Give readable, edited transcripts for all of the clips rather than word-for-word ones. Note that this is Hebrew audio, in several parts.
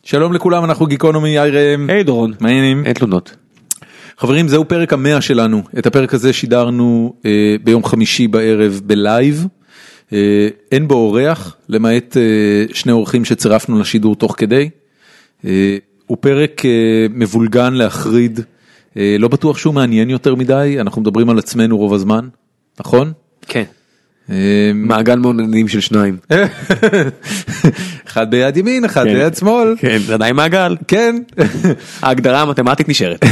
שלום לכולם, אנחנו גיקונומי, היי ראם. היי דורון. מה העניינים? אין תלונות. חברים, זהו פרק 100 שלנו. את הפרק הזה שידרנו ביום חמישי בערב בלייב. אין בו אורח, למעט שני אורחים שצירפנו לשידור תוך כדי. הוא פרק מבולגן להחריד. לא בטוח שהוא מעניין יותר מדי, אנחנו מדברים על עצמנו רוב הזמן, נכון? כן. מעגל מעוננים של שניים. אחד ביד ימין, אחד ביד שמאל. כן, זה עדיין מעגל. כן. ההגדרה המתמטית נשארת.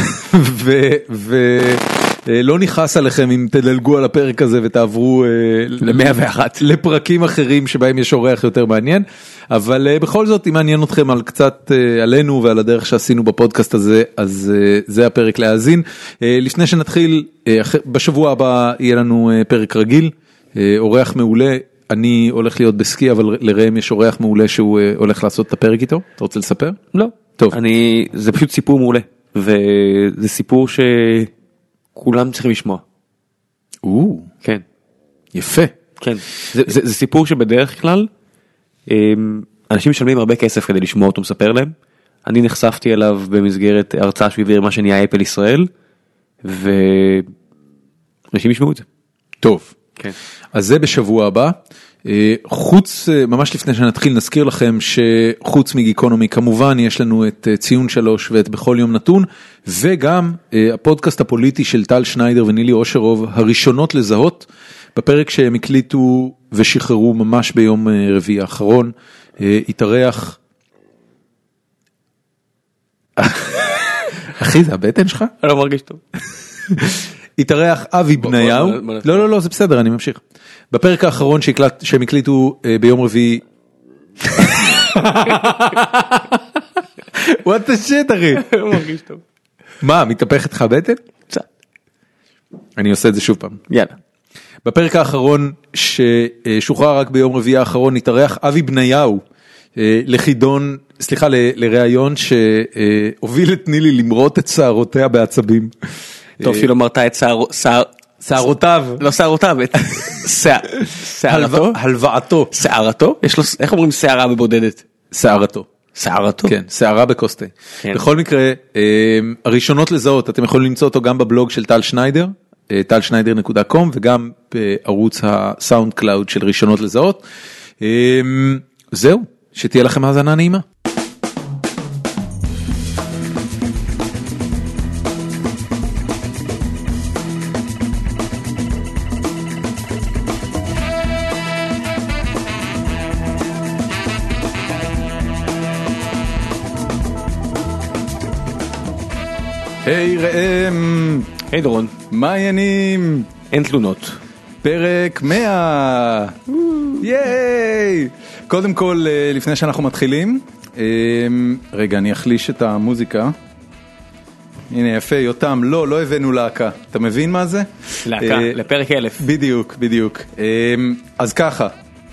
ולא נכעס עליכם אם תדלגו על הפרק הזה ותעברו ל-101. לפרקים אחרים שבהם יש אורח יותר מעניין. אבל בכל זאת, אם מעניין אתכם על קצת עלינו ועל הדרך שעשינו בפודקאסט הזה, אז זה הפרק להאזין. לפני שנתחיל, בשבוע הבא יהיה לנו פרק רגיל. אורח מעולה, אני הולך להיות בסקי, אבל לראם יש אורח מעולה שהוא הולך לעשות את הפרק איתו. אתה רוצה לספר? לא. טוב. זה פשוט סיפור מעולה, וזה סיפור שכולם צריכים לשמוע. כן. יפה. כן. זה סיפור שבדרך כלל, אנשים משלמים הרבה כסף כדי לשמוע אותו מספר להם. אני נחשפתי אליו במסגרת הרצאה שהוא העביר מה שנהיה אפל ישראל, ואנשים ישמעו את זה. טוב. כן. אז זה בשבוע הבא. ממש לפני שנתחיל נזכיר לכם שחוץ מגיקונומי כמובן יש לנו את ציון 3 ואת בכל יום נתון, וגם הפודקאסט הפוליטי של טל שניידר ונילי אושרוב, הראשונות לזהות, בפרק שהם הקליטו ושחררו ממש ביום רביעי האחרון, התארח... אחי, זה הבטן שלך? אני לא מרגיש טוב. התארח אבי בניהו, לא, זה בסדר, אני ממשיך. בפרק האחרון שהם הקליטו ביום רביעי, what the shit אחי? לא מרגיש טוב. מה, מתהפך איתך בטן? קצת. אני עושה את זה שוב פעם. יאללה. בפרק האחרון ששוחרר רק ביום רביעי האחרון, התארח אבי בניהו, לראיון שהוביל את נילי למרות את שערותיה בעצבים. טוב שלא אמרת את שערותיו. לא שערותיו, את שערתו? הלוואתו. שערתו? איך אומרים שערה בבודדת? שערתו. שערתו? כן, שערה בקוסטי. בכל מקרה, הראשונות לזהות, אתם יכולים למצוא אותו גם בבלוג של טל שניידר, talshneider.com, וגם בערוץ הסאונד קלאוד של ראשונות לזהות. זהו, שתהיה לכם האזנה נעימה. היי ראם. היי דורון. מה העניינים? אין תלונות. פרק 100. ייי. קודם כל, לפני שאנחנו מתחילים, רגע, אני אחליש את המוזיקה. הנה יפה, יותם, לא הבאנו להקה. אתה מבין מה זה? להקה, לפרק 1000. בדיוק. אז ככה,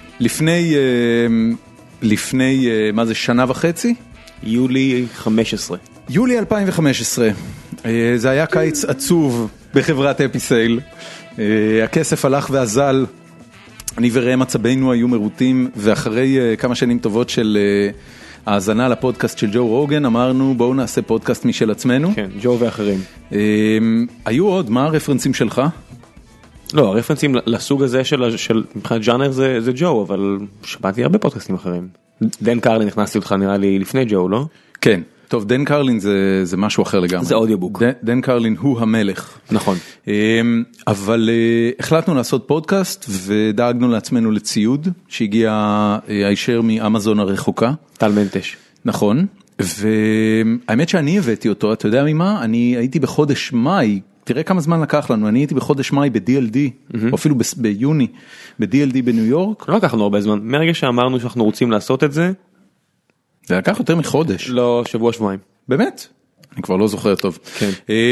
לפני מה זה, שנה וחצי? יולי 15. יולי 2015, זה היה קיץ עצוב בחברת אפיסייל, הכסף הלך ואזל, אני וראם עצבינו היו מרוטים, ואחרי כמה שנים טובות של האזנה לפודקאסט של ג'ו רוגן, אמרנו בואו נעשה פודקאסט משל עצמנו. כן, ג'ו ואחרים. היו עוד, מה הרפרנסים שלך? לא, הרפרנסים לסוג הזה של מבחינת ג'אנר זה ג'ו, אבל שמעתי הרבה פודקאסטים אחרים. דן קרלין נכנסתי אותך נראה לי לפני ג'ו, לא? כן. טוב, דן קרלין זה משהו אחר לגמרי. זה אודיובוק. דן קרלין הוא המלך. נכון. אבל החלטנו לעשות פודקאסט ודאגנו לעצמנו לציוד שהגיע הישר מאמזון הרחוקה. טל מנטש. נכון. והאמת שאני הבאתי אותו, אתה יודע ממה? אני הייתי בחודש מאי, תראה כמה זמן לקח לנו, אני הייתי בחודש מאי ב-DLD, או אפילו ביוני, ב-DLD בניו יורק. לא לקח לנו הרבה זמן. מרגע שאמרנו שאנחנו רוצים לעשות את זה, זה לקח יותר מחודש. לא, שבוע-שבועיים. באמת? אני כבר לא זוכר טוב. כן.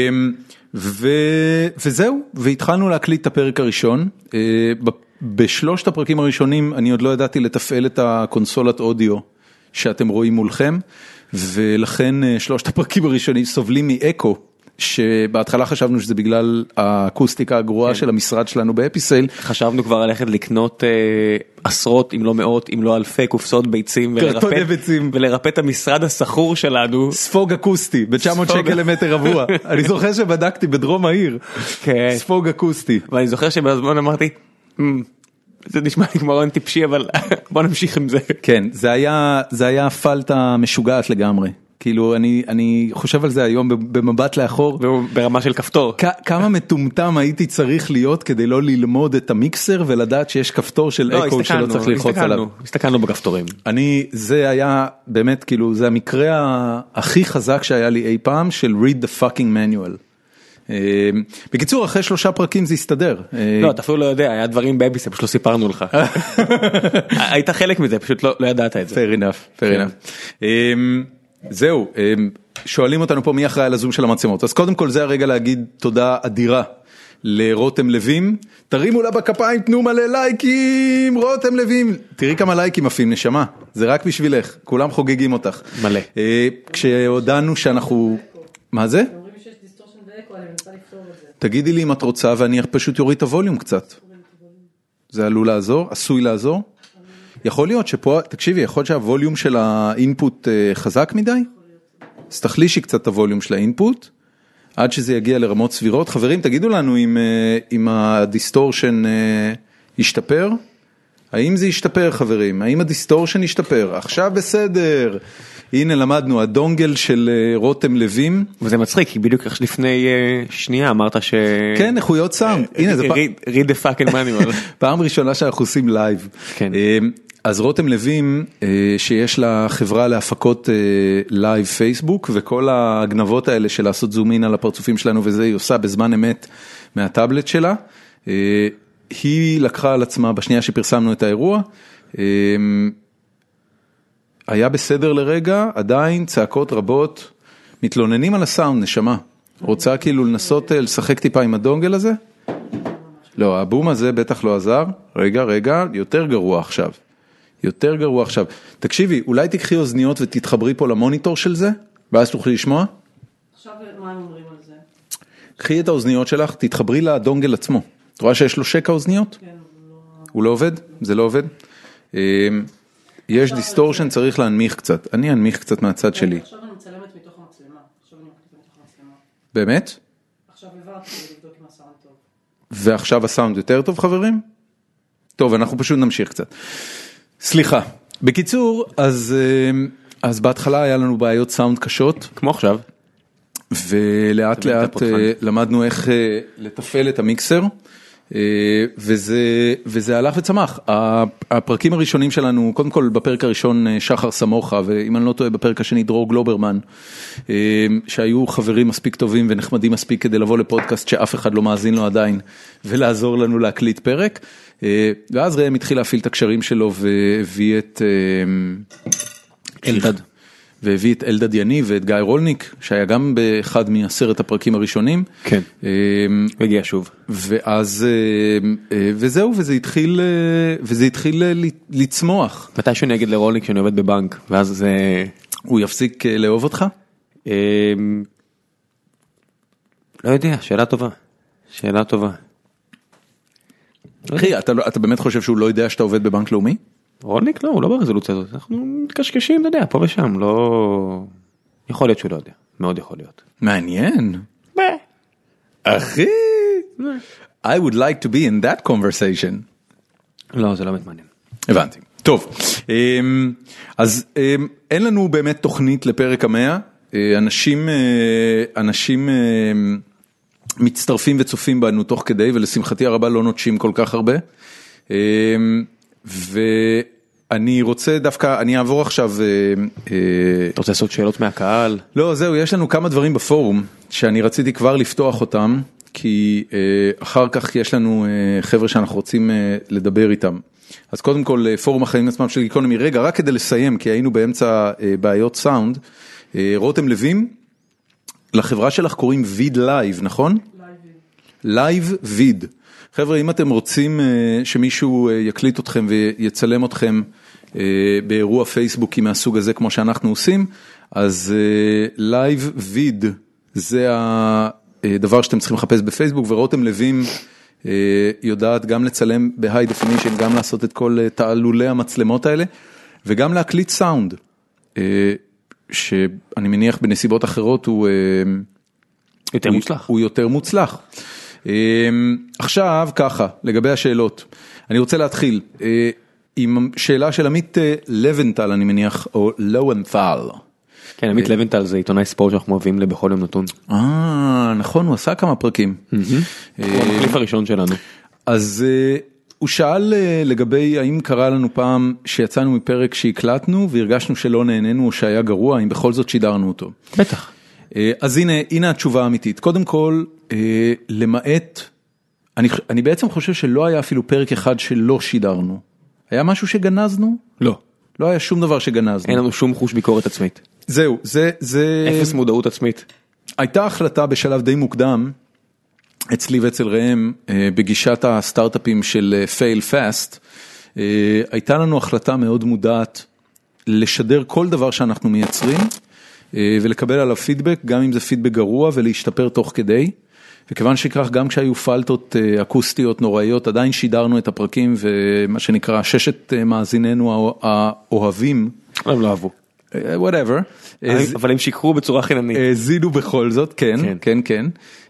וזהו, והתחלנו להקליט את הפרק הראשון. בשלושת הפרקים הראשונים אני עוד לא ידעתי לתפעל את הקונסולת אודיו שאתם רואים מולכם, ולכן שלושת הפרקים הראשונים סובלים מאקו. שבהתחלה חשבנו שזה בגלל האקוסטיקה הגרועה של המשרד שלנו באפיסייל. חשבנו כבר ללכת לקנות עשרות, אם לא מאות, אם לא אלפי קופסאות ביצים, ולרפא את המשרד הסחור שלנו. ספוג אקוסטי, ב-900 שקל למטר רבוע. אני זוכר שבדקתי בדרום העיר. ספוג אקוסטי. ואני זוכר שבזמן אמרתי, זה נשמע לי כמו רעיון טיפשי, אבל בוא נמשיך עם זה. כן, זה היה פלטה משוגעת לגמרי. כאילו אני חושב על זה היום במבט לאחור. ברמה של כפתור. כמה מטומטם הייתי צריך להיות כדי לא ללמוד את המיקסר ולדעת שיש כפתור של אקו שלא צריך ללחוץ עליו. הסתכלנו בכפתורים. זה היה באמת כאילו זה המקרה הכי חזק שהיה לי אי פעם של read the fucking manual. בקיצור, אחרי 3 פרקים זה הסתדר. לא, אתה אפילו לא יודע, היה דברים באביסה, פשוט לא סיפרנו לך. היית חלק מזה, פשוט לא ידעת את זה. fair enough, fair enough. זהו, שואלים אותנו פה מי אחראי על הזום של המצלמות. אז קודם כל זה הרגע להגיד תודה אדירה לרותם לוים. תרימו לה בכפיים, תנו מלא לייקים, רותם לוים. תראי כמה לייקים עפים, נשמה. זה רק בשבילך, כולם חוגגים אותך. מלא. כשהודענו שאנחנו... מה זה? תגידי לי אם את רוצה ואני פשוט יוריד את הווליום קצת. זה עלול לעזור, עשוי לעזור. יכול להיות שפה, תקשיבי, יכול להיות שהווליום של האינפוט חזק מדי? אז תחלישי קצת את הווליום של האינפוט, עד שזה יגיע לרמות סבירות. חברים, תגידו לנו אם הדיסטורשן ישתפר. האם זה ישתפר, חברים? האם הדיסטורשן ישתפר? עכשיו בסדר. הנה למדנו, הדונגל של רותם לוים. וזה מצחיק, כי בדיוק לפני שנייה אמרת ש... כן, איכויות סאונד. read the fucking manual. פעם ראשונה שאנחנו עושים לייב. כן. אז רותם לוים, שיש לה חברה להפקות לייב פייסבוק, וכל הגנבות האלה של לעשות זומין על הפרצופים שלנו, וזה היא עושה בזמן אמת מהטאבלט שלה. היא לקחה על עצמה, בשנייה שפרסמנו את האירוע, היה בסדר לרגע, עדיין צעקות רבות, מתלוננים על הסאונד, נשמה. רוצה כאילו לנסות לשחק טיפה עם הדונגל הזה? לא, הבום הזה בטח לא עזר. רגע, יותר גרוע עכשיו. יותר גרוע עכשיו. תקשיבי, אולי תקחי אוזניות ותתחברי פה למוניטור של זה, ואז תוכלי לשמוע? עכשיו מה הם אומרים על זה? קחי את האוזניות שלך, תתחברי לדונגל עצמו. את רואה שיש לו שקע אוזניות? כן, הוא לא עובד? זה לא עובד? יש דיסטורשן, צריך להנמיך קצת. אני אנמיך קצת מהצד שלי. עכשיו אני מצלמת מתוך המצלמה. עכשיו אני מקליטה מתוך המצלמה. באמת? עכשיו הבאתי לבדוק אם הסאונד טוב. ועכשיו הסאונד יותר טוב, חברים? טוב, אנחנו פשוט נמשיך קצת. סליחה. בקיצור, אז בהתחלה היה לנו בעיות סאונד קשות. כמו עכשיו. ולאט לאט למדנו איך לתפעל את המיקסר. וזה הלך וצמח. הפרקים הראשונים שלנו, קודם כל בפרק הראשון שחר סמוכה, ואם אני לא טועה בפרק השני דרור גלוברמן, שהיו חברים מספיק טובים ונחמדים מספיק כדי לבוא לפודקאסט שאף אחד לא מאזין לו עדיין, ולעזור לנו להקליט פרק. ואז ראם התחיל להפעיל את הקשרים שלו והביא את אלדד. והביא את אלדד יניב ואת גיא רולניק, שהיה גם באחד מ10 הפרקים הראשונים. כן, הגיע שוב. ואז, וזהו, וזה התחיל לצמוח. מתישהו נגיד לרולניק שאני עובד בבנק, ואז זה... הוא יפסיק לאהוב אותך? לא יודע, שאלה טובה. שאלה טובה. אחי, אתה באמת חושב שהוא לא יודע שאתה עובד בבנק לאומי? רולניק לא, הוא לא ברזולוציה הזאת, אנחנו מתקשקשים, אתה יודע, פה ושם, לא... יכול להיות שהוא לא יודע, מאוד יכול להיות. מעניין. אחי, I would like to be in that conversation. לא, זה לא באמת מעניין. הבנתי. טוב, אז אין לנו באמת תוכנית לפרק 100, אנשים מצטרפים וצופים בנו תוך כדי, ולשמחתי הרבה לא נוטשים כל כך הרבה. ואני רוצה דווקא, אני אעבור עכשיו... אתה רוצה לעשות שאלות מהקהל? לא, זהו, יש לנו כמה דברים בפורום, שאני רציתי כבר לפתוח אותם, כי אחר כך יש לנו חבר'ה שאנחנו רוצים לדבר איתם. אז קודם כל, פורום החיים עצמם של גיקונומי, רגע, רק כדי לסיים, כי היינו באמצע בעיות סאונד, רותם לוים, לחברה שלך קוראים ויד לייב, נכון? לייב ויד. חבר'ה, אם אתם רוצים שמישהו יקליט אתכם ויצלם אתכם באירוע פייסבוקי מהסוג הזה כמו שאנחנו עושים, אז לייב ויד זה הדבר שאתם צריכים לחפש בפייסבוק, ורותם לוין יודעת גם לצלם בהיי דפינישן, גם לעשות את כל תעלולי המצלמות האלה, וגם להקליט סאונד, שאני מניח בנסיבות אחרות הוא יותר מוצלח. הוא יותר מוצלח. עכשיו ככה, לגבי השאלות, אני רוצה להתחיל עם שאלה של עמית לבנטל, אני מניח, או לוונטל. כן, עמית לבנטל זה עיתונאי ספורט שאנחנו אוהבים לבכל יום נתון. נכון, הוא עשה כמה פרקים. הוא המחליף הראשון שלנו. אז הוא שאל לגבי האם קרה לנו פעם שיצאנו מפרק שהקלטנו והרגשנו שלא נהנינו או שהיה גרוע, האם בכל זאת שידרנו אותו. בטח. אז הנה התשובה האמיתית. קודם כל, למעט, אני בעצם חושב שלא היה אפילו פרק אחד שלא שידרנו. היה משהו שגנזנו? לא. לא היה שום דבר שגנזנו. אין לנו שום חוש ביקורת עצמית. זהו, זה... אפס מודעות עצמית. הייתה החלטה בשלב די מוקדם, אצלי ואצל ראם, בגישת הסטארט-אפים של Fail Fast, הייתה לנו החלטה מאוד מודעת לשדר כל דבר שאנחנו מייצרים, ולקבל עליו פידבק, גם אם זה פידבק גרוע, ולהשתפר תוך כדי. וכיוון שכך, גם כשהיו פלטות אקוסטיות נוראיות, עדיין שידרנו את הפרקים, ומה שנקרא, 6 מאזיננו האוהבים. הם לא אהבו. whatever. אבל הם שיקרו בצורה חיננית. האזינו בכל זאת, כן, כן, כן.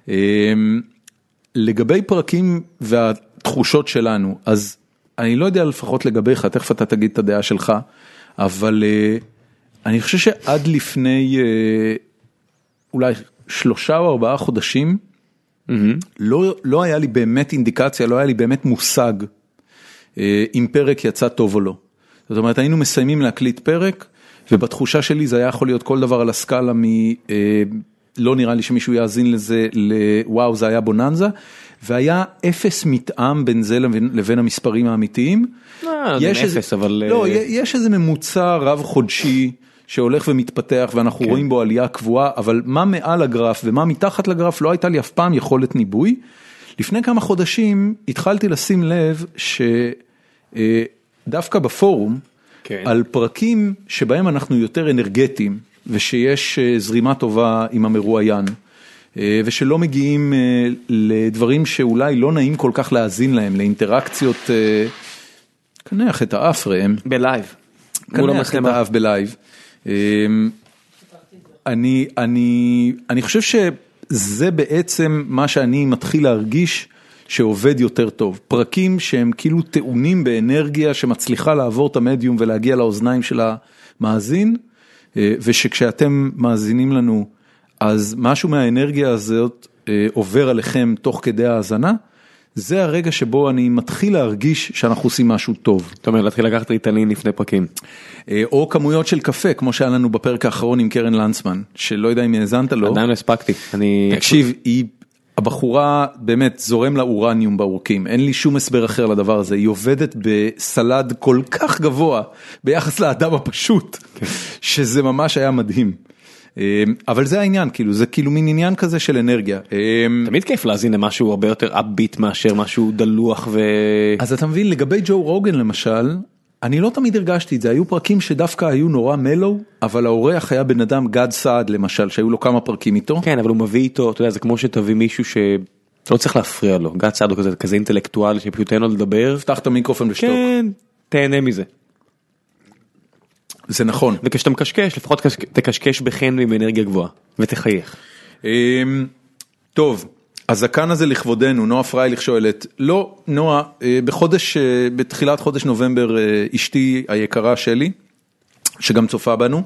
לגבי פרקים והתחושות שלנו, אז אני לא יודע לפחות לגביך, תכף אתה תגיד את הדעה שלך, אבל אני חושב שעד לפני אולי 3 או 4 חודשים, לא היה לי באמת אינדיקציה, לא היה לי באמת מושג אם פרק יצא טוב או לא. זאת אומרת, היינו מסיימים להקליט פרק, ובתחושה שלי זה היה יכול להיות כל דבר על הסקאלה לא נראה לי שמישהו יאזין לזה, וואו, זה היה בוננזה, והיה אפס מתאם בין זה לבין המספרים האמיתיים. יש איזה ממוצע רב חודשי, שהולך ומתפתח ואנחנו רואים בו עלייה קבועה, אבל מה מעל הגרף ומה מתחת לגרף לא הייתה לי אף פעם יכולת ניבוי. לפני כמה חודשים התחלתי לשים לב שדווקא בפורום, על פרקים שבהם אנחנו יותר אנרגטיים, ושיש זרימה טובה עם המרואיין, ושלא מגיעים לדברים שאולי לא נעים כל כך להאזין להם, לאינטראקציות, כנח את האף ראם. בלייב. כנח את האף בלייב. אני חושב שזה בעצם מה שאני מתחיל להרגיש שעובד יותר טוב. פרקים שהם כאילו טעונים באנרגיה שמצליחה לעבור את המדיום ולהגיע לאוזניים של המאזין, ושכשאתם מאזינים לנו, אז משהו מהאנרגיה הזאת עובר עליכם תוך כדי ההאזנה, זה הרגע שבו אני מתחיל להרגיש שאנחנו עושים משהו טוב. זאת אומרת, להתחיל לקחת ריטלין לפני פרקים. או כמויות של קפה, כמו שהיה לנו בפרק האחרון עם קרן לנסמן, שלא יודע אם האזנת לו. עדיין לא הספקתי. תקשיב, הבחורה באמת זורם לאורניום בעורקים, אין לי שום הסבר אחר לדבר הזה, היא עובדת בסלד כל כך גבוה, ביחס לאדם הפשוט, שזה ממש היה מדהים. אבל זה העניין, כאילו, זה כאילו מין עניין כזה של אנרגיה. תמיד כיף להזין למשהו הרבה יותר אפביט מאשר משהו דלוח אז אתה מבין, לגבי ג'ו רוגן למשל, אני לא תמיד הרגשתי את זה, היו פרקים שדווקא היו נורא מלו, אבל האורח היה בן אדם גד סעד למשל, שהיו לו כמה פרקים איתו. כן, אבל הוא מביא איתו, אתה יודע, זה כמו שתביא מישהו שלא צריך להפריע לו, גד סעד הוא כזה אינטלקטואל שפשוט אין לו לדבר. פתח את המיקרופון ושתוק. כן, תהנה מזה. זה נכון. וכשאתה מקשקש, לפחות תקשקש בחן ובאנרגיה גבוהה, ותחייך. טוב, הזקן הזה לכבודנו, נועה פרייליך שואלת, לא, נועה, בתחילת חודש נובמבר, אשתי היקרה שלי, שגם צופה בנו,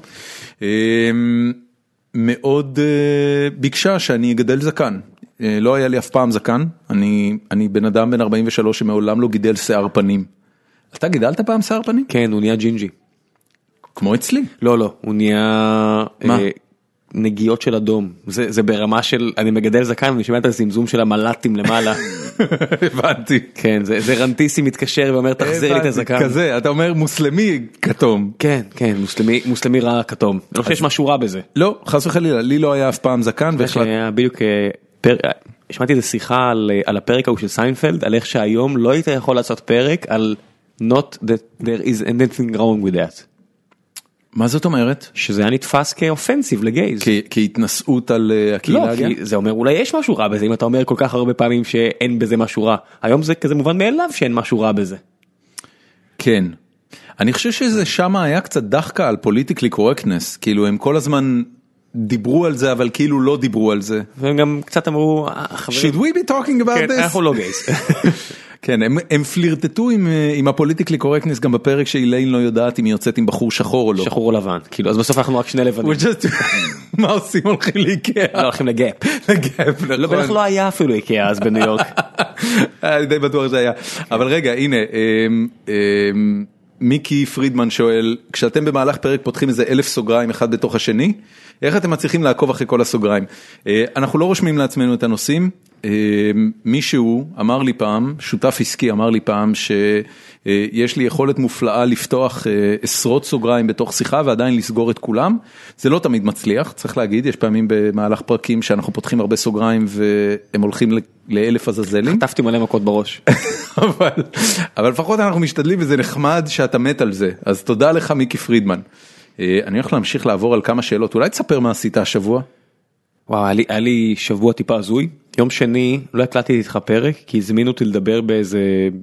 מאוד ביקשה שאני אגדל זקן. לא היה לי אף פעם זקן, אני בן אדם בן 43 שמעולם לא גידל שיער פנים. אתה גידלת פעם שיער פנים? כן, הוא נהיה ג'ינג'י. כמו אצלי? לא, הוא נהיה נגיעות של אדום, זה ברמה של, אני מגדל זקן ואני שומע את הזמזום של המלטים למעלה. הבנתי. כן, זה רנטיסי מתקשר ואומר תחזיר לי את הזקן. כזה, אתה אומר מוסלמי כתום. כן, מוסלמי רע כתום. אני לא חושב שיש משהו רע בזה. לא, חס וחלילה, לי לא היה אף פעם זקן. בדיוק, שמעתי איזו שיחה על הפרק ההוא של סיינפלד, על איך שהיום לא היית יכול לעשות פרק על not that there is anything wrong with that. מה זאת אומרת? שזה היה נתפס כאופנסיב לגייז. כהתנסות על הקהילה לא, הגאה? כי זה אומר אולי יש משהו רע בזה, אם אתה אומר כל כך הרבה פעמים שאין בזה משהו רע. היום זה כזה מובן מאליו שאין משהו רע בזה. כן. אני חושב שזה שם היה קצת דחקה על פוליטיקלי קורקטנס, כאילו הם כל הזמן דיברו על זה, אבל כאילו לא דיברו על זה. והם גם קצת אמרו, Should we be talking about כן, this? אנחנו לא גייז. כן, הם פלירטטו עם הפוליטיקלי קורקטנס גם בפרק שאיליין לא יודעת אם היא יוצאת עם בחור שחור או לא. שחור או לבן, כאילו, אז בסוף אנחנו רק שני לבנים. מה עושים? הולכים לאיקאה? לא, הולכים לגאפ. לגאפ, נכון. בטח לא היה אפילו איקאה אז בניו יורק. אני די בטוח שזה היה. אבל רגע, הנה, מיקי פרידמן שואל, כשאתם במהלך פרק פותחים איזה 1000 סוגריים אחד בתוך השני, איך אתם מצליחים לעקוב אחרי כל הסוגריים? אנחנו לא רושמים לעצמנו את הנושאים, מישהו אמר לי פעם, שותף עסקי אמר לי פעם, שיש לי יכולת מופלאה לפתוח עשרות סוגריים בתוך שיחה ועדיין לסגור את כולם, זה לא תמיד מצליח, צריך להגיד, יש פעמים במהלך פרקים שאנחנו פותחים הרבה סוגריים והם הולכים ל1000 עזאזלים. חטפתי מלא מכות בראש. אבל לפחות אנחנו משתדלים וזה נחמד שאתה מת על זה, אז תודה לך מיקי פרידמן. אני הולך להמשיך לעבור על כמה שאלות, אולי תספר מה עשית השבוע? וואו, היה לי שבוע טיפה הזוי, יום שני לא הקלטתי איתך פרק, כי הזמינו אותי לדבר באיזה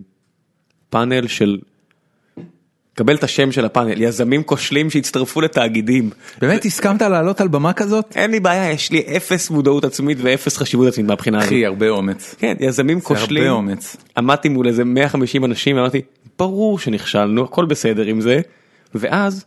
פאנל של, קבל את השם של הפאנל, יזמים כושלים שהצטרפו לתאגידים. באמת הסכמת לעלות על במה כזאת? אין לי בעיה, יש לי 0 מודעות עצמית ו0 חשיבות עצמית מהבחינה הזאת. אחי, הרבה אומץ. כן, יזמים כושלים. זה הרבה אומץ. עמדתי מול איזה 150 אנשים, ואמרתי, ברור שנכשלנו, הכל בסדר עם זה, ואז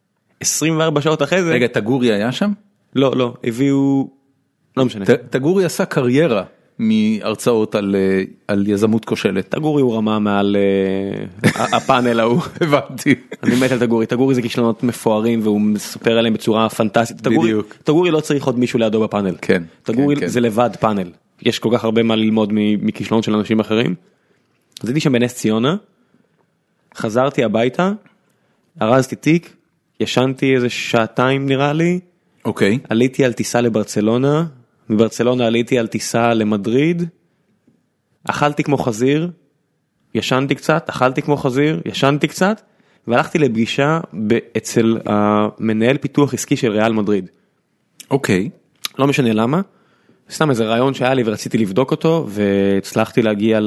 24 שעות אחרי זה... רגע, תגורי היה שם? לא, הביאו... לא משנה. תגורי עשה קריירה מהרצאות על יזמות כושלת. תגורי הוא רמה מעל הפאנל ההוא. הבנתי. אני מת על תגורי. תגורי זה כישלונות מפוארים והוא מספר עליהם בצורה פנטסטית. בדיוק. תגורי לא צריך עוד מישהו לידו בפאנל. כן. תגורי זה לבד פאנל. יש כל כך הרבה מה ללמוד מכישלונות של אנשים אחרים. אז הייתי שם בנס ציונה, חזרתי הביתה, ארזתי תיק, ישנתי איזה שעתיים נראה לי. אוקיי. עליתי על טיסה לברצלונה, מברצלונה עליתי על טיסה למדריד, אכלתי כמו חזיר, ישנתי קצת, אכלתי כמו חזיר, ישנתי קצת, והלכתי לפגישה אצל המנהל פיתוח עסקי של ריאל מדריד. אוקיי. לא משנה למה, סתם איזה רעיון שהיה לי ורציתי לבדוק אותו, והצלחתי להגיע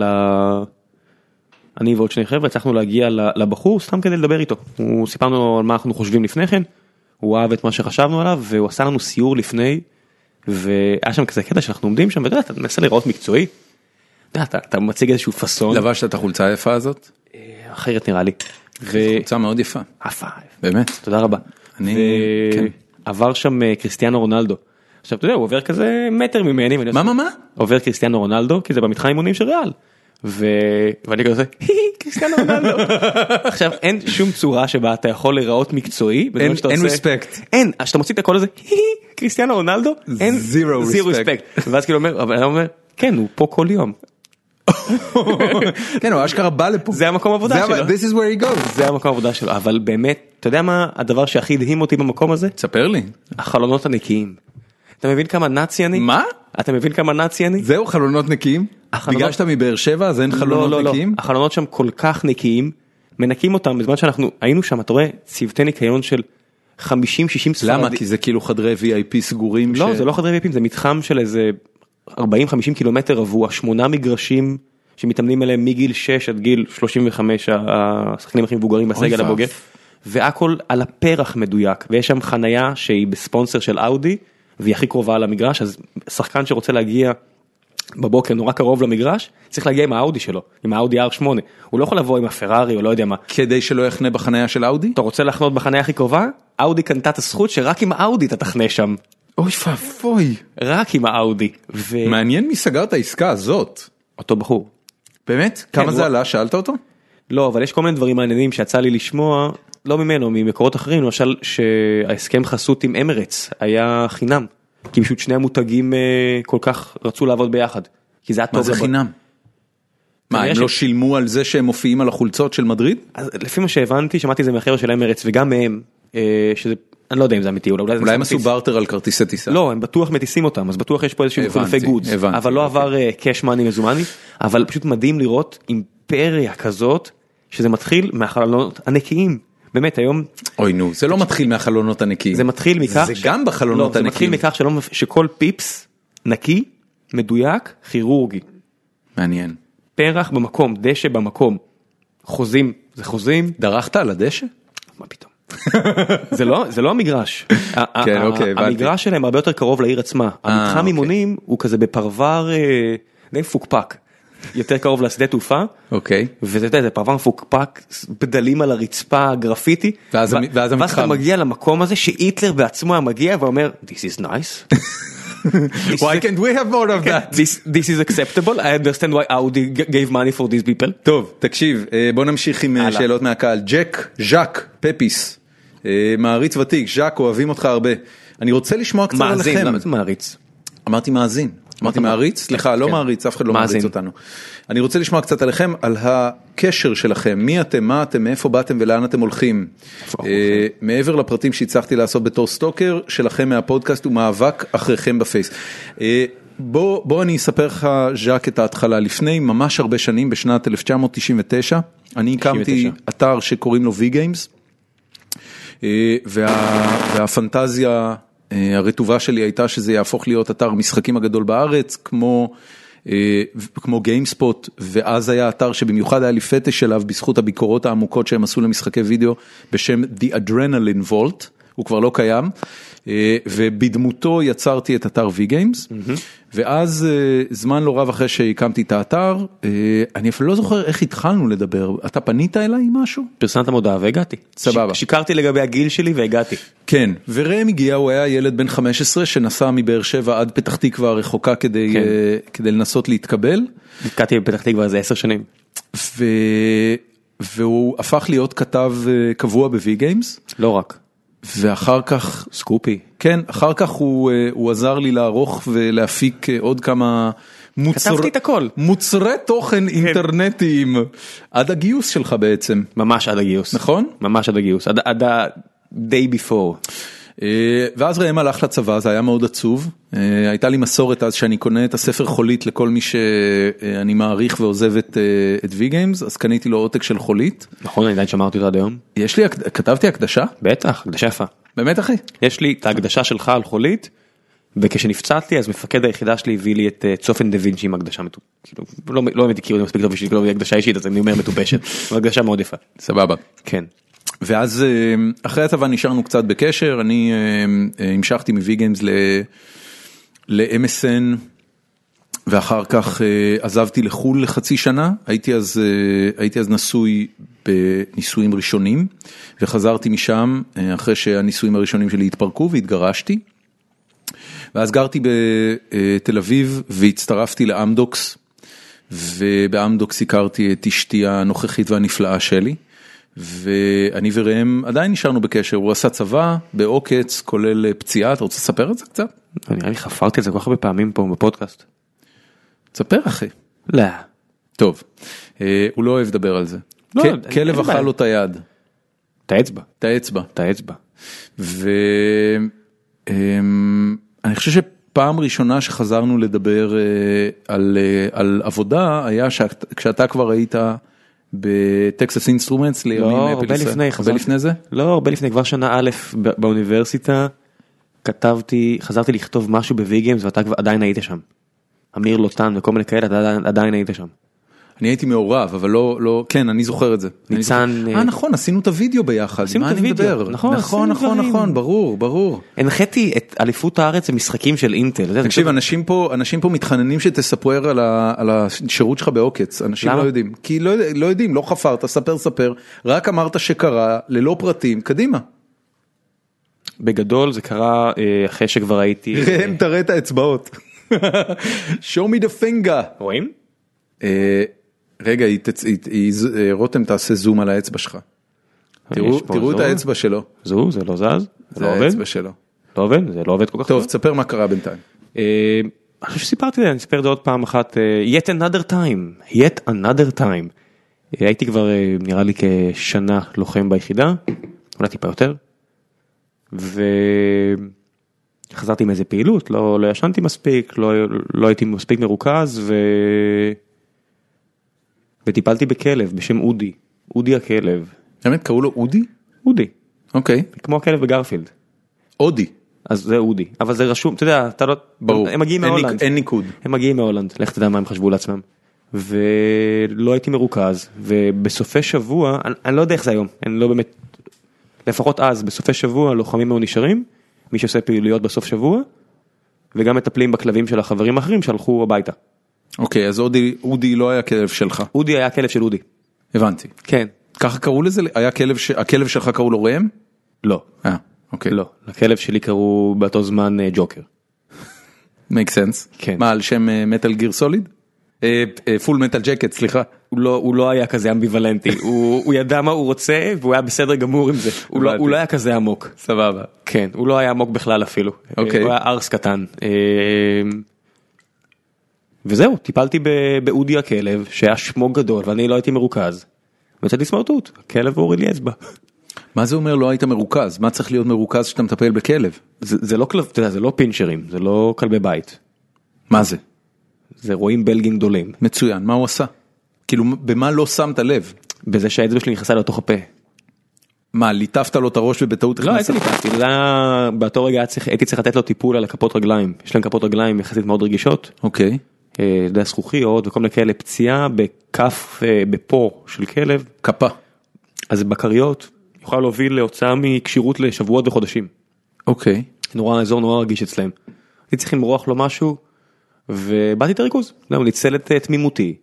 אני ועוד שני חבר'ה, הצלחנו להגיע לבחור סתם כדי לדבר איתו. הוא סיפרנו על מה אנחנו חושבים לפני כן, הוא אהב את מה שחשבנו עליו, והוא עשה לנו סיור לפני, והיה שם כזה קטע שאנחנו עומדים שם, ואתה יודע, אתה מנסה לראות מקצועי, אתה מציג איזשהו פסון. לבשת את החולצה היפה הזאת? אחרת נראה לי. חולצה מאוד יפה. יפה. באמת. תודה רבה. עבר שם קריסטיאנו רונלדו. עכשיו אתה יודע, הוא עובר כזה מטר ממני. מה? עובר קריסטיאנו רונלדו, כי זה במתחם אימונים של ריאל. ואני כזה, קריסטיאנו רונלדו. עכשיו אין שום צורה שבה אתה יכול להיראות מקצועי. אין רספקט. אין, כשאתה מוציא את הכל הזה, קריסטיאנו רונלדו, אין זירו רספקט. ואז כאילו אומר, כן, הוא פה כל יום. כן, הוא אשכרה בא לפה. זה המקום עבודה שלו. This is where he goes. זה המקום עבודה שלו, אבל באמת, אתה יודע מה הדבר שהכי הדהים אותי במקום הזה? תספר לי. החלונות הנקיים. אתה מבין כמה נאצי אני? מה? אתה מבין כמה נאצי אני? זהו, חלונות נקיים? בגלל שאתה מבאר שבע, אז אין חלונות נקיים? החלונות שם כל כך נקיים, מנקים אותם בזמן שאנחנו היינו שם, אתה רואה, צוותי ניקיון של 50-60 ספרדים. למה? כי זה כאילו חדרי VIP סגורים? לא, זה לא חדרי VIP, זה מתחם של איזה 40-50 קילומטר רבוע, 8 מגרשים שמתאמנים אליהם מגיל 6 עד גיל 35, השחקנים הכי מבוגרים בסגל הבוגר, והכל על הפרח מדויק, ויש שם חנייה שהיא בספונסר של אאודי, והיא הכי קרובה על המגרש, אז שחקן שרוצה להגיע בבוקר נורא קרוב למגרש, צריך להגיע עם האאודי שלו, עם האאודי R8, הוא לא יכול לבוא עם הפרארי או לא יודע מה. כדי שלא יחנה בחניה של אאודי? אתה רוצה לחנות בחניה הכי קרובה? אאודי קנתה את הזכות שרק עם האאודי אתה תחנה שם. אוי פאפוי. רק עם האאודי. מעניין מי סגר את העסקה הזאת. אותו בחור. באמת? כמה זה עלה? שאלת אותו? לא, אבל יש כל מיני דברים מעניינים שיצא לי לשמוע, לא ממנו, ממקורות אחרים, למשל שההסכם חסות עם אמרץ היה חינם, כי פשוט שני המותגים כל כך רצו לעבוד ביחד. כי זה היה טוב. מה זה חינם? מה, הם לא שילמו על זה שהם מופיעים על החולצות של מדריד? לפי מה שהבנתי, שמעתי זה מהחבר'ה של אמרץ וגם מהם, שזה, אני לא יודע אם זה אמיתי, אולי הם עשו בארטר על כרטיסי טיסה. לא, הם בטוח מטיסים אותם, אז בטוח יש פה איזשהו חילופי גודס, אבל לא עבר קאש מאני מזומני, אבל פשוט מדהים לראות אימפריה כזאת, שזה מתחיל מהחלונות הנקיים, באמת היום, אוי נו, זה לא מתחיל מהחלונות הנקיים. זה מתחיל מכך, זה גם בחלונות זה מתחיל הנקיים. מכך שכל פיפס נקי, מדויק, כירורגי. מעניין. פרח במקום, דשא במקום, חוזים, זה חוזים. דרכת על הדשא? מה פתאום? זה לא המגרש. כן, אוקיי, הבנתי. המגרש שלהם הרבה יותר קרוב לעיר עצמה. המתחם אימונים הוא כזה בפרבר די מפוקפק. יותר קרוב לשדה תעופה. אוקיי. וזה יודע, זה פרבר מפוקפק, בדלים על הרצפה, גרפיטי. ואז ואז אתה מגיע למקום הזה שהיטלר בעצמו היה מגיע ואומר, This is nice. Why can't we have more of that? This is acceptable. I understand why Audi gave money for these people. טוב, תקשיב, בוא נמשיך עם שאלות מהקהל. ז'ק פפיס, מעריץ ותיק, ז'ק, אוהבים אותך הרבה. אני רוצה לשמוע קצת עליכם. מאזין, למה זה מעריץ? אמרתי מאזין. אמרתי מעריץ? סליחה, לא מעריץ, אף אחד לא מעריץ אותנו. אני רוצה לשמוע קצת עליכם, על הקשר שלכם, מי אתם, מה אתם, מאיפה באתם ולאן אתם הולכים. מעבר לפרטים שהצלחתי לעשות בתור סטוקר שלכם מהפודקאסט ומאבק אחריכם בפייס. בוא אני אספר לך, ז'ק, את ההתחלה. לפני ממש הרבה שנים, בשנת 1999, אני הקמתי אתר שקוראים לו V-Games, והפנטזיה הרטובה שלי הייתה שזה יהפוך להיות אתר משחקים הגדול בארץ, כמו גיימספוט, ואז היה אתר שבמיוחד היה לי פטש אליו בזכות הביקורות העמוקות שהם עשו למשחקי וידאו, בשם The Adrenaline Vault, הוא כבר לא קיים, ובדמותו יצרתי את אתר V-Games, ואז זמן לא רב אחרי שהקמתי את האתר, אני אפילו לא זוכר איך התחלנו לדבר, אתה פנית אליי עם משהו? פרסמת מודעה והגעתי. סבבה. שיקרתי לגבי הגיל שלי והגעתי. כן, ורם הגיע, הוא היה ילד בן 15 שנסע מבאר שבע עד פתח תקווה הרחוקה כדי לנסות להתקבל. נתקעתי בפתח תקווה זה 10 שנים. והוא הפך להיות כתב קבוע ב-V-Games. לא רק. ואחר כך, סקופי. כן, אחר כך הוא עזר לי לערוך ולהפיק עוד כמה כתבתי את הכל. מוצרי תוכן אינטרנטיים, עד הגיוס שלך בעצם. ממש עד הגיוס. נכון? ממש עד הגיוס, עד ה-day before. ואז ראם הלך לצבא, זה היה מאוד עצוב. הייתה לי מסורת אז שאני קונה את הספר חולית לכל מי שאני מעריך ועוזב את V-Games, אז קניתי לו עותק של חולית. נכון, אני עדיין שמרתי אותו עד היום. כתבתי הקדשה? בטח, הקדשה יפה. באמת אחי? יש לי את ההקדשה שלך על חולית, וכשנפצעתי אז מפקד היחידה שלי הביא לי את צופן דה וינצ'י עם הקדשה מטופשת. לא באמת הכירו, זה מספיק טוב בשביל לא הקדשה אישית, אז אני אומר מטופשת. אבל הקדשה מאוד יפה. סבבה. כן. ואז אחרי הצבא נשארנו קצת בקשר, אני המשכתי מ-V-Games ל-MSN, ואחר כך עזבתי לחול לחצי שנה, הייתי אז נשוי בנישואים ראשונים, וחזרתי משם אחרי שהנישואים הראשונים שלי התפרקו והתגרשתי, ואז גרתי בתל אביב והצטרפתי לאמדוקס, ובאמדוקס הכרתי את אשתי הנוכחית והנפלאה שלי, ואני וראם עדיין נשארנו בקשר, הוא עשה צבא בעוקץ, כולל פציעה, אתה רוצה לספר את זה קצת? נראה לי חפרתי את זה כל כך הרבה פעמים פה בפודקאסט. תספר אחי. לא. טוב, הוא לא אוהב לדבר על זה. כלב אכל לו את היד. את האצבע. את האצבע. את האצבע. ואני חושב שפעם ראשונה שחזרנו לדבר על עבודה, היה כשאתה כבר היית בטקסס אינסטרומנטס לימים אפל ישראל. הרבה לפני זה? לא, הרבה לפני, כבר שנה א' באוניברסיטה, חזרתי לכתוב משהו ב-V-Games ואתה עדיין היית שם. אמיר לוטן וכל מיני כאלה, אתה עדיין היית שם. אני הייתי מעורב, אבל לא, כן, אני זוכר את זה. ניצן... נכון, עשינו את הוידאו ביחד. עשינו את הוידאו, נכון, ברור. הנחיתי את אליפות הארץ למשחקים של אינטל. תקשיב, אנשים פה מתחננים שתספר על השירות שלך בעוקץ. אנשים לא יודעים. כי לא יודעים, לא חפרת, ספר. רק אמרת שקרה, ללא פרטים, קדימה. בגדול זה קרה אחרי שכבר הייתי... ראם, תראה את האצבעות. show me the finger. רואים? רגע, רותם תעשה זום על האצבע שלך. תראו את האצבע שלו. זה לא זז? זה האצבע שלו. לא עובד? זה לא עובד כל כך טוב, תספר מה קרה בינתיים. אני חושב שסיפרתי את זה, אני אספר את זה עוד פעם אחת. Yet another time. הייתי כבר נראה לי כשנה לוחם ביחידה, אולי טיפה יותר. חזרתי עם איזה פעילות, לא ישנתי מספיק, לא הייתי מספיק מרוכז, וטיפלתי בכלב בשם אודי הכלב. באמת, קראו לו אודי? אודי, אוקיי. כמו הכלב בגרפילד. אודי. אז זה אודי, אבל זה רשום, אתה יודע, אתה לא... ברור. הם מגיעים מהולנד. אין ניקוד. הם מגיעים מהולנד, לך תדע מה הם חשבו לעצמם. ולא הייתי מרוכז, ובסופי שבוע, אני לא יודע איך זה היום, אני לא באמת, לפחות אז, בסופי שבוע, לוחמים מאוד נשארים, מי שעושה פעילויות בסוף שבוע, וגם מטפלים בכלבים של החברים האחרים שהלכו הביתה. אוקיי, אז אודי לא היה כלב שלך. אודי היה הכלב של אודי. הבנתי. כן. ככה קראו לזה? היה הכלב שלך קראו לו ראם? לא. אוקיי. לא. הכלב שלי קראו באותו זמן ג'וקר. make sense. כן. מה, על שם מטל גיר סוליד? פול מטל ג'קט, סליחה. הוא לא היה כזה אמביוולנטי, הוא ידע מה הוא רוצה והוא היה בסדר גמור עם זה, הוא לא היה כזה עמוק. סבבה. כן, הוא לא היה עמוק בכלל אפילו, הוא היה ארס קטן. וזהו, טיפלתי באודי הכלב שהיה שמו גדול ואני לא הייתי מרוכז. ויצאתי סמרטוט, הכלב הוריד לי אצבע. מה זה אומר לא היית מרוכז? מה צריך להיות מרוכז שאתה מטפל בכלב? זה לא כלב, אתה יודע, זה לא פינצ'רים, זה לא כלבי בית. מה זה? זה רואים בלגים גדולים. מצוין, מה הוא עשה? כאילו, במה לא שמת לב? בזה שהאצבע שלי נכנסה לתוך הפה. מה, ליטפת לו את הראש ובטעות לא, הייתי ליטפתי, באותו רגע הייתי צריך לתת לו טיפול על הכפות רגליים. יש להם כפות רגליים יחסית מאוד רגישות. אוקיי. זכוכיות וכל מיני כאלה, פציעה בכף, בפה של כלב. כפה. אז בקריות יכולה להוביל להוצאה מקשירות לשבועות וחודשים. אוקיי. אזור נורא רגיש אצלם. הייתי צריך למרוח לו משהו, ובאתי את הריכוז. הוא ניצל את תמימותי,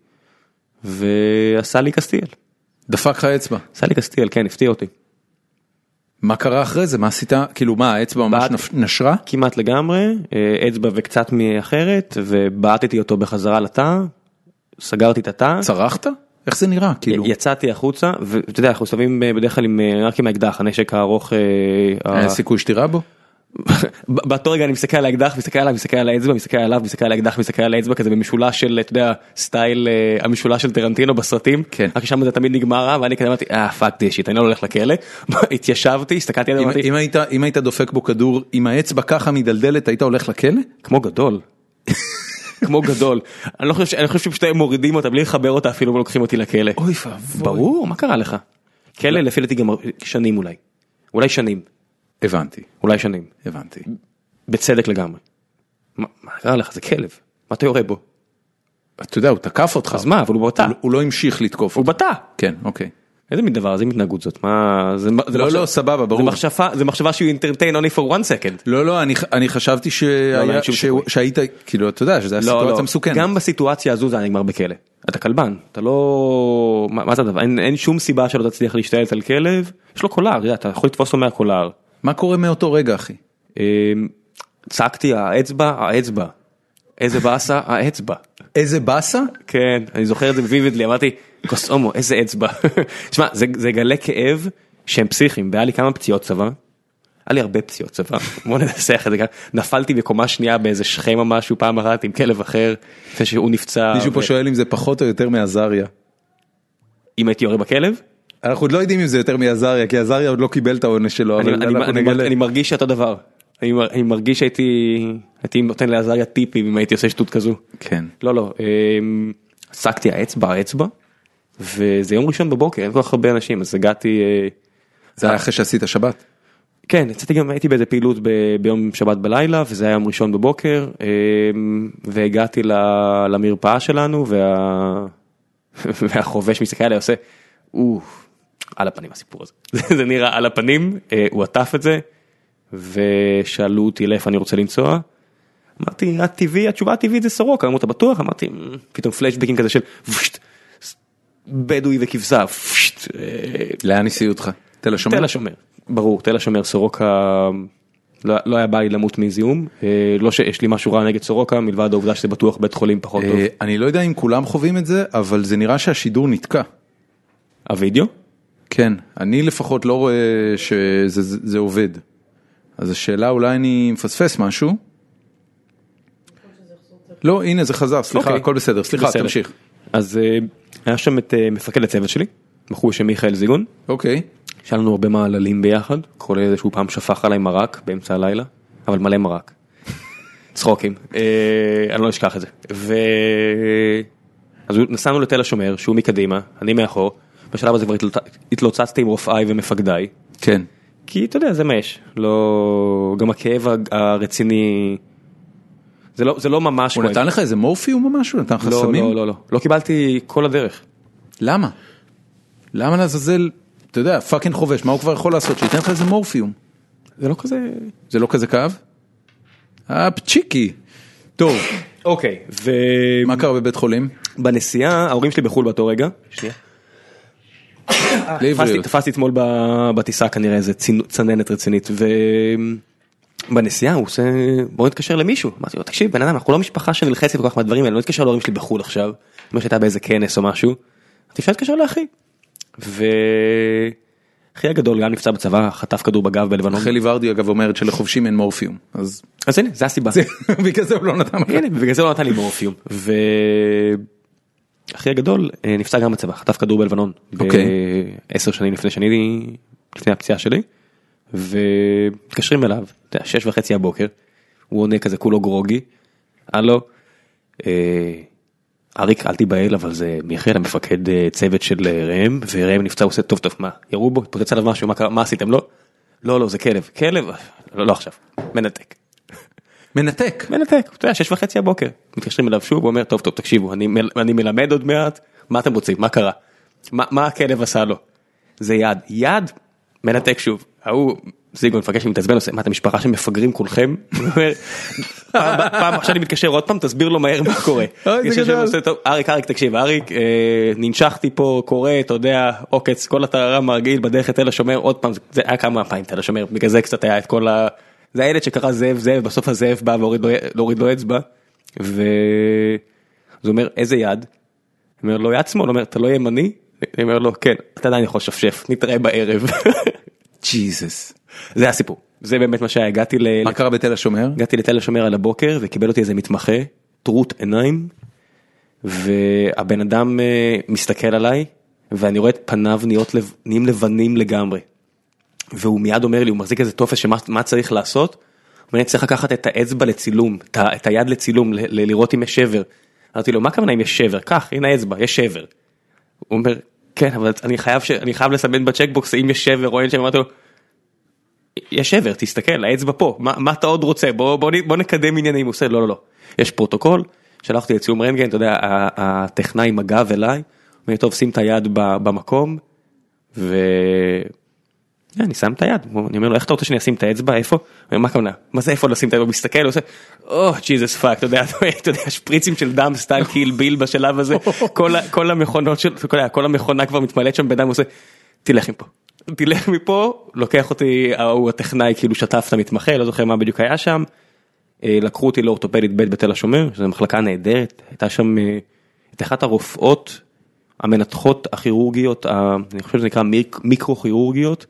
ועשה לי קסטיאל. דפק לך אצבע. עשה לי קסטיאל, כן, הפתיע אותי. מה קרה אחרי זה? מה עשית? כאילו מה, האצבע ממש נשרה? כמעט לגמרי, אצבע וקצת מאחרת, ובעטתי אותו בחזרה לתא, סגרתי את התא. צרחת? איך זה נראה? כאילו... יצאתי החוצה, ואתה יודע, אנחנו שמים בדרך כלל רק עם האקדח, הנשק הארוך... היה סיכוי שתירה בו? באותו רגע אני מסתכל על האקדח, מסתכל עליו, מסתכל על האצבע, מסתכל עליו, מסתכל על האקדח, מסתכל על האצבע, כזה במשולש של, אתה יודע, סטייל, המשולש של טרנטינו בסרטים, רק שם זה תמיד נגמר, ואני כזה אמרתי, fuck this shit, אני לא הולך לכלא, התיישבתי, הסתכלתי עליו, אם היית דופק בו כדור, עם האצבע ככה מדלדלת, היית הולך לכלא? כמו גדול. כמו גדול. אני חושב שפשוט הם מורידים אותה, בלי לחבר אותה אפילו ולוקחים אותי לכלא. אוי ואבוי. ברור, מה קרה לך? כלא לפי דעתי גם שנים אולי שנים. הבנתי. אולי שנים. הבנתי. בצדק לגמרי. מה קרה לך? זה כלב. מה אתה יורה בו? אתה יודע, הוא תקף אותך. אז מה? אבל הוא בתא. הוא לא המשיך לתקוף אותך. הוא בתא. כן, אוקיי. איזה מין דבר? איזה מתנהגות זאת? לא, סבבה, ברור. זה מחשבה שהוא entertain only for one second. לא, אני חשבתי שהיית, כאילו, אתה יודע, שזה היה סיטואציה מסוכנת. גם בסיטואציה הזו זה נגמר בכלא. אתה כלבן, אתה לא... מה זה הדבר? אין שום סיבה שלא תצליח להשתלט על כלב. יש לו קולר, אתה יכול לתפוס לו מהקולר. מה קורה מאותו רגע, אחי? צעקתי, האצבע. איזה באסה, האצבע. איזה באסה? כן, אני זוכר את זה ויבידלי, אמרתי, קוסומו, איזה אצבע. שמע, זה גלי כאב שהם פסיכיים, והיה לי כמה פציעות צבא, היה לי הרבה פציעות צבא, בוא ננסח את זה כאן, נפלתי בקומה שנייה באיזה שכם משהו פעם אחת עם כלב אחר, לפני שהוא נפצע. מישהו פה שואל אם זה פחות או יותר מעזריה. אם הייתי יורה בכלב? אנחנו עוד לא יודעים אם זה יותר מעזריה, כי עזריה עוד לא קיבל את העונש שלו. אני מרגיש שאותו דבר. אני מרגיש שהייתי נותן לעזריה טיפים אם הייתי עושה שטות כזו. כן. לא. עסקתי האצבע, וזה יום ראשון בבוקר, אין כל כך הרבה אנשים, אז הגעתי... זה היה אחרי שעשית שבת? כן, הייתי באיזה פעילות ביום שבת בלילה, וזה היה יום ראשון בבוקר, והגעתי למרפאה שלנו, והחובש מסתכל עליי עושה, על הפנים הסיפור הזה. זה נראה על הפנים, הוא עטף את זה, ושאלו אותי לאיפה אני רוצה לנסוע, אמרתי, התשובה הטבעית זה סורוקה, אמרו, אתה בטוח? אמרתי, פתאום פלשבקים כזה של בדואי וכבשה, לאן הסיעו אותך? תל השומר? תל השומר, ברור, תל השומר, סורוקה, לא היה בא לי למות מזיהום, לא שיש לי משהו רע נגד סורוקה, מלבד העובדה שזה בטוח בית חולים פחות טוב. אני לא יודע אם כולם חווים את זה, אבל זה נראה שהשידור נתקע. הווידאו? כן, אני לפחות לא רואה שזה עובד. אז השאלה, אולי אני מפספס משהו? לא, הנה זה חזר, סליחה, הכל בסדר, סליחה, תמשיך. אז היה שם את מפקד הצוות שלי, בחור שם מיכאל זיגון. אוקיי. שהיה לנו הרבה מעללים ביחד, כולל איזשהו פעם שפך עליי מרק באמצע הלילה, אבל מלא מרק. צחוקים, אני לא אשכח את זה. אז נסענו לתל השומר, שהוא מקדימה, אני מאחור, בשלב הזה כבר התלוצצתי עם רופאי ומפקדיי. כן. כי אתה יודע, זה מה יש. לא, גם הכאב הרציני, זה לא ממש... הוא נתן לך איזה מורפיום או משהו? נתן לך סמים? לא. לא קיבלתי כל הדרך. למה? למה לעזאזל, אתה יודע, פאקינג חובש, מה הוא כבר יכול לעשות? שייתן לך איזה מורפיום. זה לא כזה... זה לא כזה כאב? פצ'יקי. טוב. אוקיי, מה קרה בבית חולים? בנסיעה, ההורים שלי בחול באותו רגע. שנייה. לבריאות. תפסתי אתמול בטיסה כנראה איזה צננת רצינית, ובנסיעה הוא עושה, בוא נתקשר למישהו. אמרתי לו, תקשיב, בן אדם, אנחנו לא משפחה שנלחצת כל כך מהדברים האלה, לא נתקשר להורים שלי בחול עכשיו, אומר שהייתה באיזה כנס או משהו, אפשר להתקשר לאחי. ואחי הגדול גם נפצע בצבא, חטף כדור בגב בלבנון. חלי ורדי אגב אומרת שלחובשים אין מורפיום. אז הנה, זה הסיבה. בגלל זה הוא לא נתן לך. הנה, בגלל זה הוא נתן לי מורפיום. אחי הגדול נפצע גם בצבא, חטף כדור בלבנון. ב10 שנים לפני הפציעה שלי. ומתקשרים אליו, 6:30 הבוקר, הוא עונה כזה כולו גרוגי. הלו, אריק, אל תיבהל, אבל זה מיכאל, המפקד צוות של ראם, וראם נפצע, הוא עושה טוב, מה? ירו בו, פוצץ עליו משהו, מה עשיתם? לא, זה כלב, לא עכשיו, מנתק, אתה יודע, 6:30 הבוקר, מתקשרים אליו שוב, הוא אומר, טוב, תקשיבו, אני מלמד עוד מעט, מה אתם רוצים, מה קרה? מה הכלב עשה לו? זה יד, מנתק שוב, זיגון מפגש עם מתעצבן, עושה, מה אתם משפחה שמפגרים כולכם? פעם עכשיו אני מתקשר עוד פעם, תסביר לו מהר מה קורה. אריק, תקשיב, אריק, ננשכתי פה, קורא, אתה יודע, עוקץ, כל הטררה מרגיל בדרך את תל השומר, עוד פעם, זה היה כמה פעמים תל השומר, בגלל זה קצת היה את כל ה... זה הילד שקרא זאב, בסוף הזאב בא והוריד לו אצבע, וזה אומר, איזה יד? הוא אומר לו, יד שמאל, הוא אומר, אתה לא ימני? הוא אומר לו, כן, אתה עדיין יכול שפשף, נתראה בערב. ג'יזוס. זה הסיפור. זה באמת מה שהיה, מה קרה בתל השומר? הגעתי לתל השומר על הבוקר, וקיבל אותי איזה מתמחה, טרוט עיניים, והבן אדם מסתכל עליי, ואני רואה את פניו נהיים לבנים לגמרי. והוא מיד אומר לי, הוא מחזיק איזה טופס שמה צריך לעשות, ואני צריך לקחת את האצבע לצילום, את היד לצילום, לראות אם יש שבר. אמרתי לו, מה הכוונה אם יש שבר? כך, הנה האצבע, יש שבר. הוא אומר, כן, אבל אני חייב לסמן בצ'קבוקס אם יש שבר או אין שבר. אמרתי לו, יש שבר, תסתכל, האצבע פה, מה אתה עוד רוצה? בוא נקדם עניינים. הוא עושה, לא, יש פרוטוקול, שלחתי לצילום רנטגן, אתה יודע, הטכנאי מגע אליי, אומר, טוב, שים את היד במקום, אני שם את היד, אני אומר לו, איך אתה רוצה שאני אשים את האצבע, איפה? הוא אומר, מה כמונה? מה זה איפה לשים את האצבע? הוא מסתכל, הוא עושה, ג'יזוס פאק, אתה יודע, שפריצים של דם, סטייל קיל ביל בשלב הזה, כל המכונות של, כל המכונה כבר מתמלאת שם בדם, הוא עושה, תלך מפה, לוקח אותי, הוא הטכנאי כאילו שטף את המתמחה, לא זוכר מה בדיוק היה שם, לקחו אותי לאורתופדית בית בתל השומר, שזו מחלקה נהדרת, הייתה שם את אחת הרופאות, המנתחות הכירורגיות, אני חושב שזה נקרא מיקרו-כירורגיות,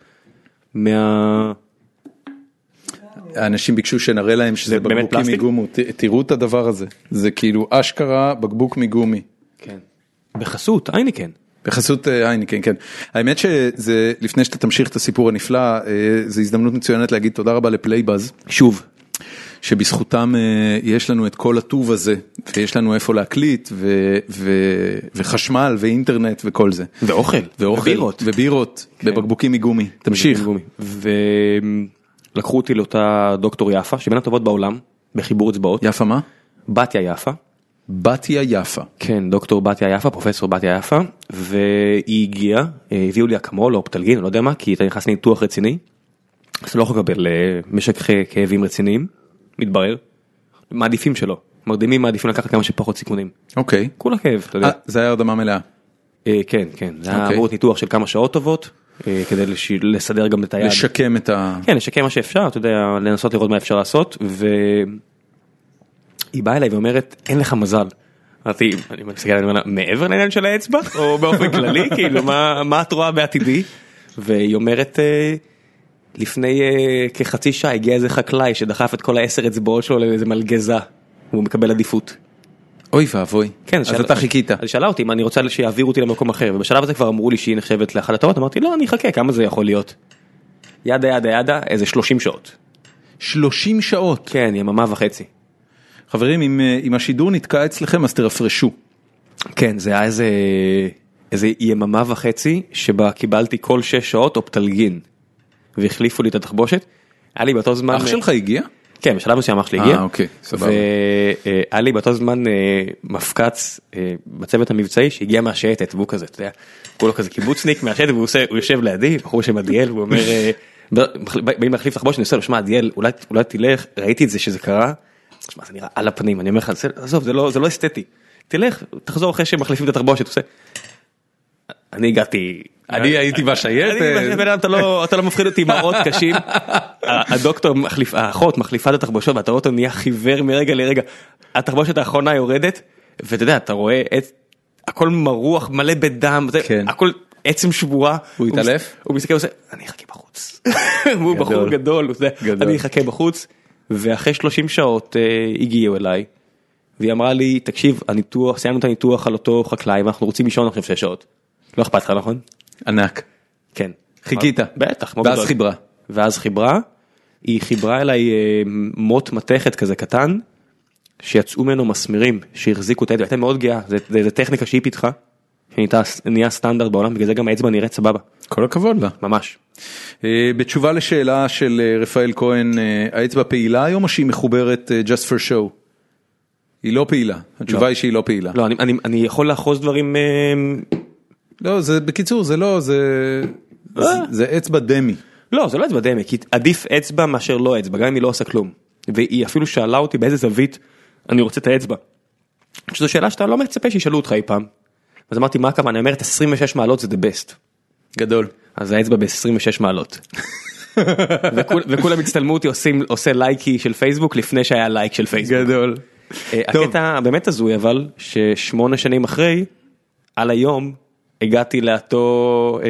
האנשים ביקשו שנראה להם שזה בקבוקים מגומי, תראו את הדבר הזה, זה כאילו אשכרה בקבוק מגומי. כן. בחסות, אייניקן. בחסות אייניקן, כן. האמת שזה, לפני שאתה תמשיך את הסיפור הנפלא, זו הזדמנות מצוינת להגיד תודה רבה לפלייבאז. שוב. שבזכותם יש לנו את כל הטוב הזה, ויש לנו איפה להקליט, וחשמל, ואינטרנט, וכל זה. ואוכל. ובירות, בבקבוקים מגומי. תמשיך. לקחו אותי לאותה דוקטור יפה, שבין הטובות בעולם, בחיבור אצבעות. יפה מה? בתיה יפה. בתיה יפה. כן, דוקטור בתיה יפה, פרופסור בתיה יפה, והיא הגיעה, הביאו לי אקמול או פטלגין, אני לא יודע מה, כי אתה נכנס לניתוח רציני, אז אתה לא יכול לקבל משק כאבים רציניים, מתברר, מעדיפים שלא, מרדימים מעדיפים לקחת כמה שפחות סיכונים. אוקיי. כולה כאב, אתה יודע. זה היה הרדמה מלאה. כן, זה היה אמור ניתוח של כמה שעות טובות, כדי לסדר גם את היד. לשקם את ה... כן, לשקם מה שאפשר, אתה יודע, לנסות לראות מה אפשר לעשות, היא באה אליי ואומרת, אין לך מזל. אני מסתכל, אני אומר, מעבר לעניין של האצבע, או באופן כללי, כאילו, מה את רואה בעתידי? והיא אומרת, לפני כחצי שעה הגיע איזה חקלאי שדחף את כל 10 אצבעות שלו לאיזה מלגזה, והוא מקבל עדיפות. אוי ואבוי, כן, אז אתה חיכית. אז שאלה אותי אם אני רוצה שיעבירו אותי למקום אחר, ובשלב הזה כבר אמרו לי שהיא נחשבת לאחת הטובות, אמרתי, לא, אני אחכה, כמה זה יכול להיות? ידה, איזה 30 שעות. 30 שעות? כן, יממה וחצי. חברים, אם השידור נתקע אצלכם, אז תרפרשו. כן, זה היה איזה יממה וחצי, שבה קיבלתי כל 6 שעות אופטלגין. והחליפו לי את התחבושת. היה לי באותו זמן... אח שלך הגיע? כן, בשלב מסוים אח שלי הגיע. אוקיי, סבבה. והיה לי באותו זמן מפקץ בצוות המבצעי שהגיע מהשייטת, והוא כזה, אתה יודע, כולו כזה קיבוצניק מהשייטת, והוא יושב לידי, בחור שם עדיאל, והוא אומר, באים להחליף תחבושת, אני עושה לו, שמע עדיאל, אולי תלך, ראיתי את זה שזה קרה, שמע, זה נראה על הפנים, אני אומר לך, עזוב, זה לא אסתטי, תלך, תחזור אחרי שהם מחליפים את התחבושת, עושה. אני הגעתי... אני הייתי בשייטת. אתה לא מפחיד אותי עם מראות קשים. הדוקטור, האחות מחליפה את התחבושות, ואתה רואה אותו נהיה חיוור מרגע לרגע. התחבושת האחרונה יורדת, ואתה יודע, אתה רואה הכל מרוח, מלא בדם, הכל עצם שבורה. הוא התעלף? הוא מסתכל ועושה, אני אחכה בחוץ. הוא בחור גדול, אני אחכה בחוץ. ואחרי 30 שעות הגיעו אליי, והיא אמרה לי, תקשיב, סיימנו את הניתוח על אותו חקלאי, ואנחנו רוצים לישון עכשיו 6 שעות. לא אכפת לך, נכון? ענק. כן. חיכית. בטח. ואז חיברה. היא חיברה אליי מוט מתכת כזה קטן, שיצאו ממנו מסמרים, שהחזיקו את האצבע, הייתה מאוד גאה, זה טכניקה שהיא פיתחה, שנהיה סטנדרט בעולם, בגלל זה גם האצבע נראית סבבה. כל הכבוד לה. ממש. בתשובה לשאלה של רפאל כהן, האצבע פעילה היום או שהיא מחוברת just for show? היא לא פעילה. התשובה היא שהיא לא פעילה. לא, אני יכול לאחוז דברים... לא, זה בקיצור, זה לא, זה אצבע דמי. לא, זה לא אצבע דמי, כי עדיף אצבע מאשר לא אצבע, גם אם היא לא עושה כלום. והיא אפילו שאלה אותי באיזה זווית אני רוצה את האצבע. שזו שאלה שאתה לא מצפה שישאלו אותך אי פעם. אז אמרתי, מה הכוונה? אני אומרת, 26 מעלות זה the best. גדול. אז האצבע ב-26 מעלות. וכולם הצטלמו אותי עושה לייקי של פייסבוק לפני שהיה לייק של פייסבוק. גדול. הקטע באמת הזוי, אבל ש8 שנים אחרי, על היום, הגעתי לאותו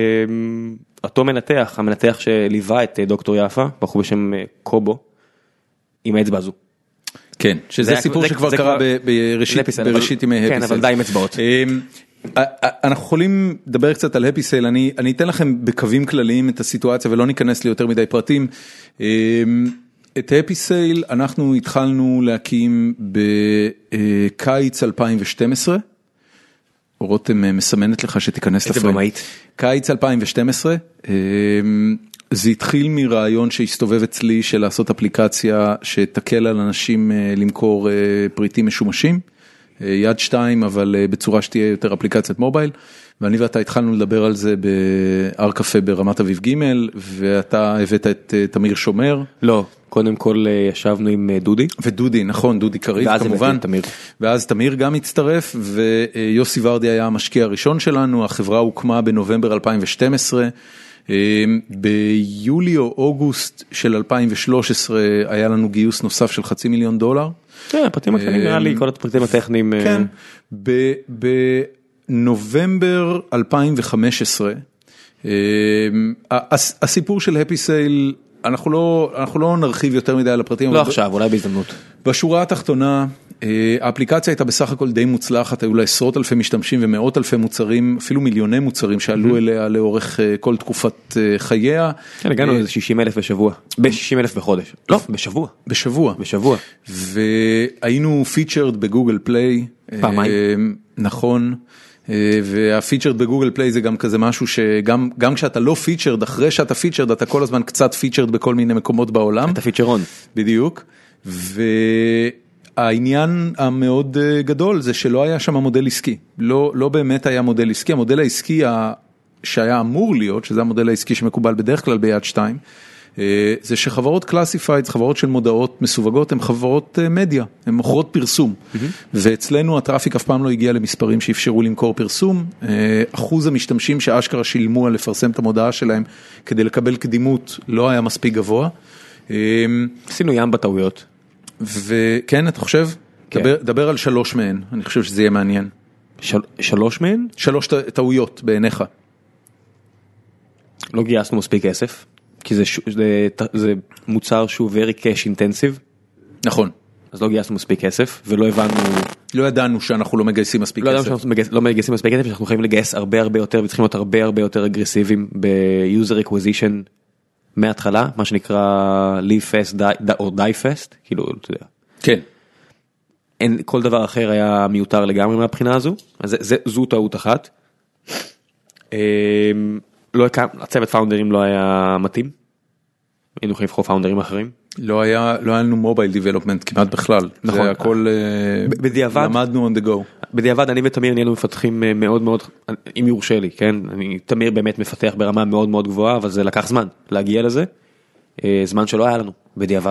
מנתח, המנתח שליווה את דוקטור יפה, בחור בשם קובו, עם האצבע הזו. כן, שזה סיפור שכבר קרה בראשית ימי הפי סייל. כן, אבל די עם אצבעות. אנחנו יכולים לדבר קצת על הפי סייל, אני אתן לכם בקווים כלליים את הסיטואציה ולא ניכנס ליותר מדי פרטים. את הפי סייל אנחנו התחלנו להקים בקיץ 2012, רותם מסמנת לך שתיכנס לפריים. איזה במאית. קיץ 2012, זה התחיל מרעיון שהסתובב אצלי של לעשות אפליקציה שתקל על אנשים למכור פריטים משומשים, יד 2 אבל בצורה שתהיה יותר אפליקציית מובייל, ואני ואתה התחלנו לדבר על זה בהר קפה ברמת אביב ג' ואתה הבאת את תמיר שומר. לא, קודם כל ישבנו עם דודי. ודודי, נכון, דודי קריב כמובן. ואז תמיר גם הצטרף, ויוסי ורדי היה המשקיע הראשון שלנו, החברה הוקמה בנובמבר 2012, ביולי או אוגוסט של 2013 היה לנו גיוס נוסף של $500,000. כן, הפרטים הקטנים נראה לי, כל הפרטים הטכניים. כן, בנובמבר 2015, הסיפור של הפי סייל, אנחנו לא נרחיב יותר מדי על הפרטים. לא עכשיו, אולי בהזדמנות. בשורה התחתונה, האפליקציה הייתה בסך הכל די מוצלחת, היו לה עשרות אלפי משתמשים ומאות אלפי מוצרים, אפילו מיליוני מוצרים שעלו אליה לאורך כל תקופת חייה. כן, הגענו לזה 60,000 בשבוע, ב-60,000 בחודש. לא, בשבוע. בשבוע. והיינו פיצ'רד בגוגל פליי. פעמיים. נכון. והפיצ'רד בגוגל פליי זה גם כזה משהו שגם כשאתה לא פיצ'רד, אחרי שאתה פיצ'רד, אתה כל הזמן קצת פיצ'רד בכל מיני מקומות בעולם. אתה פיצ'רון. בדיוק. והעניין המאוד גדול זה שלא היה שם מודל עסקי. לא באמת היה מודל עסקי. המודל העסקי שהיה אמור להיות, שזה המודל העסקי שמקובל בדרך כלל ביד 2, זה שחברות קלאסיפיידס, חברות של מודעות מסווגות, הן חברות מדיה, הן מוכרות פרסום, ואצלנו הטראפיק אף פעם לא הגיע למספרים שאפשרו למכור פרסום, אחוז המשתמשים שאשכרה שילמו על לפרסם את המודעה שלהם כדי לקבל קדימות לא היה מספיק גבוה. עשינו ים בטעויות. וכן, אתה חושב? דבר על 3 מהן, אני חושב שזה יהיה מעניין. 3 מהן? 3 טעויות בעיניך. לא גייסנו מספיק כסף. כי זה מוצר שהוא very cash intensive. נכון. אז לא גייסנו מספיק כסף, ולא הבנו... לא ידענו שאנחנו לא מגייסים מספיק כסף. לא ידענו שאנחנו לא מגייסים מספיק כסף, שאנחנו יכולים לגייס הרבה יותר, וצריכים להיות הרבה יותר אגרסיביים ב-user acquisition מההתחלה, מה שנקרא live fast or die fast, כאילו, אתה יודע. כן. כל דבר אחר היה מיותר לגמרי מהבחינה הזו, אז זו טעות אחת. הצוות פאונדרים לא היה מתאים, היינו יכולים לבחור פאונדרים אחרים. לא היה לנו מובייל דיבלופמנט כמעט בכלל. נכון. זה הכל, בדיעבד, למדנו on the go. בדיעבד אני ותמיר נהיינו מפתחים מאוד מאוד, אם יורשה לי, כן? תמיר באמת מפתח ברמה מאוד מאוד גבוהה, אבל זה לקח זמן להגיע לזה. זמן שלא היה לנו, בדיעבד.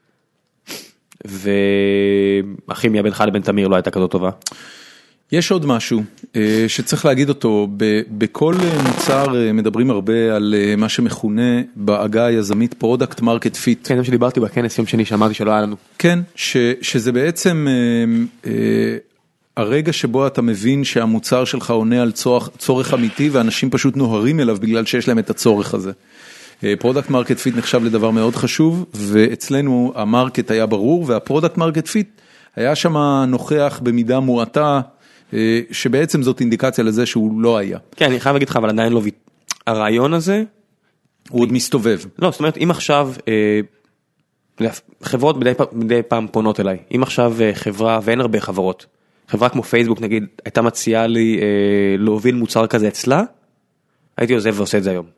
והכימיה בינך לבין תמיר לא הייתה כזאת טובה. יש עוד משהו שצריך להגיד אותו, בכל מוצר מדברים הרבה על מה שמכונה בעגה היזמית פרודקט מרקט פיט. כן, זה שדיברתי בכנס יום שני שאמרתי שלא היה לנו. כן, שזה בעצם הרגע שבו אתה מבין שהמוצר שלך עונה על צורך אמיתי ואנשים פשוט נוהרים אליו בגלל שיש להם את הצורך הזה. פרודקט מרקט פיט נחשב לדבר מאוד חשוב, ואצלנו המרקט היה ברור, והפרודקט מרקט פיט היה שם נוכח במידה מועטה, שבעצם זאת אינדיקציה לזה שהוא לא היה. כן, אני חייב להגיד לך, אבל עדיין לא, הרעיון הזה, הוא עוד מסתובב. לא, זאת אומרת, אם עכשיו, חברות מדי פעם פונות אליי, אם עכשיו חברה, ואין הרבה חברות, חברה כמו פייסבוק נגיד, הייתה מציעה לי להוביל מוצר כזה אצלה, הייתי עוזב ועושה את זה היום.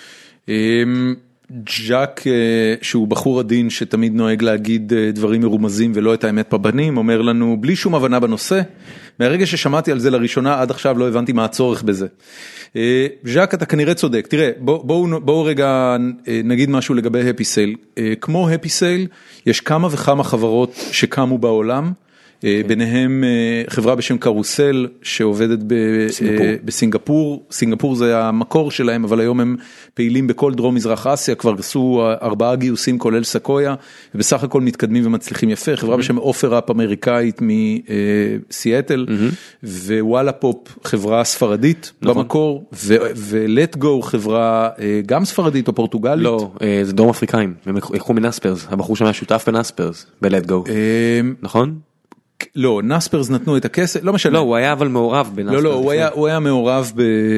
ג'אק, שהוא בחור עדין שתמיד נוהג להגיד דברים מרומזים ולא את האמת בבנים, אומר לנו בלי שום הבנה בנושא, מהרגע ששמעתי על זה לראשונה עד עכשיו לא הבנתי מה הצורך בזה. ז'אק, אתה כנראה צודק. תראה, בואו רגע נגיד משהו לגבי הפי סייל. כמו הפי סייל, יש כמה וכמה חברות שקמו בעולם, ביניהם חברה בשם קרוסל שעובדת בסינגפור, סינגפור זה המקור שלהם, אבל היום הם פעילים בכל דרום מזרח אסיה, כבר עשו 4 גיוסים כולל סקויה, ובסך הכל מתקדמים ומצליחים יפה, חברה בשם אופראפ אמריקאית מסיאטל, ווואלה פופ חברה ספרדית במקור, ולט גו חברה גם ספרדית או פורטוגלית. לא, זה דרום אפריקאים, הם יקחו מנספרס, הבחור שם היה שותף בנספרס, בלט גו, נכון? לא, נספרס נתנו את הכסף, לא משנה. לא, הוא היה אבל מעורב בנספרס. לא, הוא היה מעורב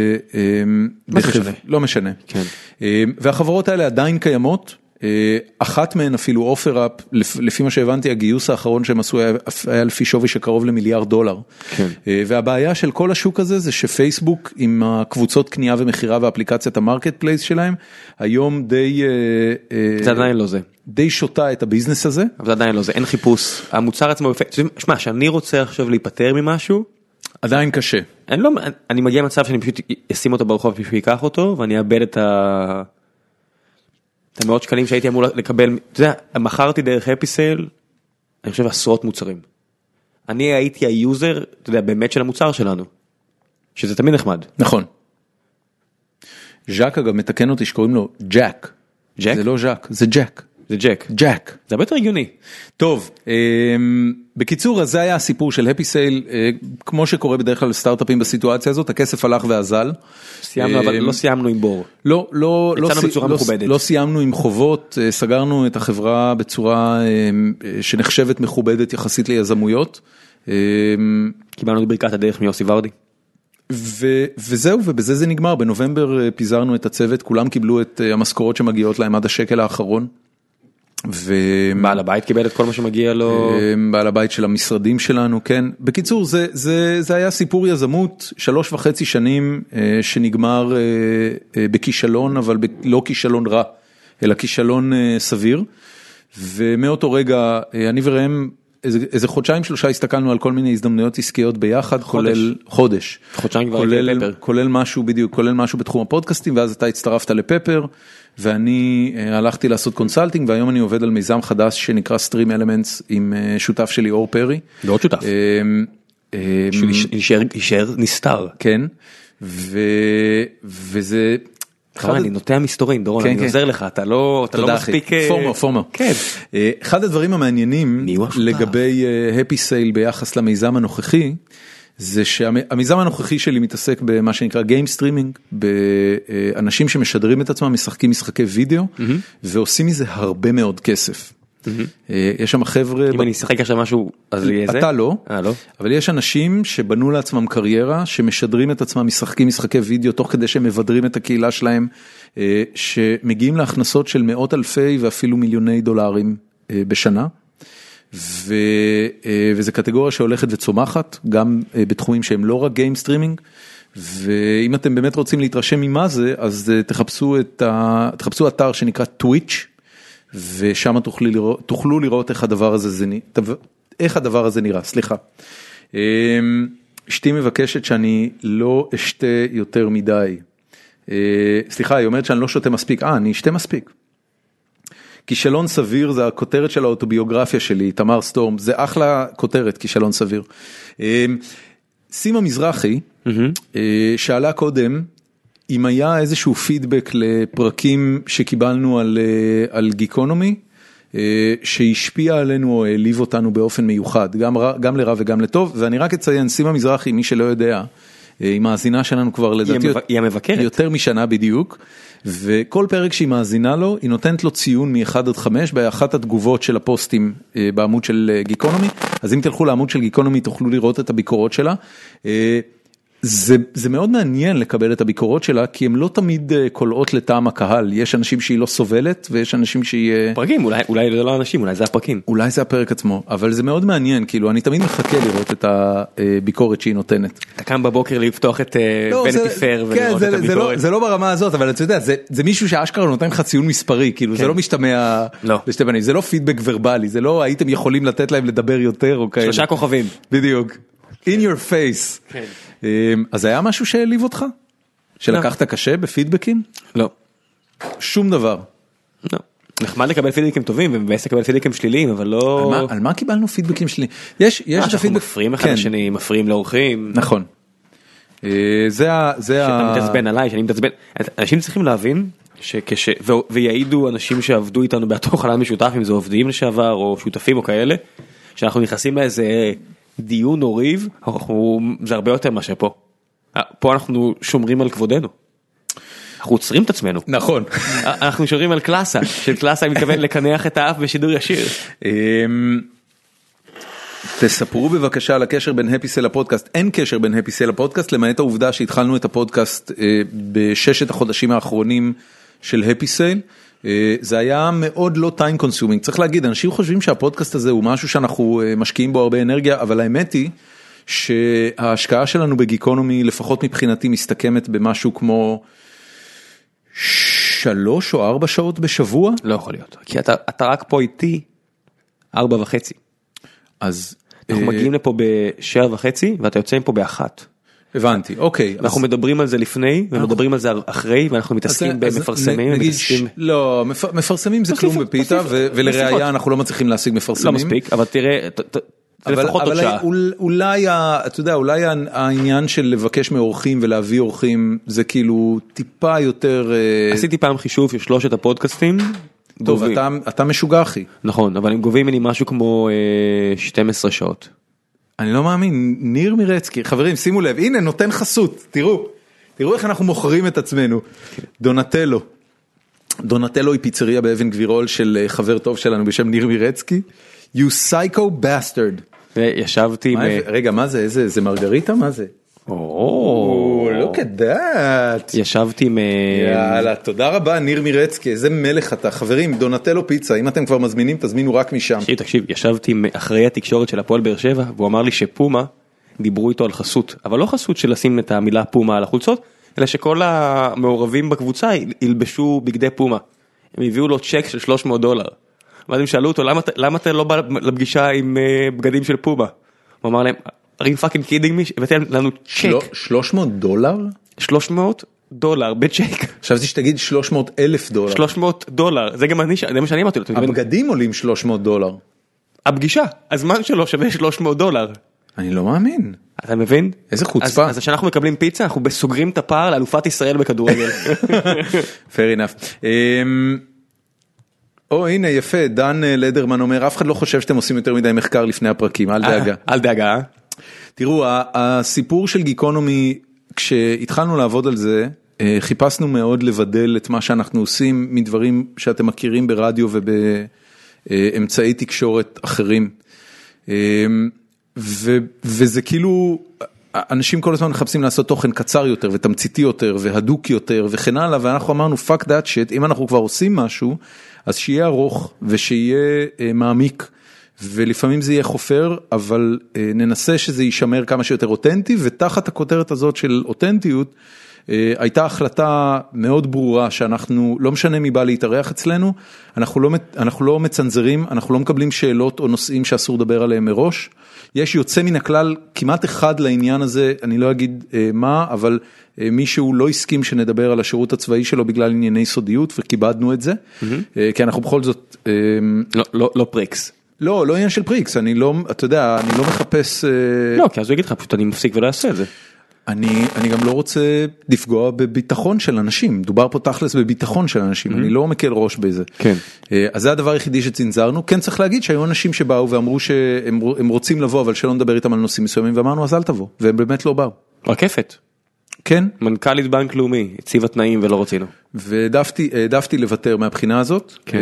לא משנה. כן. והחברות האלה עדיין קיימות, אחת מהן אפילו אופראפ, לפי מה שהבנתי, הגיוס האחרון שהם עשו היה לפי שווי שקרוב $1 מיליארד. כן. והבעיה של כל השוק הזה זה שפייסבוק עם הקבוצות קנייה ומחירה ואפליקציית המרקט פלייס שלהם, היום זה עדיין לא זה. די שותה את הביזנס הזה. אבל זה עדיין לא זה, אין חיפוש. המוצר עצמו, שמע, שאני רוצה עכשיו להיפטר ממשהו, עדיין קשה. אני מגיע למצב שאני פשוט אשים אותו ברחוב בשביל ייקח אותו, ואני אאבד את המאות שקלים שהייתי אמור לקבל. אתה יודע, מכרתי דרך הפי סייל, אני חושב עשרות מוצרים. אני הייתי היוזר, אתה יודע, באמת של המוצר שלנו. שזה תמיד נחמד. נכון. ז'אק אגב מתקן אותי שקוראים לו ג'אק. ג'אק? זה לא ז'אק, זה ג'אק. זה ג'ק. ג'אק. זה הרבה יותר הגיוני. טוב, בקיצור, אז זה היה הסיפור של הפי סייל, כמו שקורה בדרך כלל לסטארט-אפים בסיטואציה הזאת, הכסף הלך ואזל. סיימנו, אבל לא סיימנו עם בור. לא סיימנו עם חובות, סגרנו את החברה בצורה שנחשבת מכובדת יחסית ליזמויות. קיבלנו את ברכת הדרך מיוסי ורדי. וזהו, ובזה זה נגמר. בנובמבר פיזרנו את הצוות, כולם קיבלו את המשכורות שמגיעות להם עד השקל האחרון. בעל הבית קיבל את כל מה שמגיע לו. בעל הבית של המשרדים שלנו, כן. בקיצור, זה היה סיפור יזמות, 3.5 שנים שנגמר בכישלון, אבל לא כישלון רע, אלא כישלון סביר. ומאותו רגע, אני וראם, איזה 2-3 הסתכלנו על כל מיני הזדמנויות עסקיות ביחד, כולל חודש. חודשיים כבר הייתי לפפר. כולל משהו בדיוק, כולל משהו בתחום הפודקאסטים, ואז אתה הצטרפת לפפר, ואני הלכתי לעשות קונסלטינג, והיום אני עובד על מיזם חדש שנקרא Stream Elements עם שותף שלי אור פרי. ועוד שותף. יישאר נסתר. כן, וזה... אני נוטע מסתורים, דורון, אני עוזר לך, אתה לא מספיק... פורמו. כן. אחד הדברים המעניינים לגבי הפי סייל ביחס למיזם הנוכחי, זה שהמיזם הנוכחי שלי מתעסק במה שנקרא Game Streaming, באנשים שמשדרים את עצמם, משחקים משחקי וידאו, ועושים מזה הרבה מאוד כסף. יש שם חבר'ה... אם אני אשחק עכשיו משהו, אז יהיה זה? אתה לא, לא. אבל יש אנשים שבנו לעצמם קריירה, שמשדרים את עצמם משחקים משחקי וידאו, תוך כדי שהם מבדרים את הקהילה שלהם, שמגיעים להכנסות של מאות אלפי ואפילו מיליוני דולרים בשנה, וזה קטגוריה שהולכת וצומחת, גם בתחומים שהם לא רק גיים סטרימינג, ואם אתם באמת רוצים להתרשם ממה זה, אז תחפשו אתר שנקרא טוויץ', ושם תוכלו לראות איך הדבר הזה נראה, סליחה. אשתי מבקשת שאני לא אשתה יותר מדי. סליחה, היא אומרת שאני לא שותה מספיק. אני אשתה מספיק. כישלון סביר זה הכותרת של האוטוביוגרפיה שלי, תמר סטורם, זה אחלה כותרת, כישלון סביר. סימה מזרחי, שאלה קודם, אם היה איזשהו פידבק לפרקים שקיבלנו על גיקונומי, שהשפיע עלינו או העליב אותנו באופן מיוחד, גם לרע וגם לטוב, ואני רק אציין, סימה מזרחי, מי שלא יודע, היא מאזינה שלנו כבר לדעתי יותר משנה בדיוק, וכל פרק שהיא מאזינה לו, היא נותנת לו ציון מ-1 עד 5, באחת התגובות של הפוסטים בעמוד של גיקונומי, אז אם תלכו לעמוד של גיקונומי, תוכלו לראות את הביקורות שלה. זה מאוד מעניין לקבל את הביקורות שלה, כי הן לא תמיד קולעות לטעם הקהל, יש אנשים שהיא לא סובלת, ויש אנשים שהיא... פרקים, אולי זה לא אנשים, אולי זה הפרקים. אולי זה הפרק עצמו, אבל זה מאוד מעניין, כאילו אני תמיד מחכה לראות את הביקורת שהיא נותנת. אתה קם בבוקר לפתוח את ונטי פייר ולראות את הביקורת. זה לא ברמה הזאת, אבל אתה יודע, זה מישהו שאשכרה נותן לך ציון מספרי, כאילו זה לא משתמע לשתי בנים, זה לא פידבק ורבלי, זה לא הייתם יכולים לתת להם לדבר יותר או כאלה. 3 כוכבים. בדיוק. In your face. כן. אז היה משהו שהעליב אותך? שלקחת קשה בפידבקים? לא. שום דבר? לא. נחמד לקבל פידבקים טובים ומבאס לקבל פידבקים שליליים, אבל לא... על מה קיבלנו פידבקים שליליים? אנחנו מפריעים אחד לשני, מפריעים לאורחים. נכון. שאתה מתעצבן עליי, שאני מתעצבן. אנשים צריכים להבין, ויעידו אנשים שעבדו איתנו באותו חלל משותף, אם זה עובדים לשעבר או שותפים או כאלה, שאנחנו נכנסים לאיזה... דיון או ריב, זה הרבה יותר מאשר פה. פה אנחנו שומרים על כבודנו. אנחנו עוצרים את עצמנו. נכון. אנחנו שומרים על קלאסה, של קלאסה אני מתכוון לקנח את האף בשידור ישיר. תספרו בבקשה על הקשר בין הפי סל לפודקאסט. אין קשר בין הפי סל לפודקאסט, למעט העובדה שהתחלנו את הפודקאסט ב6 החודשים האחרונים של הפי סל. זה היה מאוד לא time consuming, צריך להגיד, אנשים חושבים שהפודקאסט הזה הוא משהו שאנחנו משקיעים בו הרבה אנרגיה, אבל האמת היא שההשקעה שלנו בגיקונומי, לפחות מבחינתי, מסתכמת במשהו כמו 3 או 4 שעות בשבוע. לא יכול להיות, כי אתה רק פה איתי 4.5. אז... אנחנו מגיעים לפה ב7.5, ואתה יוצא פה ב1. הבנתי, אוקיי. אנחנו מדברים על זה לפני, ומדברים על זה אחרי, ואנחנו מתעסקים במפרסמים. לא, מפרסמים זה כלום בפיתה, ולראיה אנחנו לא מצליחים להשיג מפרסמים. לא מספיק, אבל תראה, לפחות עוד שעה. אולי, אתה יודע, אולי העניין של לבקש מאורחים ולהביא אורחים, זה כאילו טיפה יותר... עשיתי פעם חישוב של 3 הפודקאסטים. טוב, אתה משוגע אחי. נכון, אבל הם גובים ממני משהו כמו 12 שעות. אני לא מאמין, ניר מירצקי, חברים שימו לב, הנה נותן חסות, תראו איך אנחנו מוכרים את עצמנו, דונטלו היא פיצריה באבן גבירול של חבר טוב שלנו בשם ניר מירצקי, you psycho bastard. וישבתי רגע, מה זה, זה מרגריטה, מה זה? look at that. ישבתי יאללה, תודה רבה ניר מירצקי, איזה מלך אתה. חברים, דונטלו פיצה, אם אתם כבר מזמינים, תזמינו רק משם. תקשיב, ישבתי אחרי התקשורת של הפועל באר שבע, והוא אמר לי שפומה דיברו איתו על חסות, אבל לא חסות של לשים את המילה פומה על החולצות, אלא שכל המעורבים בקבוצה ילבשו בגדי פומה. הם הביאו לו צ'ק של $300. ואז הם שאלו אותו, למה אתה לא בא לפגישה עם בגדים של פומה? הוא אמר להם, are you fucking kidding me? הבאתם לנו צ'ק. $300? $300 בצ'ק. חשבתי שתגיד $300,000. $300, זה גם זה מה שאני אמרתי לו. הבגדים עולים $300. הפגישה, הזמן שלו שווה $300. אני לא מאמין. אתה מבין? איזה חוצפה. אז כשאנחנו מקבלים פיצה, אנחנו סוגרים את הפער לאלופת ישראל בכדורגל. Fair enough. הנה יפה, דן לדרמן אומר, אף אחד לא חושב שאתם עושים יותר מדי מחקר לפני הפרקים, אל דאגה. אל דאגה. תראו, הסיפור של גיקונומי, כשהתחלנו לעבוד על זה, חיפשנו מאוד לבדל את מה שאנחנו עושים מדברים שאתם מכירים ברדיו ובאמצעי תקשורת אחרים. וזה כאילו, אנשים כל הזמן מחפשים לעשות תוכן קצר יותר ותמציתי יותר והדוק יותר וכן הלאה, ואנחנו אמרנו fuck that shit, אם אנחנו כבר עושים משהו, אז שיהיה ארוך ושיהיה מעמיק, ולפעמים זה יהיה חופר, אבל ננסה שזה יישמר כמה שיותר אותנטי, ותחת הכותרת הזאת של אותנטיות, הייתה החלטה מאוד ברורה שאנחנו, לא משנה מי בא להתארח אצלנו, אנחנו לא מצנזרים, אנחנו לא מקבלים שאלות או נושאים שאסור לדבר עליהם מראש. יש יוצא מן הכלל כמעט אחד לעניין הזה, אני לא אגיד מה, אבל מישהו לא הסכים שנדבר על השירות הצבאי שלו בגלל ענייני סודיות, וכיבדנו את זה, כי אנחנו בכל זאת... לא פריקס. לא עניין של פריקס, אני לא, אתה יודע, אני לא מחפש... לא, כי אז הוא יגיד לך, פשוט אני מפסיק ולא אעשה את זה. אני גם לא רוצה לפגוע בביטחון של אנשים, דובר פה תכלס בביטחון של אנשים, אני לא מקל ראש בזה. כן. אז זה הדבר היחידי שצנזרנו, כן צריך להגיד שהיו אנשים שבאו ואמרו שהם רוצים לבוא, אבל שלא נדבר איתם על נושאים מסוימים, ואמרנו אז אל תבוא, והם באמת לא באו. רקפת. כן. מנכ"לית בנק לאומי, הציבה תנאים ולא רצינו. והעדפתי לוותר מהבחינה הזאת. כן.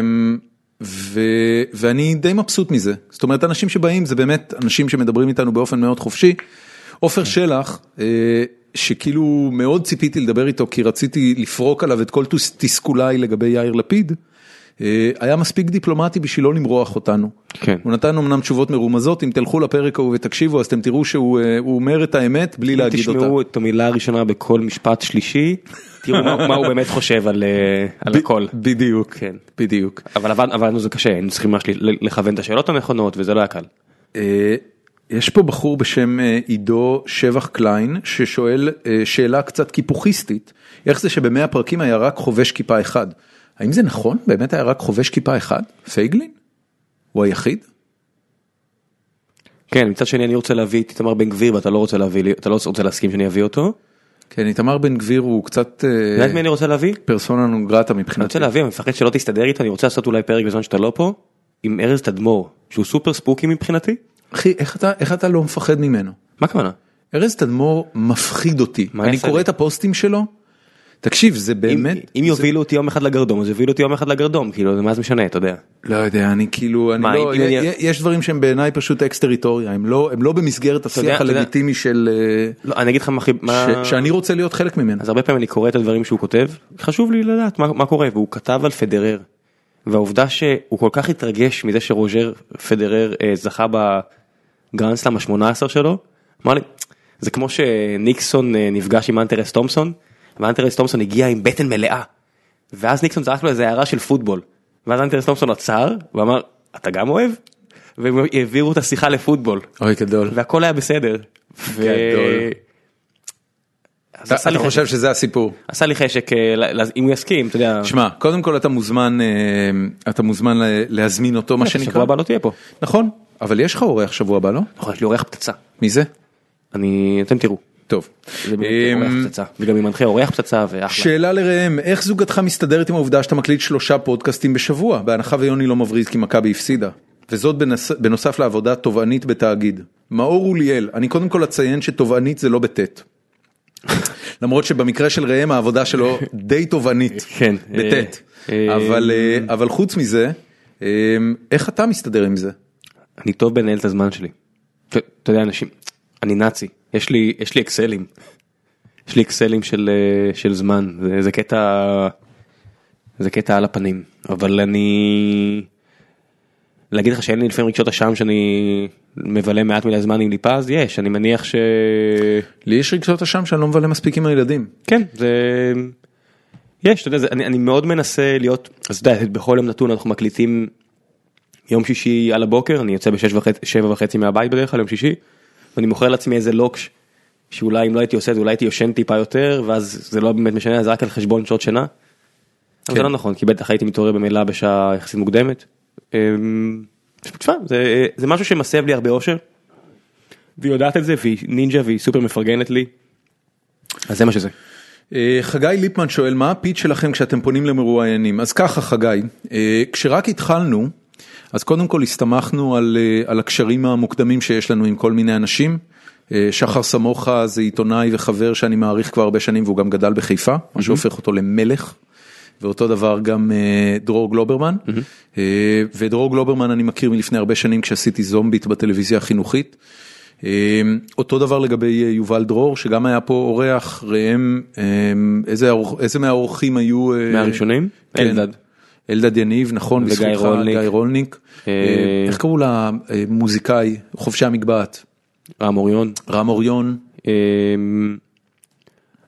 ואני די מבסוט מזה, זאת אומרת אנשים שבאים זה באמת אנשים שמדברים איתנו באופן מאוד חופשי, עופר שלח שכאילו מאוד ציפיתי לדבר איתו כי רציתי לפרוק עליו את כל תסכולי לגבי יאיר לפיד, היה מספיק דיפלומטי בשביל לא למרוח אותנו, כן. הוא נתן אמנם תשובות מרומזות, אם תלכו לפרק ההוא ותקשיבו אז אתם תראו שהוא אומר את האמת בלי להגיד אותה. תשמעו את המילה הראשונה בכל משפט שלישי, תראו מה הוא באמת חושב על הכל. בדיוק, כן. בדיוק. אבל עבדנו זה קשה, היינו צריכים לכוון את השאלות הנכונות וזה לא היה קל. יש פה בחור בשם עידו שבח קליין ששואל שאלה קצת קיפוכיסטית, איך זה שבמאה הפרקים היה רק חובש כיפה אחד? האם זה נכון? באמת היה רק חובש כיפה אחד? פייגלין? הוא היחיד? כן, מצד שני אני רוצה להביא את איתמר בן גביר ואתה לא רוצה להביא לי, אתה לא רוצה להסכים שאני אביא אותו. כן, איתמר בן גביר הוא קצת... יודעת מי אני רוצה להביא? פרסונה נון גרטה מבחינתי. אני רוצה להביא, אני מפחד שלא תסתדר איתו, אני רוצה לעשות אולי פרק בזמן שאתה לא פה, עם ארז תדמור, שהוא סופר ספוקי מבחינתי. אחי, איך אתה לא מפחד ממנו? מה הכוונה? ארז תדמור מפחיד אותי. אני קורא את הפוסטים שלו, תקשיב, זה באמת... אם יובילו אותי יום אחד לגרדום, אז יובילו אותי יום אחד לגרדום, כאילו, מה זה משנה, אתה יודע? לא יודע, אני כאילו, יש דברים שהם בעיניי פשוט אקס-טריטוריה, הם לא במסגרת השיח הלגיטימי של... לא, אני אגיד לך מה... שאני רוצה להיות חלק ממנו. אז הרבה פעמים אני קורא את הדברים שהוא כותב, חשוב לי לדעת מה קורה, והוא כתב על פדרר, והעובדה שהוא כל כך התרגש מזה שרוג'ר פדרר זכה בגרנדסלאם ה-18 שלו, אמר לי, זה כמו שניקסון נפגש עם אנטרס תומפסון, ואנטרס תומפסון הגיע עם בטן מלאה, ואז ניקסון זרק לו איזה הערה של פוטבול, ואז אנטרס תומפסון עצר, ואמר, אתה גם אוהב? והם העבירו את השיחה לפוטבול. אוי, גדול. והכל היה בסדר. גדול. אתה חושב שזה הסיפור? עשה לי חשק, אם הוא יסכים, אתה יודע. שמע, קודם כל אתה מוזמן להזמין אותו, מה שנקרא. שבוע הבא לא תהיה פה. נכון, אבל יש לך אורח שבוע הבא, לא? נכון, יש לי אורח פצצה. מי זה? אתם תראו. טוב. זה באמת אורח פצצה, וגם עם מנחה אורח פצצה ואחלה. שאלה לראם, איך זוגתך מסתדרת עם העובדה שאתה מקליט 3 פודקאסטים בשבוע, בהנחה ויוני לא מבריז כי מכבי הפסידה, וזאת בנוסף לעבודה תובענית בתאגיד. מאור אוליאל, אני קודם כל אציין שתובענית זה לא בטט. למרות שבמקרה של ראם העבודה שלו די תובענית, בטט. אבל חוץ מזה, איך אתה מסתדר עם זה? אני טוב בנהל את הזמן שלי. אתה יודע, אנשים, אני נאצי, יש לי אקסלים. יש לי אקסלים של זמן, זה קטע על הפנים, אבל להגיד לך שאין לי לפעמים רגשות אשם שאני מבלה מעט מדי זמן עם ליפז, יש, אני מניח לי יש רגשות אשם שאני לא מבלה מספיק עם הילדים. כן, יש, אתה יודע, אני מאוד מנסה להיות, אז אתה יודע, בכל יום נתון אנחנו מקליטים יום שישי על הבוקר, אני יוצא ב7:30 מהבית בדרך כלל, יום שישי, ואני מוכר לעצמי איזה לוקש, שאולי אם לא הייתי עושה את זה, אולי הייתי יושן טיפה יותר, ואז זה לא באמת משנה, זה רק על חשבון שעות שינה. אבל זה לא נכון, כי בטח הייתי מתעורר במילה בשעה יחסית מוקדמת. זה משהו שמסב לי הרבה אושר, והיא יודעת את זה, והיא נינג'ה, והיא סופר מפרגנת לי. אז זה מה שזה. חגי ליפמן שואל, מה הפיץ שלכם כשאתם פונים למרואיינים? אז ככה חגי, כשרק התחלנו, אז קודם כל הסתמכנו על הקשרים המוקדמים שיש לנו עם כל מיני אנשים. שחר סמוכה זה עיתונאי וחבר שאני מעריך כבר הרבה שנים, והוא גם גדל בחיפה, מה שהופך אותו למלך. ואותו דבר גם דרור גלוברמן, ודרור גלוברמן אני מכיר מלפני הרבה שנים כשעשיתי זומבית בטלוויזיה החינוכית, אותו דבר לגבי יובל דרור שגם היה פה אורח, ראם, איזה מהאורחים היו? מהראשונים? אלדד. אלדד יניב, נכון, וגיא רולניק, איך קראו לה מוזיקאי, חובשי המגבעת? רם אוריון. רם אוריון.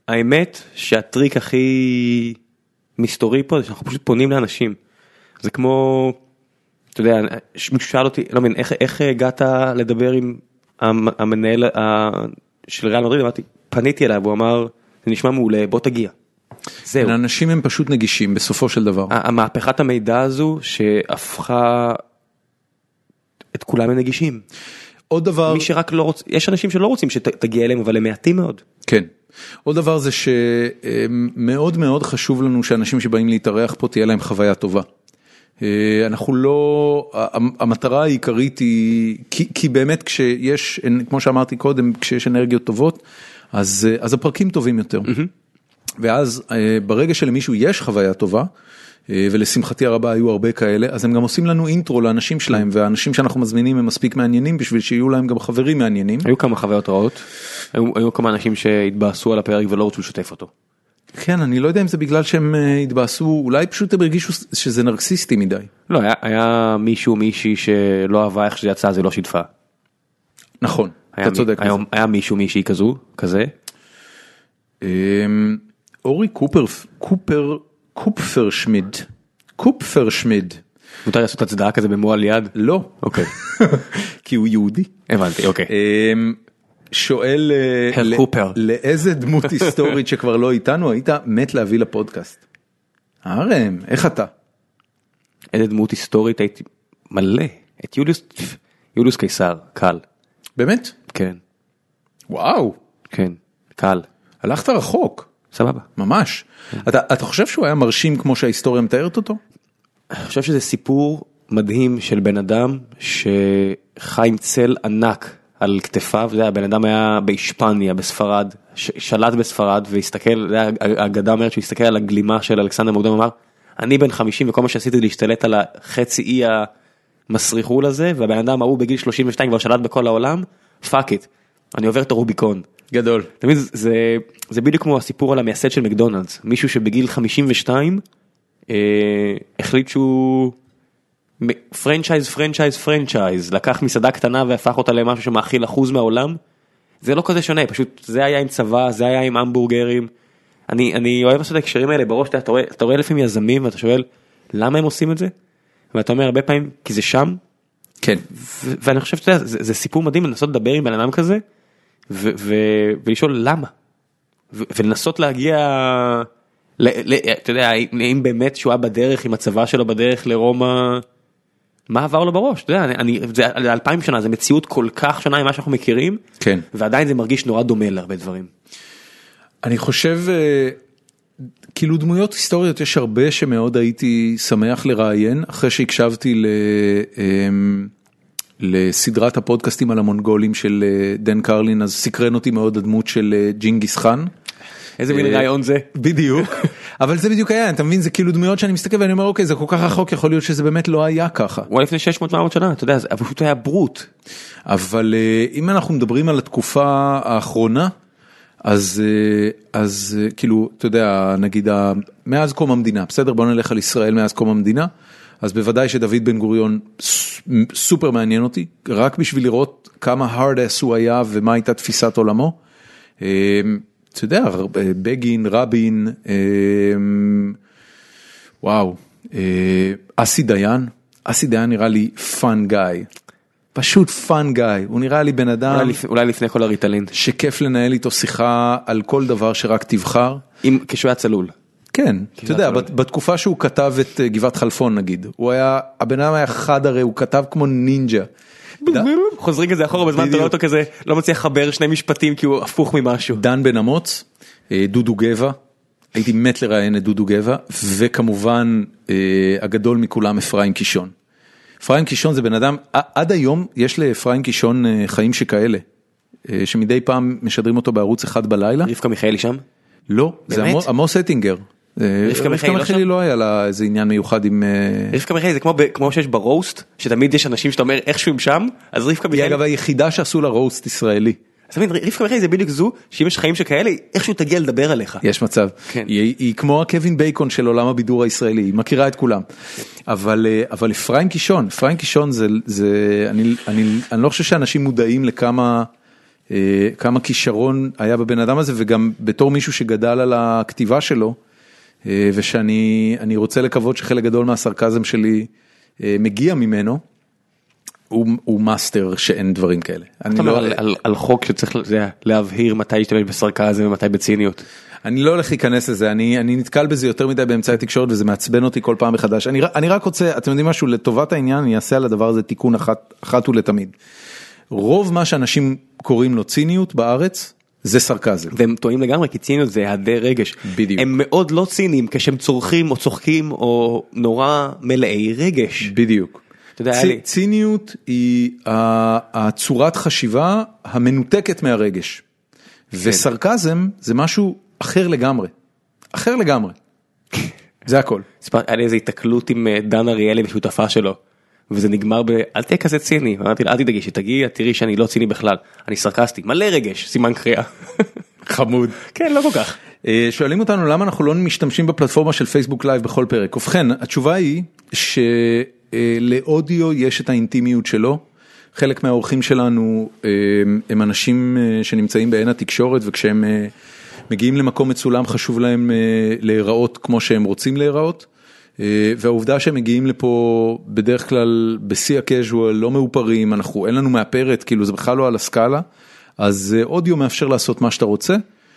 האמת שהטריק הכי מסתורי פה, זה שאנחנו פשוט פונים לאנשים. זה כמו, אתה יודע, מישהו שאל אותי, לא מבין, איך הגעת לדבר עם המנהל של ריאל מדריד? אמרתי, פניתי אליו, הוא אמר, זה נשמע מעולה, בוא תגיע. זהו. האנשים הם פשוט נגישים בסופו של דבר. המהפכת המידע הזו שהפכה את כולם לנגישים. עוד דבר... מי שרק לא רוצה, יש אנשים שלא רוצים שתגיע אליהם, אבל הם מעטים מאוד. כן. עוד דבר זה שמאוד מאוד חשוב לנו שאנשים שבאים להתארח פה תהיה להם חוויה טובה. אנחנו לא, המטרה העיקרית היא, כי באמת כשיש, כמו שאמרתי קודם, כשיש אנרגיות טובות, אז הפרקים טובים יותר. ואז ברגע שלמישהו יש חוויה טובה, ולשמחתי הרבה היו הרבה כאלה, אז הם גם עושים לנו אינטרו לאנשים שלהם, והאנשים שאנחנו מזמינים הם מספיק מעניינים, בשביל שיהיו להם גם חברים מעניינים. היו כמה חוויות רעות, היו כמה אנשים שהתבאסו על הפרק ולא רצו לשתף אותו. כן, אני לא יודע אם זה בגלל שהם התבאסו, אולי פשוט הם הרגישו שזה נרקסיסטי מדי. לא, היה מישהי שלא אהבה איך שזה יצא, זה לא שיתפה. נכון, אתה צודק. היה מישהי כזה. אורי קופפרשמיד. מותר לעשות הצדעה כזה במועל יד? לא. אוקיי. כי הוא יהודי. הבנתי, אוקיי. שואל לאיזה דמות היסטורית שכבר לא איתנו, היית מת להביא לפודקאסט. הרם, איך אתה? איזה דמות היסטורית הייתי מלא. את יוליוס קיסר, קל. באמת? כן. וואו. כן, קל. הלכת רחוק. סבבה. ממש. אתה חושב שהוא היה מרשים כמו שההיסטוריה מתארת אותו? אני חושב שזה סיפור מדהים של בן אדם שחי עם צל ענק על כתפיו. הבן אדם היה באישפניה, בספרד, שלט בספרד, והסתכל, האגדה אומרת שהוא הסתכל על הגלימה של אלכסנדר מוקדון, אמר, אני בן 50 וכל מה שעשיתי להשתלט על החצי אי המסריחול הזה, והבן אדם ההוא בגיל 32 כבר שלט בכל העולם, פאק איט, אני עובר את הרוביקון. גדול. תמיד זה בדיוק כמו הסיפור על המייסד של מקדונלדס, מישהו שבגיל 52 החליט שהוא פרנצ'ייז, לקח מסעדה קטנה והפך אותה למשהו שמאכיל 1% מהעולם. זה לא כזה שונה, פשוט זה היה עם צבא, זה היה עם המבורגרים. אני אוהב לעשות את הקשרים האלה בראש, אתה רואה לפעמים יזמים ואתה שואל למה הם עושים את זה? ואתה אומר הרבה פעמים כי זה שם. כן. ואני חושב שזה סיפור מדהים לנסות לדבר עם בן אדם כזה ולשאול למה, ולנסות להגיע, אתה יודע, אם באמת שהוא היה בדרך עם הצבא שלו בדרך לרומא, מה עבר לו בראש? אתה יודע, זה 2000 שנה, זה מציאות כל כך שונה ממה שאנחנו מכירים, כן. ועדיין זה מרגיש נורא דומה להרבה דברים. אני חושב, כאילו דמויות היסטוריות יש הרבה שמאוד הייתי שמח לראיין, אחרי שהקשבתי לסדרת הפודקאסטים על המונגולים של דן קרלין, אז סקרן אותי מאוד הדמות של ג'ינגיס חאן. איזה מין רעיון זה? בדיוק, אבל זה בדיוק היה, אתה מבין, זה כאילו דמויות שאני מסתכל ואני אומר, אוקיי, זה כל כך רחוק, יכול להיות שזה באמת לא היה ככה. הוא לפני 600-700 שנה, אתה יודע, זה פשוט היה ברוט. אבל אם אנחנו מדברים על התקופה האחרונה, אז כאילו, אתה יודע, נגיד, מאז קום המדינה, בסדר, בוא נלך על ישראל מאז קום המדינה, אז בוודאי שדוד בן גוריון סופר מעניין אותי, רק בשביל לראות כמה hard ass הוא היה ומה הייתה תפיסת עולמו. אתה יודע, בגין, רבין, וואו, אסי דיין נראה לי פאן גאי, פשוט פאן גאי, הוא נראה לי בן אדם, אולי לפני כל הריטלין, שכיף לנהל איתו שיחה על כל דבר שרק תבחר. כשהוא היה צלול. כן, אתה יודע, בתקופה שהוא כתב את גבעת חלפון נגיד, הבן אדם היה חד הרי, הוא כתב כמו נינג'ה. חוזרים כזה אחורה בזמן, אתה רואה אותו כזה, לא מצליח לחבר שני משפטים כי הוא הפוך ממשהו. דן בן אמוץ, דודו גבע, הייתי מת לראיין את דודו גבע, וכמובן הגדול מכולם אפרים קישון. אפרים קישון זה בן אדם, עד היום יש לאפרים קישון חיים שכאלה, שמדי פעם משדרים אותו בערוץ אחד בלילה. רבקה מיכאלי שם? לא, זה עמוס אטינגר. רבקה מיכאלי לא היה לה איזה עניין מיוחד עם... רבקה מיכאלי זה כמו שיש ברוסט, שתמיד יש אנשים שאתה אומר איכשהו הם שם, אז רבקה מיכאלי... היא אגב היחידה שעשו לה רוסט ישראלי. אז תמיד, רבקה מיכאלי זה בדיוק זו, שאם יש חיים שכאלה, איכשהו תגיע לדבר עליך. יש מצב. היא כמו הקווין בייקון של עולם הבידור הישראלי, היא מכירה את כולם. אבל אפרים קישון זה, אני לא חושב שאנשים מודעים לכמה כמה כישרון היה בבן אדם הזה, וגם בתור מישהו שגדל על הכתיבה שלו, ושאני רוצה לקוות שחלק גדול מהסרקזם שלי מגיע ממנו, הוא מאסטר שאין דברים כאלה. אתה אומר על חוק שצריך להבהיר מתי להשתמש בסרקזם ומתי בציניות. אני לא הולך להיכנס לזה, אני נתקל בזה יותר מדי באמצעי התקשורת, וזה מעצבן אותי כל פעם מחדש. אני רק רוצה, אתם יודעים משהו, לטובת העניין, אני אעשה על הדבר הזה תיקון אחת ולתמיד. רוב מה שאנשים קוראים לו ציניות בארץ, זה סרקזם. והם טועים לגמרי, כי ציניות זה היעדר רגש. בדיוק. הם מאוד לא ציניים, כשהם צורכים או צוחקים או נורא מלאי רגש. בדיוק. ציניות היא הצורת חשיבה המנותקת מהרגש. וסרקזם זה משהו אחר לגמרי. אחר לגמרי. זה הכל. היה לי איזו התקלות עם דן אריאלי ושותפה שלו, וזה נגמר אל תהיה כזה ציני. אמרתי לה, אל תדאגי, שתגיעי, תראי שאני לא ציני בכלל. אני סרקסטי, מלא רגש, סימן קריאה. חמוד. כן, לא כל כך. שואלים אותנו למה אנחנו לא משתמשים בפלטפורמה של פייסבוק לייב בכל פרק. ובכן, התשובה היא שלאודיו יש את האינטימיות שלו. חלק מהאורחים שלנו הם אנשים שנמצאים בעין התקשורת, וכשהם מגיעים למקום מצולם חשוב להם להיראות כמו שהם רוצים להיראות, והעובדה שהם מגיעים לפה בדרך כלל בשיא הקז'ואל, לא מאופרים, אין לנו מאפרת, כאילו זה בכלל לא על הסקאלה, אז אודיו מאפשר לעשות מה שאתה רוצה,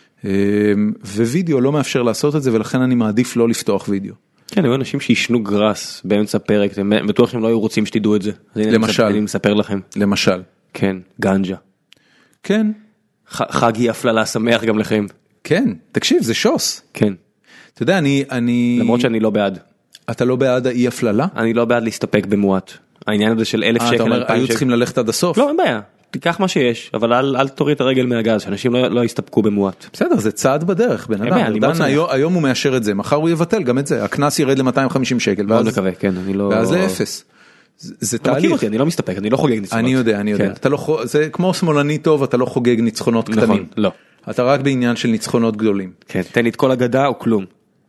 ווידאו לא מאפשר לעשות את זה, ולכן אני מעדיף לא לפתוח וידאו. כן, היו אנשים שישנו גרס באמצע פרק, בטוח שהם לא היו רוצים שתדעו את זה. למשל. אני מספר לכם. למשל. כן, גנג'ה. כן. חגי הפללה שמח גם לכם. כן, תקשיב, זה שוס. כן. אתה יודע, אני... למרות שאני לא בעד. אתה לא בעד האי הפללה? אני לא בעד להסתפק במועט. העניין הזה של 1,000 שקל. אתה אומר, היו צריכים ללכת עד הסוף? לא, אין בעיה. תיקח מה שיש, אבל אל תוריד את הרגל מהגז, שאנשים לא יסתפקו במועט. בסדר, זה צעד בדרך, בן אדם. היום הוא מאשר את זה, מחר הוא יבטל גם את זה. הקנס ירד ל-250 שקל. מאוד מקווה, כן, אני לא... ואז לאפס. זה תהליך. אתה מכיר אותי, אני לא מסתפק, אני לא חוגג ניצחונות. אני יודע. זה כמו שמאלני טוב, אתה לא חוגג ניצחונות קטנים. נכון, לא. אתה רק בעניין של ניצחונות גדולים. כן, תן לי את כל הגדה או כלום.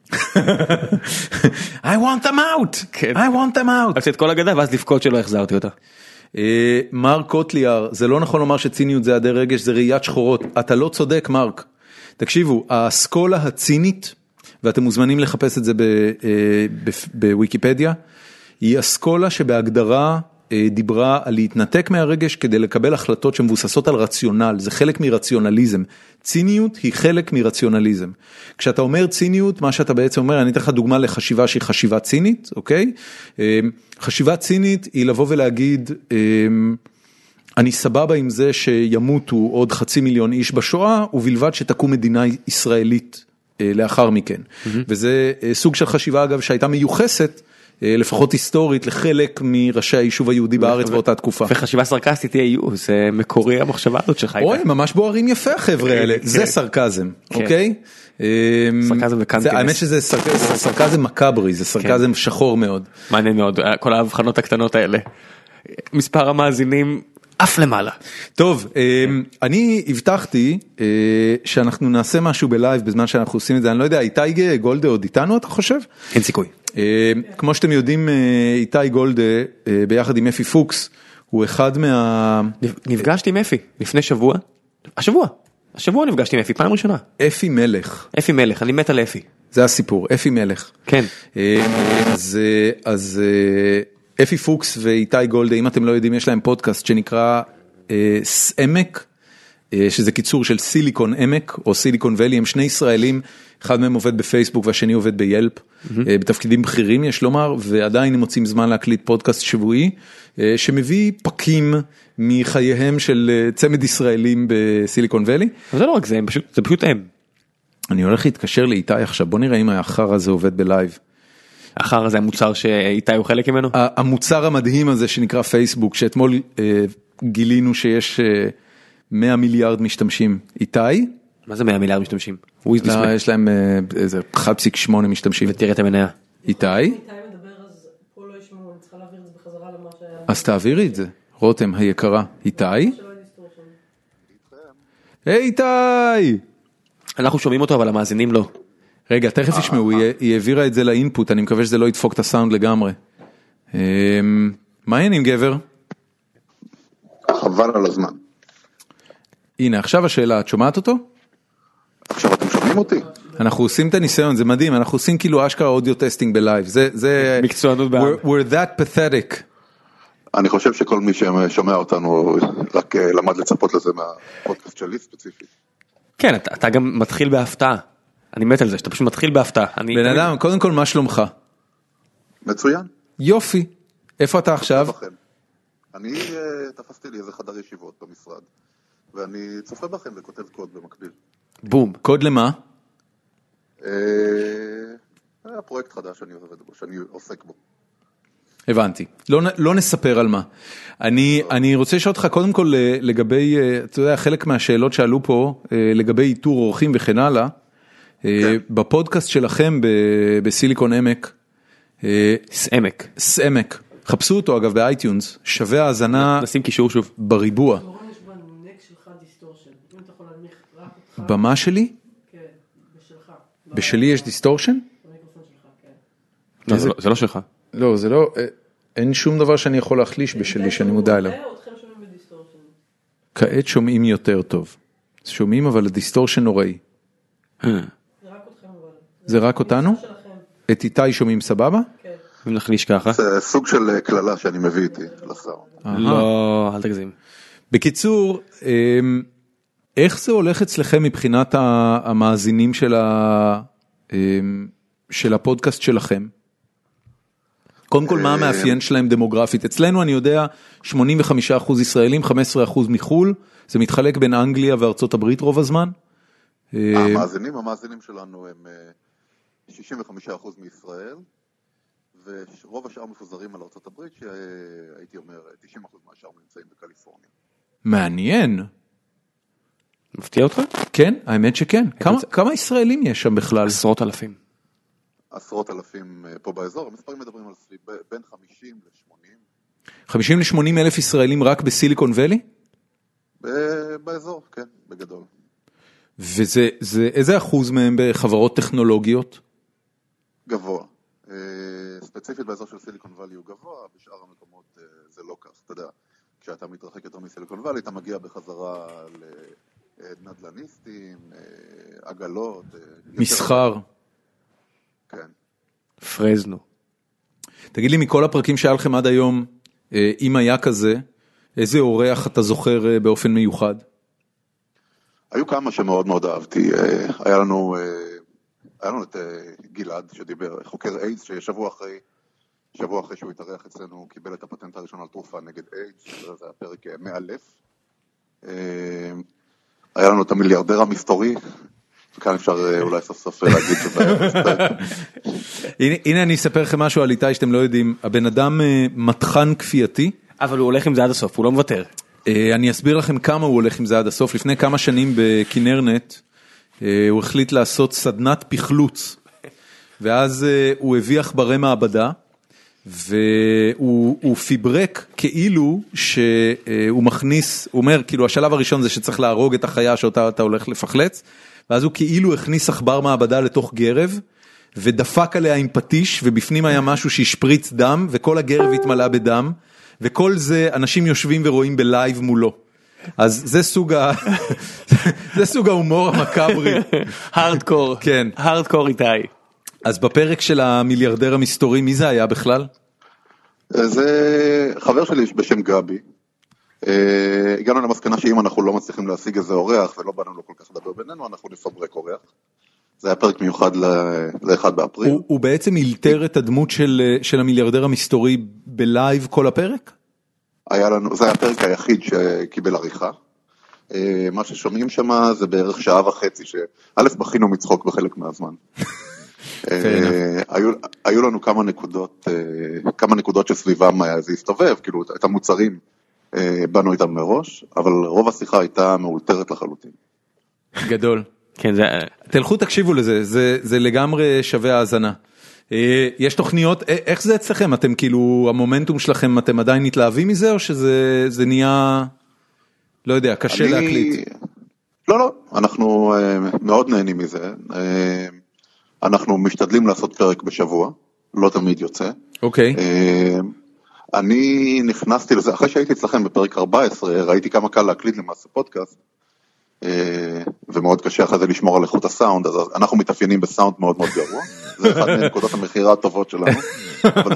I want them out! I want them out! עשיתי את כל הגדה ואז לבכות שלא החזרתי אותה. מרק קוטליאר, זה לא נכון לומר שציניות זה היעדר רגש, זה ראיית שחורות. אתה לא צודק, מרק. תקשיבו, האסכולה הצינית, ואתם מוזמנים לחפש את זה בוויקיפדיה, היא אסכולה שבהגדרה דיברה על להתנתק מהרגש כדי לקבל החלטות שמבוססות על רציונל, זה חלק מרציונליזם. ציניות היא חלק מרציונליזם. כשאתה אומר ציניות, מה שאתה בעצם אומר, אני אתן לך דוגמה לחשיבה שהיא חשיבה צינית, אוקיי? חשיבה צינית היא לבוא ולהגיד, אני סבבה עם זה שימותו עוד 500,000 איש בשואה, ובלבד שתקום מדינה ישראלית לאחר מכן. וזה סוג של חשיבה, אגב, שהייתה מיוחסת, לפחות היסטורית, לחלק מראשי היישוב היהודי בארץ באותה תקופה. וחשיבה סרקסטית תהיה, זה מקורי המחשבה הזאת שלך. אוי, ממש בוערים יפה החבר'ה האלה, זה סרקזם, אוקיי? סרקזם וקנטינס. האמת שזה סרקזם מקברי, זה סרקזם שחור מאוד. מעניין מאוד, כל ההבחנות הקטנות האלה. מספר המאזינים אף למעלה. טוב, אני הבטחתי שאנחנו נעשה משהו בלייב בזמן שאנחנו עושים את זה, אני לא יודע, איתי גולדה עוד איתנו אתה חושב? אין סיכוי. כמו שאתם יודעים, איתי גולדה ביחד עם אפי פוקס, הוא אחד נפגשתי עם אפי לפני שבוע, השבוע נפגשתי עם אפי, פעם ראשונה. אפי מלך. אפי מלך, אני מת על אפי. זה הסיפור, אפי מלך. כן. אז אפי פוקס ואיתי גולדה, אם אתם לא יודעים, יש להם פודקאסט שנקרא עמק, שזה קיצור של סיליקון עמק, או סיליקון ולי, הם שני ישראלים, אחד מהם עובד בפייסבוק והשני עובד ביילפ, בתפקידים בכירים יש לומר, ועדיין הם מוצאים זמן להקליט פודקאסט שבועי, שמביא פקים מחייהם של צמד ישראלים בסיליקון ולי. אבל זה לא רק זה, זה פשוט הם. אני הולך להתקשר לאיתי עכשיו, בוא נראה אם האחר הזה עובד בלייב. האחר הזה המוצר שאיתי הוא חלק ממנו? המוצר המדהים הזה שנקרא פייסבוק, שאתמול גילינו שיש 100 מיליארד משתמשים. איתי? מה זה 100 מיליארד משתמשים? יש להם איזה 1.8 משתמשים. ותראה את המניה. איתי? איתי מדבר, אז פה לא ישמעו, אני צריכה להעביר את זה בחזרה למה שהיה. אז תעבירי את זה, רותם היקרה. איתי? היי איתי! אנחנו שומעים אותו, אבל המאזינים לא. רגע, תכף ישמעו, היא העבירה את זה לאינפוט, אני מקווה שזה לא ידפוק את הסאונד לגמרי. מה העניינים גבר? חבל על הזמן. הנה, עכשיו השאלה, את שומעת אותו? עכשיו אתם שומעים אותי? אנחנו עושים את הניסיון, זה מדהים, אנחנו עושים כאילו אשכרה אודיו טסטינג בלייב, זה מקצוענות בעם. we're that pathetic. אני חושב שכל מי ששומע אותנו רק למד לצפות לזה מהפודקאסט שלי ספציפית. כן, אתה גם מתחיל בהפתעה. אני מת על זה, שאתה פשוט מתחיל בהפתעה. בן אדם, קודם כל, מה שלומך? מצוין. יופי. איפה אתה עכשיו? אני תפסתי לי איזה חדר ישיבות במשרד, ואני צופה בכם וכותב קוד במקביל. בום. קוד למה? פרויקט חדש שאני עובד בו, שאני עוסק בו. הבנתי. לא נספר על מה. אני רוצה לשאול אותך קודם כל לגבי, אתה יודע, חלק מהשאלות שעלו פה, לגבי איתור אורחים וכן הלאה, בפודקאסט שלכם בסיליקון עמק, סעמק, חפשו אותו אגב באייטיונס, שווה האזנה, נשים קישור שוב, בריבוע. יש בנק שלך דיסטורשן, אם אתה יכול להנמיך רק אותך. במה שלי? כן, בשלך. בשלי יש דיסטורשן? במיקרופון שלך, כן. לא, זה לא שלך. לא, זה לא, אין שום דבר שאני יכול להחליש בשלי שאני מודע אליו. אתכם שומעים בדיסטורשן. כעת שומעים יותר טוב. שומעים אבל הדיסטורשן נוראי. זה רק אתכם אבל. זה רק אותנו? את איתי שומעים סבבה? כן. אם נחליש ככה. זה סוג של כללה שאני מביא איתי לשר. לא, אל תגזים. בקיצור, איך זה הולך אצלכם מבחינת המאזינים של הפודקאסט שלכם? קודם כל, מה המאפיין שלהם דמוגרפית? אצלנו אני יודע 85% ישראלים, 15% מחול, זה מתחלק בין אנגליה וארצות הברית רוב הזמן. המאזינים שלנו הם 65% מישראל, ורוב השאר מפוזרים על ארצות הברית, שהייתי אומר 90% מהשאר נמצאים בקליפורניה. מעניין. מפתיע אותך? כן, האמת שכן. כמה ישראלים יש שם בכלל? עשרות אלפים. עשרות אלפים פה באזור, המספרים מדברים על בין 50 ל-80. 50 ל-80 אלף ישראלים רק בסיליקון ואלי? באזור, כן, בגדול. ואיזה אחוז מהם בחברות טכנולוגיות? גבוה. ספציפית באזור של סיליקון ואלי הוא גבוה, בשאר המקומות זה לא כך. אתה יודע, כשאתה מתרחק יותר מסיליקון ואלי, אתה מגיע בחזרה לנדלניסטים, עגלות. מסחר. כן. פרזנו. תגיד לי, מכל הפרקים שהיה לכם עד היום, אם היה כזה, איזה אורח אתה זוכר באופן מיוחד? היו כמה שמאוד מאוד אהבתי. היה לנו את גלעד שדיבר, חוקר איידס, ששבוע אחרי שהוא התארח אצלנו, הוא קיבל את הפטנט הראשון על תרופה נגד איידס, זה היה פרק מאלף. היה לנו את המיליארדר המסתורי, כאן אפשר אולי סוף סוף להגיד שזה... הנה אני אספר לכם משהו על איתי שאתם לא יודעים, הבן אדם מתחן כפייתי. אבל הוא הולך עם זה עד הסוף, הוא לא מוותר. אני אסביר לכם כמה הוא הולך עם זה עד הסוף. לפני כמה שנים בכנרנט, הוא החליט לעשות סדנת פחלוץ, ואז הוא הביא עכברי מעבדה, והוא פיברק כאילו שהוא מכניס, הוא אומר, כאילו השלב הראשון זה שצריך להרוג את החיה שאותה אתה הולך לפחלץ, ואז הוא כאילו הכניס עכבר מעבדה לתוך גרב, ודפק עליה עם פטיש, ובפנים היה משהו שהשפריץ דם, וכל הגרב התמלא בדם, וכל זה אנשים יושבים ורואים בלייב מולו. אז זה סוג ההומור המקאברי. הארדקור. כן. הארדקור איתי. אז בפרק של המיליארדר המסתורי, מי זה היה בכלל? זה חבר שלי בשם גבי. הגענו למסקנה שאם אנחנו לא מצליחים להשיג איזה אורח, ולא באנו לו כל כך לדבר בינינו, אנחנו נפברק אורח. זה היה פרק מיוחד ל-1 באפריל. הוא בעצם אילתר את הדמות של המיליארדר המסתורי בלייב כל הפרק? זה היה הפרק היחיד שקיבל עריכה. מה ששומעים שם זה בערך שעה וחצי, שא' בכינו מצחוק בחלק מהזמן. היו לנו כמה נקודות שסביבם זה הסתובב, כאילו את המוצרים באנו איתם מראש, אבל רוב השיחה הייתה מאולתרת לחלוטין. גדול. כן, זה... תלכו תקשיבו לזה, זה לגמרי שווה האזנה. יש תוכניות, איך זה אצלכם? אתם כאילו, המומנטום שלכם, אתם עדיין מתלהבים מזה, או שזה נהיה, לא יודע, קשה להקליט? לא, אנחנו מאוד נהנים מזה. אנחנו משתדלים לעשות פרק בשבוע, לא תמיד יוצא. אוקיי. אני נכנסתי לזה, אחרי שהייתי אצלכם בפרק 14, ראיתי כמה קל להקליט למעשה פודקאסט, ומאוד קשה אחרי זה לשמור על איכות הסאונד, אז אנחנו מתאפיינים בסאונד מאוד מאוד גרוע, זה אחד מנקודות המחירה הטובות שלנו, אבל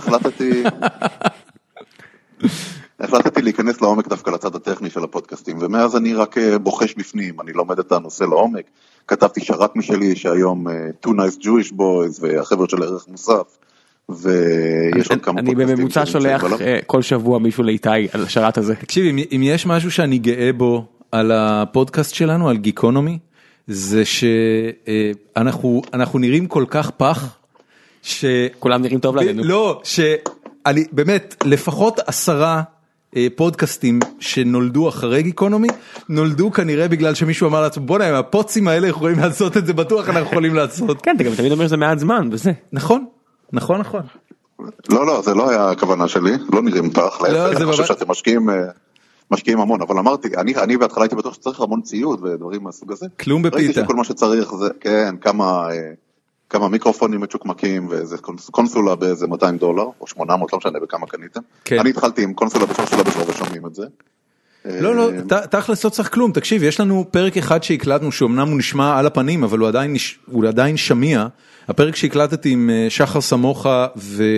החלטתי להיכנס לעומק דווקא לצד הטכני של הפודקאסטים, ומאז אני רק בוחש בפנים, אני לומד את הנושא לעומק, כתבתי שרת משלי שהיום Two Nice Jewish Boys והחבר'ה של ערך מוסף, ויש עוד כמה אני בממוצע שולח כל שבוע מישהו לאיתי על השרת הזה. תקשיב, אם יש משהו שאני גאה בו על הפודקאסט שלנו, על גיקונומי, זה שאנחנו נראים כל כך פח, כולם נראים טוב לנו. לא, שאני באמת, לפחות 10 פודקאסטים שנולדו אחרי גיקונומי, נולדו כנראה בגלל שמישהו אמר לעצמו, בוא נעים, הפודקאסטים האלה יכולים לעשות את זה, בטוח אנחנו יכולים לעשות. כן, אתה גם תמיד אומר שזה מעט זמן, וזה. נכון. לא, זה לא היה הכוונה שלי, לא נראים פח, אני חושב שאתם משקיעים המון, אבל אמרתי, אני בהתחלה הייתי בטוח שצריך המון ציוד ודברים מהסוג הזה. כלום בפיתה. ראיתי שכל מה שצריך זה, כן, כמה מיקרופונים מצ'וקמקים, ואיזה קונסולה באיזה $200, או 800, לא משנה בכמה קניתם. אני התחלתי עם קונסולה בשלב ושומעים את זה. לא, תכלס לא צריך כלום, תקשיב, יש לנו פרק אחד שהקלטנו, שאומנם הוא נשמע על הפנים, אבל הוא עדיין שמיע, הפרק שהקלטתי עם שחר סמוכה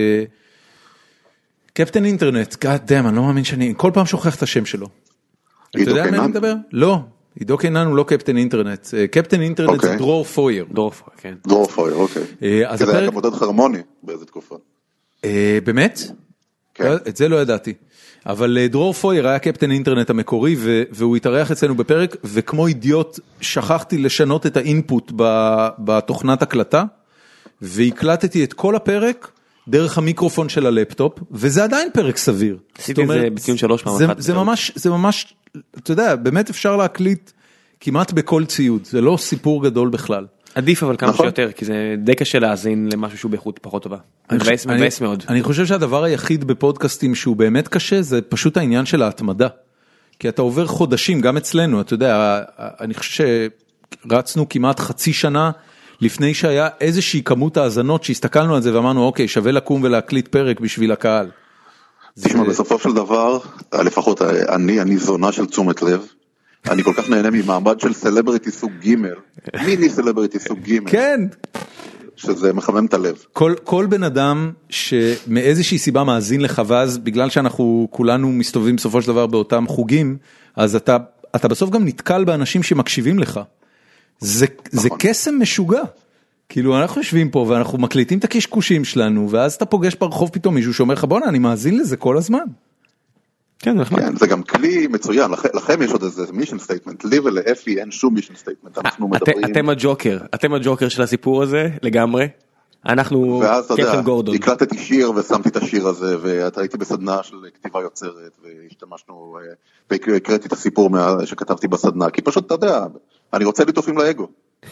קפטן אינטרנט, God damn, אני לא מאמין שאני, כל פעם שוכח את השם שלו. אתה יודע על מה אני מדבר? לא, עידו קינן הוא לא קפטן אינטרנט, קפטן אינטרנט זה דרור פויר. דרור פויר, כן. דרור פויר, אוקיי. כי זה היה גם מודד חרמוני באיזה תקופה. באמת? כן. את זה לא ידעתי. אבל דרור פויר היה קפטן אינטרנט המקורי, והוא התארח אצלנו בפרק, וכמו אידיוט שכחתי לשנות את האינפוט בתוכנת הקלטה, והקלטתי את כל הפרק, דרך המיקרופון של הלפטופ, וזה עדיין פרק סביר. עשיתי את זה בציון 3 פעם אחת. זה ממש, אתה יודע, באמת אפשר להקליט כמעט בכל ציוד, זה לא סיפור גדול בכלל. עדיף אבל כמה שיותר, כי זה די קשה להאזין למשהו שהוא באיכות פחות טובה. מבאס מאוד. אני חושב שהדבר היחיד בפודקאסטים שהוא באמת קשה, זה פשוט העניין של ההתמדה. כי אתה עובר חודשים, גם אצלנו, אתה יודע, אני חושב שרצנו כמעט חצי שנה, לפני שהיה איזושהי כמות האזנות שהסתכלנו על זה ואמרנו, אוקיי, שווה לקום ולהקליט פרק בשביל הקהל. תשמע, בסופו של דבר, לפחות אני זונה של תשומת לב, אני כל כך נהנה ממעמד של סלבריטי סוג ג', מיני סלבריטי סוג ג', כן. שזה מחמם את הלב. כל בן אדם שמאיזושהי סיבה מאזין לך, ואז בגלל שאנחנו כולנו מסתובבים בסופו של דבר באותם חוגים, אז אתה בסוף גם נתקל באנשים שמקשיבים לך. זה קסם משוגע. כאילו אנחנו יושבים פה ואנחנו מקליטים את הקשקושים שלנו, ואז אתה פוגש ברחוב פתאום מישהו שאומר לך, בוא'נה, אני מאזין לזה כל הזמן. כן, זה גם כלי מצוין, לכם יש עוד איזה מישן סטייטמנט, לי ולאפי אין שום מישן סטייטמנט, אנחנו מדברים. אתם הג'וקר של הסיפור הזה לגמרי, אנחנו קפטן גורדון. הקלטתי שיר ושמתי את השיר הזה, והייתי בסדנה של כתיבה יוצרת, והשתמשנו, והקראתי את הסיפור שכתבתי בסדנה, כי פשוט אתה יודע, אני רוצה ליטופים לאגו.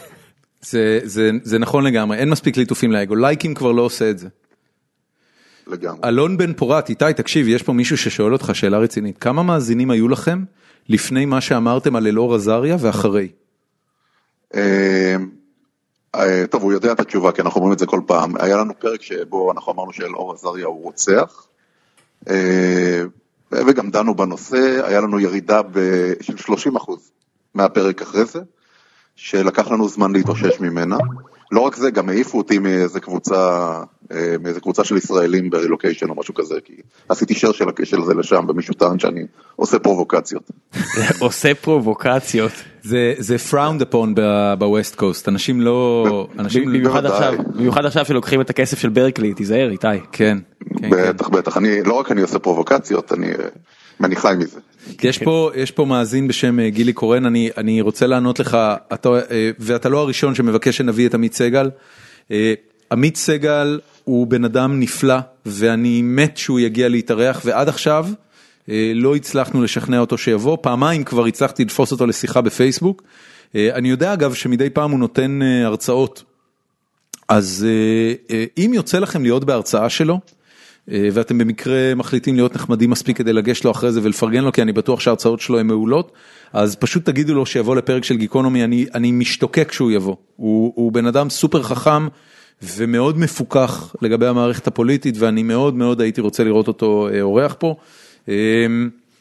זה נכון לגמרי, אין מספיק ליטופים לאגו, לייקים כבר לא עושה את זה. לגמרי. אלון בן פורת, איתי, תקשיב, יש פה מישהו ששואל אותך שאלה רצינית, כמה מאזינים היו לכם לפני מה שאמרתם על אלאור עזריה ואחרי? טוב, הוא יודע את התשובה, כי אנחנו אומרים את זה כל פעם. היה לנו פרק שבו אנחנו אמרנו שאלאור עזריה הוא רוצח, וגם דנו בנושא, היה לנו ירידה של 30% מהפרק אחרי זה, שלקח לנו זמן להתאושש ממנה. לא רק זה, גם העיפו אותי מאיזה קבוצה של ישראלים ברילוקיישן או משהו כזה, כי עשיתי שר של זה לשם, ומישהו טען שאני עושה פרובוקציות. עושה פרובוקציות. זה frowned upon בווסט קוסט, אנשים לא... במיוחד עכשיו שלוקחים את הכסף של ברקלי, תיזהר איתי. כן. בטח, לא רק אני עושה פרובוקציות, אני חי מזה. יש פה מאזין בשם גילי קורן, אני רוצה לענות לך, ואתה לא הראשון שמבקש שנביא את עמית סגל. עמית סגל הוא בן אדם נפלא, ואני מת שהוא יגיע להתארח, ועד עכשיו לא הצלחנו לשכנע אותו שיבוא, פעמיים כבר הצלחתי לתפוס אותו לשיחה בפייסבוק. אני יודע אגב שמדי פעם הוא נותן הרצאות, אז אם יוצא לכם להיות בהרצאה שלו, ואתם במקרה מחליטים להיות נחמדים מספיק כדי לגש לו אחרי זה ולפרגן לו, כי אני בטוח שההרצאות שלו הן מעולות, אז פשוט תגידו לו שיבוא לפרק של גיקונומי, אני משתוקק כשהוא יבוא. הוא בן אדם סופר חכם ומאוד מפוקח לגבי המערכת הפוליטית, ואני מאוד מאוד הייתי רוצה לראות אותו אורח פה.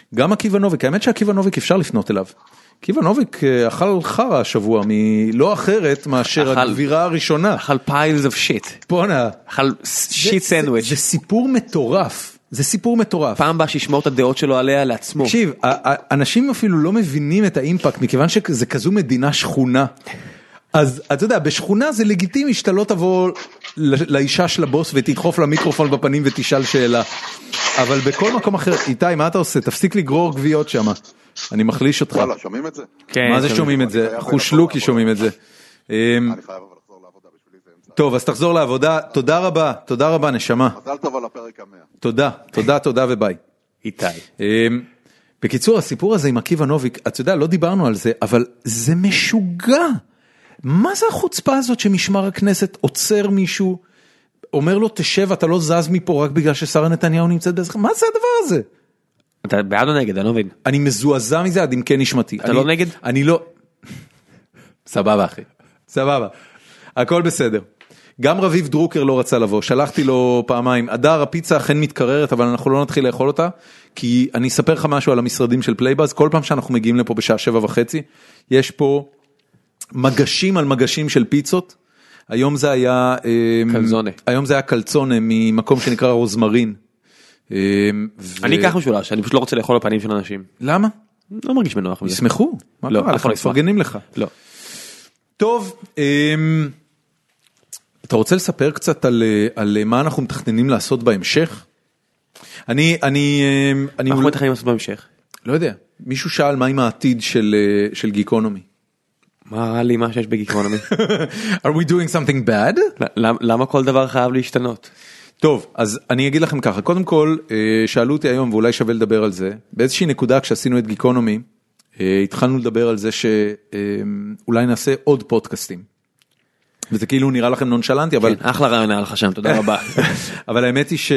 גם עקיבא נוביק, האמת שעקיבא נוביק אפשר לפנות אליו. עקיבא נוביק אכל חרא השבוע מלא אחרת מאשר הגבירה הראשונה. אכל piles of shit. בונה. אכל שיט סנדוויץ'. זה סיפור מטורף. זה סיפור מטורף. פעם בא שישמור את הדעות שלו עליה לעצמו. תקשיב, אנשים אפילו לא מבינים את האימפקט, מכיוון שזה כזו מדינה שכונה. אז אתה יודע, בשכונה זה לגיטימי שאתה לא תבוא לאישה של הבוס ותדחוף למיקרופון בפנים ותשאל שאלה. אבל בכל מקום אחר, איתי, מה אתה עושה? תפסיק לגרור גוויות שם. אני מחליש אותך. וואלה, שומעים את זה? מה זה שומעים את זה? חושלוקי שומעים את זה. אני חייב אבל לחזור לעבודה בשבילי זה אמצע. טוב, אז תחזור לעבודה. תודה רבה, נשמה. מזל טוב על הפרק 100. תודה וביי. איתי. בקיצור, הסיפור הזה עם עקיבא נוביק, אתה יודע, לא דיברנו על זה, אבל זה משוגע. מה זה החוצפה הזאת שמשמר הכנסת עוצר מישהו, אומר לו תשב, אתה לא זז מפה רק בגלל ששרה נתניהו נמצאת באזרח? מה זה הדבר הזה? אתה בעד או נגד? אני לא מבין. אני מזועזע מזה עד עמקי נשמתי. אתה לא נגד? אני לא... סבבה אחי, סבבה. הכל בסדר. גם רביב דרוקר לא רצה לבוא, שלחתי לו פעמיים, אדר הפיצה אכן מתקררת, אבל אנחנו לא נתחיל לאכול אותה, כי אני אספר לך משהו על המשרדים של פלייבאז, כל פעם שאנחנו מגיעים לפה בשעה 7:30, יש פה מגשים על מגשים של פיצות, היום זה היה... קלזונה. היום זה היה קלצונה ממקום שנקרא רוזמרין. אני אקח משולש, אני פשוט לא רוצה לאכול לפנים של אנשים. למה? לא מרגיש בנוח מזה. ישמחו. מה קרה לך? מפרגנים לך. לא. טוב, אתה רוצה לספר קצת על מה אנחנו מתכננים לעשות בהמשך? מה אנחנו מתכננים לעשות בהמשך? לא יודע. מישהו שאל מה עם העתיד של גיקונומי. מה רע לי מה שיש בגיקונומי? Are we doing something bad? למה כל דבר חייב להשתנות? טוב, אז אני אגיד לכם ככה, קודם כל, שאלו אותי היום, ואולי שווה לדבר על זה, באיזושהי נקודה כשעשינו את גיקונומי, התחלנו לדבר על זה שאולי נעשה עוד פודקאסטים. וזה כאילו נראה לכם נונשלנטי, אבל... כן, אחלה רעיון היה לך שם, תודה רבה. אבל האמת היא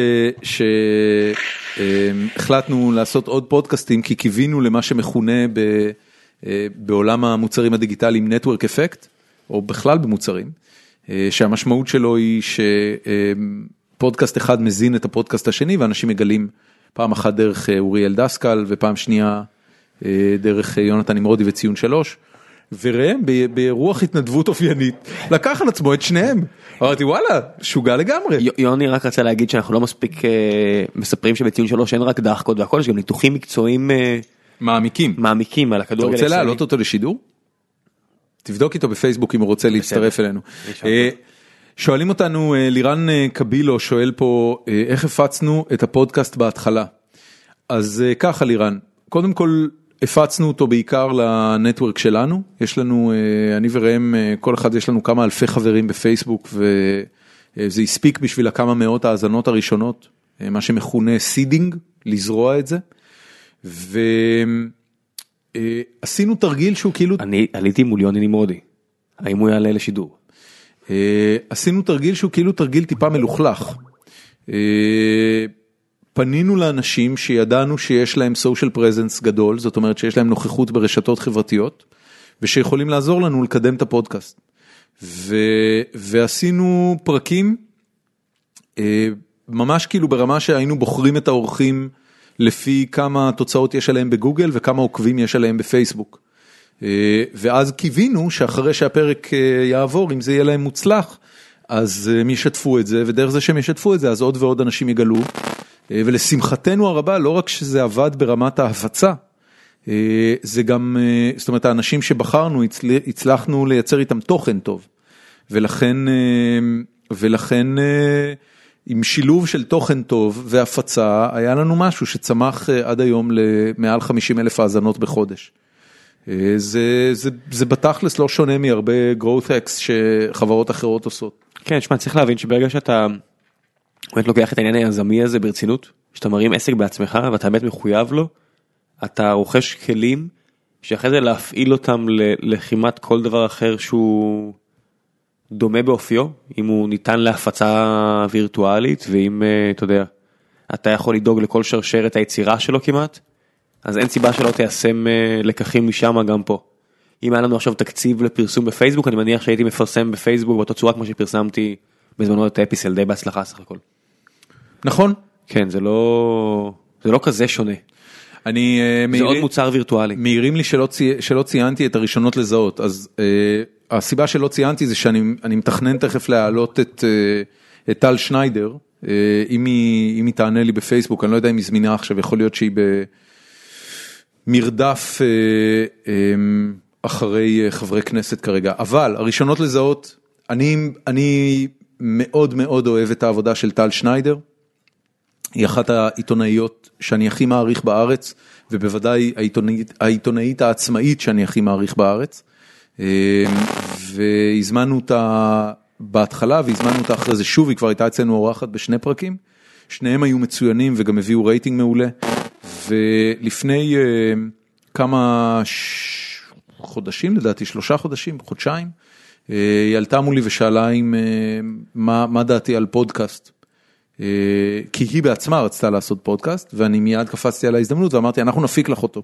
שהחלטנו לעשות עוד פודקאסטים, כי קיווינו למה שמכונה בעולם המוצרים הדיגיטליים Network Effect, או בכלל במוצרים, שהמשמעות שלו היא שפודקאסט אחד מזין את הפודקאסט השני, ואנשים מגלים פעם אחת דרך אוריאל דסקל, ופעם שנייה דרך יונתן נמרודי וציון 3, וראם ברוח התנדבות אופיינית, לקח על עצמו את שניהם. אמרתי וואלה, שוגע לגמרי. יוני רק רצה להגיד שאנחנו לא מספיק מספרים שבציון 3 אין רק דחקות והכל, יש גם ניתוחים מקצועיים מעמיקים על הכדורגל. אתה רוצה להעלות אותו לשידור? תבדוק איתו בפייסבוק אם הוא רוצה להצטרף אלינו. שואלים אותנו, לירן קבילו שואל פה, איך הפצנו את הפודקאסט בהתחלה? אז ככה לירן, קודם כל הפצנו אותו בעיקר לנטוורק שלנו, יש לנו, אני וראם, כל אחד יש לנו כמה אלפי חברים בפייסבוק, וזה הספיק בשביל כמה מאות האזנות הראשונות, מה שמכונה סידינג, לזרוע את זה, ועשינו תרגיל שהוא כאילו... אני עליתי מול יוני נמרודי, האם הוא יעלה לשידור? עשינו תרגיל שהוא כאילו תרגיל טיפה מלוכלך, פנינו לאנשים שידענו שיש להם social presence גדול, זאת אומרת שיש להם נוכחות ברשתות חברתיות, ושיכולים לעזור לנו לקדם את הפודקאסט. ועשינו פרקים, ממש כאילו ברמה שהיינו בוחרים את האורחים, לפי כמה תוצאות יש עליהם בגוגל, וכמה עוקבים יש עליהם בפייסבוק. ואז קיווינו שאחרי שהפרק יעבור, אם זה יהיה להם מוצלח, אז הם ישתפו את זה, ודרך זה שהם ישתפו את זה, אז עוד ועוד אנשים יגלו, ולשמחתנו הרבה, לא רק שזה עבד ברמת ההפצה, זה גם, זאת אומרת, האנשים שבחרנו, הצלחנו לייצר איתם תוכן טוב, ולכן עם שילוב של תוכן טוב והפצה, היה לנו משהו שצמח עד היום למעל 50,000 האזנות בחודש. זה בתכלס לא שונה מהרבה growth hacks שחברות אחרות עושות. כן, שמה, צריך להבין שברגע שאתה באמת לוקח את העניין היזמי הזה ברצינות, שאתה מרים עסק בעצמך ואתה באמת מחויב לו, אתה רוכש כלים שאחרי זה להפעיל אותם לכמעט כל דבר אחר שהוא דומה באופיו, אם הוא ניתן להפצה וירטואלית, ואם, אתה יודע, אתה יכול לדאוג לכל שרשרת היצירה שלו כמעט, אז אין סיבה שלא תיישם לקחים משם גם פה. אם היה לנו עכשיו תקציב לפרסום בפייסבוק, אני מניח שהייתי מפרסם בפייסבוק באותה צורה כמו שפרסמתי בזמנו את האפיסל, די בהצלחה סך הכל. נכון. כן, זה לא כזה שונה. זה עוד מוצר וירטואלי. מעירים לי שלא ציינתי את הראשונות לזהות, אז הסיבה שלא ציינתי זה שאני מתכנן תכף להעלות את טל שניידר, אם היא תענה לי בפייסבוק, אני לא יודע אם היא זמינה עכשיו, יכול להיות שהיא במרדף אחרי חברי כנסת כרגע, אבל הראשונות לזהות, אני מאוד מאוד אוהב את העבודה של טל שניידר, היא אחת העיתונאיות שאני הכי מעריך בארץ, ובוודאי העיתונאית העצמאית שאני הכי מעריך בארץ, והזמנו אותה בהתחלה, והזמנו אותה אחרי זה שוב, היא כבר הייתה אצלנו אורחת בשני פרקים, שניהם היו מצוינים וגם הביאו רייטינג מעולה, ולפני כמה חודשים, לדעתי 3 חודשים, חודשיים, היא עלתה מולי ושאלה מה דעתי על פודקאסט, כי היא בעצמה רצתה לעשות פודקאסט, ואני מיד קפצתי על ההזדמנות ואמרתי, אנחנו נפיק לך אותו.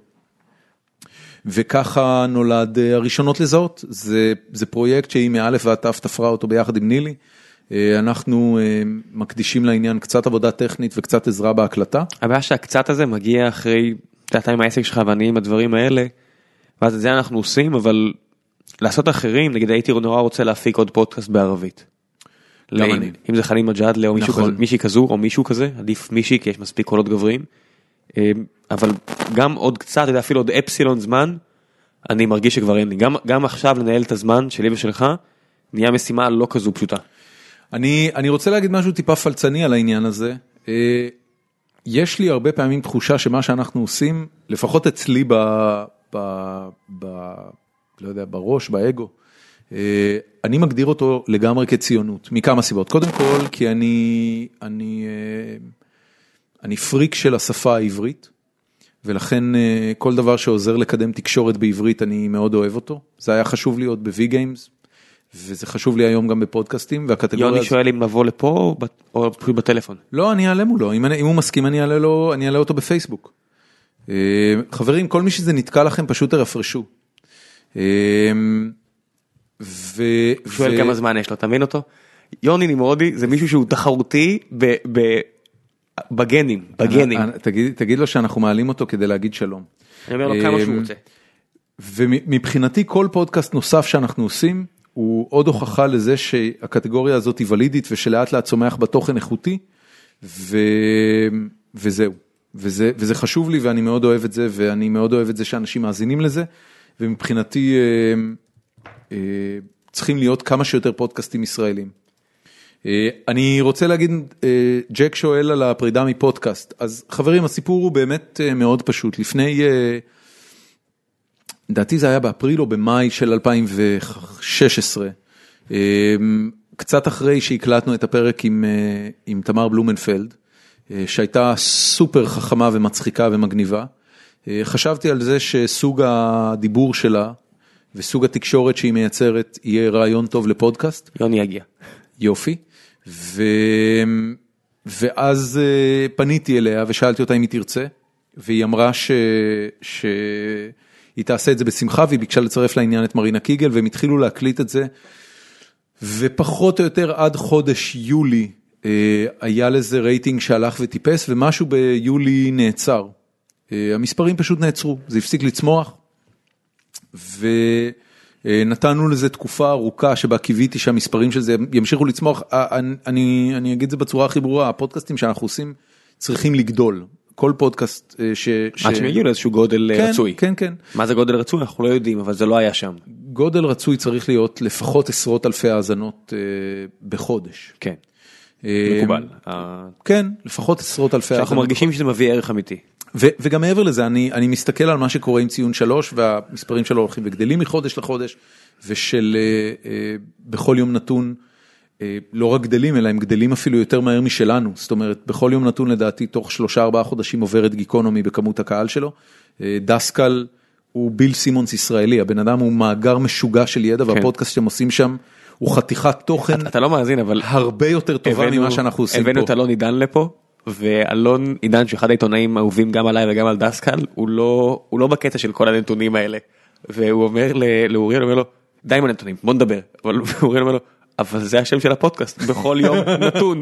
וככה נולד הראשונות לזהות, זה פרויקט שהיא מאלף ועד תף תפרה אותו ביחד עם נילי, אנחנו מקדישים לעניין קצת עבודה טכנית וקצת עזרה בהקלטה. הבעיה שהקצת הזה מגיע אחרי, אתה עם העסק שלך ואני עם הדברים האלה, ואז את זה אנחנו עושים, אבל לעשות אחרים, נגיד הייתי נורא רוצה להפיק עוד פודקאסט בערבית. אם זה חלים מג'אדלה או מישהי כזו או מישהו כזה, עדיף מישהי כי יש מספיק קולות גבריים, אבל גם עוד קצת, אפילו עוד אפסילון זמן, אני מרגיש שכבר אין לי, גם עכשיו לנהל את הזמן שלי ושלך, נהיה משימה לא כזו פשוטה. אני רוצה להגיד משהו טיפה פלצני על העניין הזה, יש לי הרבה פעמים תחושה שמה שאנחנו עושים, לפחות אצלי לא יודע, בראש, באגו, אני מגדיר אותו לגמרי כציונות, מכמה סיבות. קודם כל, כי אני פריק של השפה העברית, ולכן כל דבר שעוזר לקדם תקשורת בעברית, אני מאוד אוהב אותו. זה היה חשוב לי עוד ב-V Games, וזה חשוב לי היום גם בפודקאסטים, והקטגוריה... יוני שואל אם לבוא לפה או פשוט בטלפון. לא, אני אעלה מולו. אם הוא מסכים, אני אעלה אותו בפייסבוק. חברים, כל מי שזה נתקע לכם, פשוט תרפרשו. שואל כמה זמן יש לו, תאמין אותו? יוני נמרודי זה מישהו שהוא תחרותי בגנים. תגיד לו שאנחנו מעלים אותו כדי להגיד שלום. אני אומר לו כמה שהוא רוצה. ומבחינתי כל פודקאסט נוסף שאנחנו עושים, הוא עוד הוכחה לזה שהקטגוריה הזאת היא ולידית, ושלאט לאט צומח בתוכן איכותי, וזהו. וזה חשוב לי, ואני מאוד אוהב את זה, ואני מאוד אוהב את זה שאנשים מאזינים לזה, ומבחינתי צריכים להיות כמה שיותר פודקאסטים ישראלים. אני רוצה להגיד, ג'ק שואל על הפרידה מפודקאסט, אז חברים, הסיפור הוא באמת מאוד פשוט. לפני, דעתי זה היה באפריל או במאי של 2016, קצת אחרי שהקלטנו את הפרק עם תמר בלומנפלד, שהייתה סופר חכמה ומצחיקה ומגניבה, חשבתי על זה שסוג הדיבור שלה, וסוג התקשורת שהיא מייצרת, יהיה רעיון טוב לפודקאסט. יוני יגיע. יופי. ואז פניתי אליה ושאלתי אותה אם היא תרצה, והיא אמרה שהיא תעשה את זה בשמחה, והיא ביקשה לצרף לעניין את מרינה קיגל, והם התחילו להקליט את זה, ופחות או יותר עד חודש יולי, היה לזה רייטינג שהלך וטיפס, ומשהו ביולי נעצר. המספרים פשוט נעצרו, זה הפסיק לצמוח, ונתנו לזה תקופה ארוכה שבה קיוויתי שהמספרים של זה ימשיכו לצמוח. אני אגיד זה בצורה הכי ברורה, הפודקאסטים שאנחנו עושים צריכים לגדול. כל פודקאסט עד שהם יגיעו לאיזשהו גודל רצוי. כן, כן. מה זה גודל רצוי? אנחנו לא יודעים, אבל זה לא היה שם. גודל רצוי צריך להיות לפחות עשרות אלפי האזנות בחודש. כן. מקובל. כן, לפחות עשרות אלפי האזנות. אנחנו מרגישים שזה מביא ערך אמיתי. וגם מעבר לזה, אני מסתכל על מה שקורה עם ציון 3, והמספרים שלו הולכים וגדלים מחודש לחודש, ושל בכל יום נתון, לא רק גדלים, אלא הם גדלים אפילו יותר מהר משלנו. זאת אומרת, בכל יום נתון לדעתי, תוך 3-4 חודשים עובר את גיקונומי בכמות הקהל שלו. דסקל הוא ביל סימונס ישראלי, הבן אדם הוא מאגר משוגע של ידע, והפודקאסט שהם עושים שם, הוא חתיכת תוכן. אתה לא מאזין, אבל הרבה יותר טובה ממה שאנחנו עושים פה. הבאנו את אלון עידן לפה. ואלון עידן שאחד העיתונאים האהובים גם עליי וגם על דסקל, הוא לא בקטע של כל הנתונים האלה, והוא אומר לאוריאל, אומר לו, די עם הנתונים, בוא נדבר, אבל אוריאל אומר לו, אבל זה השם של הפודקאסט, בכל יום נתון.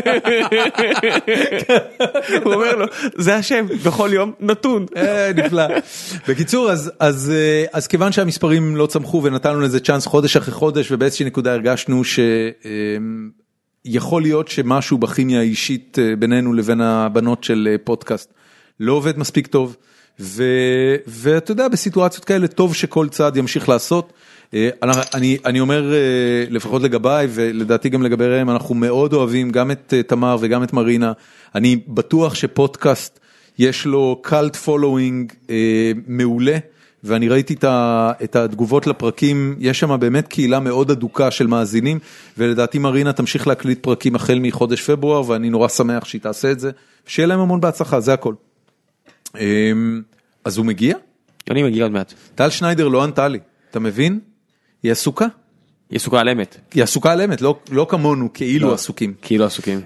הוא אומר לו, זה השם, בכל יום נתון. נפלא. בקיצור, אז כיוון שהמספרים לא צמחו ונתנו לזה צ'אנס חודש אחרי חודש, ובאיזושהי נקודה הרגשנו שיכול להיות שמשהו בכימיה האישית בינינו לבין הבנות של פודקאסט לא עובד מספיק טוב, ואתה יודע, בסיטואציות כאלה טוב שכל צעד ימשיך לעשות. אני אומר לפחות לגביי ולדעתי גם לגבי רם, אנחנו מאוד אוהבים גם את תמר וגם את מרינה. אני בטוח שפודקאסט יש לו קולט פולואינג מעולה, ואני ראיתי את התגובות לפרקים, יש שם באמת קהילה מאוד אדוקה של מאזינים, ולדעתי מרינה תמשיך להקליט פרקים החל מחודש פברואר, ואני נורא שמח שהיא תעשה את זה, שיהיה להם המון בהצלחה, זה הכל. אז הוא מגיע? אני מגיע עוד מעט. טל שניידר לא ענתה לי, אתה מבין? היא עסוקה. היא עסוקה על אמת. היא עסוקה על אמת, לא כמונו, כאילו עסוקים. כאילו עסוקים.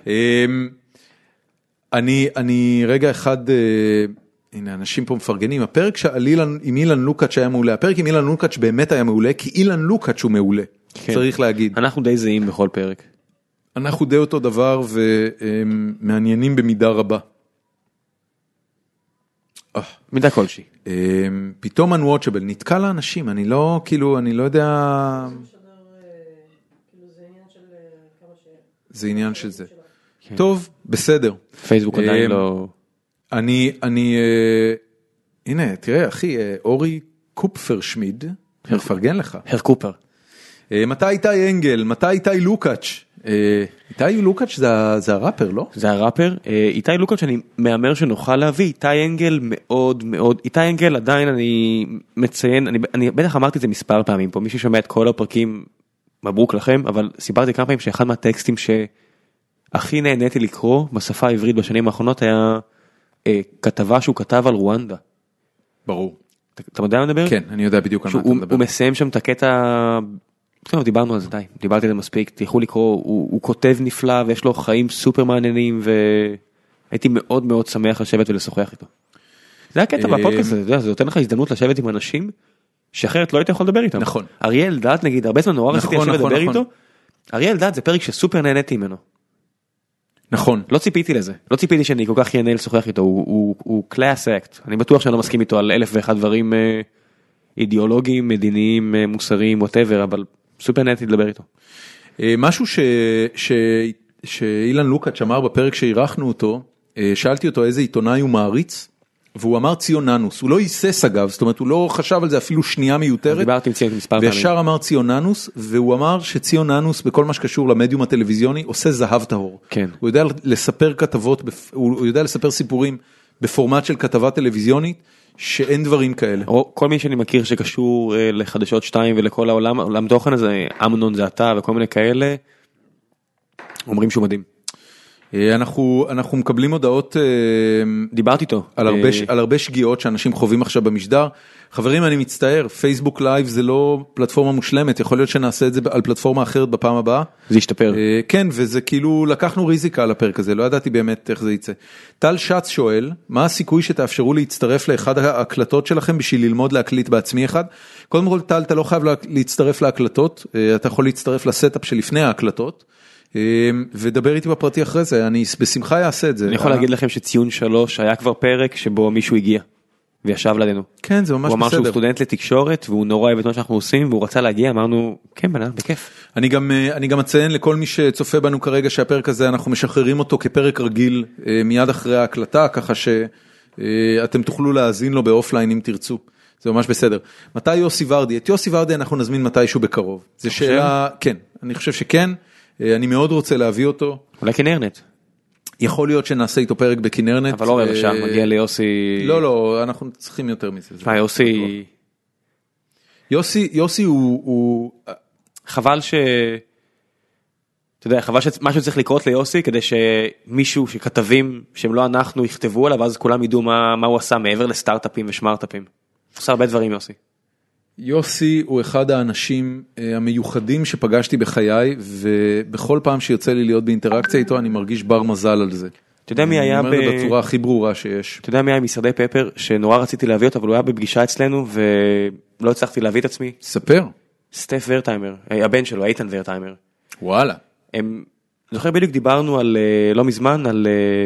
אני רגע אחד, הנה אנשים פה מפרגנים, הפרק עם אילן לוקאץ' היה מעולה, הפרק עם אילן לוקאץ' באמת היה מעולה, כי אילן לוקאץ' הוא מעולה, צריך להגיד. אנחנו די זהים בכל פרק. אנחנו די אותו דבר ומעניינים במידה רבה. מידה כלשהי. פתאום unwatchable, נתקע לאנשים, אני לא יודע... זה עניין של זה. טוב, בסדר. פייסבוק עדיין לא... הנה, תראה אחי, אורי קופפרשמיד, מפרגן לך. הר קופר. מתי איתי אנגל, מתי איתי לוקאץ'? איתי לוקאץ' זה הראפר, לא? זה הראפר. איתי לוקאץ' אני מאמר שנוכל להביא, איתי אנגל מאוד מאוד, איתי אנגל עדיין אני מציין, אני בטח אמרתי את זה מספר פעמים פה, מי ששומע את כל הפרקים, מברוק לכם, אבל סיפרתי כמה פעמים שאחד מהטקסטים שהכי נהניתי לקרוא בשפה העברית בשנים האחרונות היה כתבה שהוא כתב על רואנדה. ברור. אתה יודע מה מדבר? כן, אני יודע בדיוק על מה אתה מדבר. הוא מסיים שם את הקטע... דיברנו על זה, די, דיברתי על זה מספיק, תלכו לקרוא, הוא כותב נפלא ויש לו חיים סופר מעניינים והייתי מאוד מאוד שמח לשבת ולשוחח איתו. זה הקטע בפודקאסט, זה נותן לך הזדמנות לשבת עם אנשים שאחרת לא היית יכול לדבר איתם. נכון. אריה אלדד נגיד, הרבה זמן נורא רציתי לשבת לדבר איתו, אריה אלדד זה פרק שסופר נהניתי ממנו. נכון. לא ציפיתי לזה, לא ציפיתי שאני כל כך ייהנה לשוחח איתו, הוא קלאס אקט, אני בטוח שאני לא מסכים איתו על 1001 דברים אידיאולוגיים, מדיניים, מוסריים, whatever, אבל סופר נהניתי לדבר איתו. משהו שאילן לוקאץ' אמר בפרק שעירכנו אותו, שאלתי אותו איזה עיתונאי הוא מעריץ, והוא אמר ציוננוס, הוא לא היסס אגב, זאת אומרת הוא לא חשב על זה אפילו שנייה מיותרת, דיברתי עם ציון מספר פעמים. וישר אמר ציוננוס, והוא אמר שציוננוס בכל מה שקשור למדיום הטלוויזיוני עושה זהב טהור. כן. הוא יודע לספר כתבות, הוא יודע לספר סיפורים בפורמט של כתבה טלוויזיונית, שאין דברים כאלה. או כל מי שאני מכיר שקשור לחדשות 2 ולכל העולם, עולם תוכן הזה, אמנון זה אתה וכל מיני כאלה, אומרים שהוא מדהים. אנחנו מקבלים הודעות, דיברתי איתו, על הרבה שגיאות שאנשים חווים עכשיו במשדר. חברים, אני מצטער, פייסבוק לייב זה לא פלטפורמה מושלמת, יכול להיות שנעשה את זה על פלטפורמה אחרת בפעם הבאה. זה ישתפר. כן, וזה כאילו, לקחנו ריזיקה על הפרק הזה, לא ידעתי באמת איך זה יצא. טל שץ שואל, מה הסיכוי שתאפשרו להצטרף לאחד ההקלטות שלכם בשביל ללמוד להקליט בעצמי אחד? קודם כל, טל, אתה לא חייב להצטרף להקלטות, אתה יכול להצטרף לסטאפ שלפני ההקלטות. ודבר איתי בפרטי אחרי זה, אני בשמחה יעשה את זה. אני יכול להגיד לכם שציון 3 היה כבר פרק שבו מישהו הגיע וישב לידינו. כן, זה ממש בסדר. הוא אמר שהוא סטודנט לתקשורת והוא נורא אוהב את מה שאנחנו עושים והוא רצה להגיע, אמרנו כן בנה, בכיף. אני גם אציין לכל מי שצופה בנו כרגע שהפרק הזה אנחנו משחררים אותו כפרק רגיל מיד אחרי ההקלטה, ככה שאתם תוכלו להאזין לו באופליין אם תרצו. זה ממש בסדר. מתי יוסי ורדי? את יוסי ורדי אנחנו נזמין מתישהו בקרוב. זה שאלה, כן, אני חושב שכן. אני מאוד רוצה להביא אותו. אולי כנרנט. יכול להיות שנעשה איתו פרק בכנרנט. אבל לא רבע שעה, מגיע ליוסי... לא, אנחנו צריכים יותר מזה. יוסי הוא... חבל אתה יודע, חבל שמשהו צריך לקרות ליוסי, כדי שמישהו שכתבים שהם לא אנחנו יכתבו עליו, ואז כולם ידעו מה הוא עשה מעבר לסטארט-אפים ושמארט-אפים. עושה הרבה דברים יוסי. יוסי הוא אחד האנשים המיוחדים שפגשתי בחיי, ובכל פעם שיוצא לי להיות באינטראקציה איתו, אני מרגיש בר מזל על זה. אתה יודע מי היה אני אומר את זה בצורה הכי ברורה שיש. אתה יודע מי היה משרדי פפר, שנורא רציתי להביא אותו, אבל הוא היה בפגישה אצלנו, ולא הצלחתי להביא את עצמי. ספר. סטף ורטיימר, הבן שלו, איתן ורטיימר. וואלה. אני זוכר בדיוק דיברנו על, לא מזמן, על,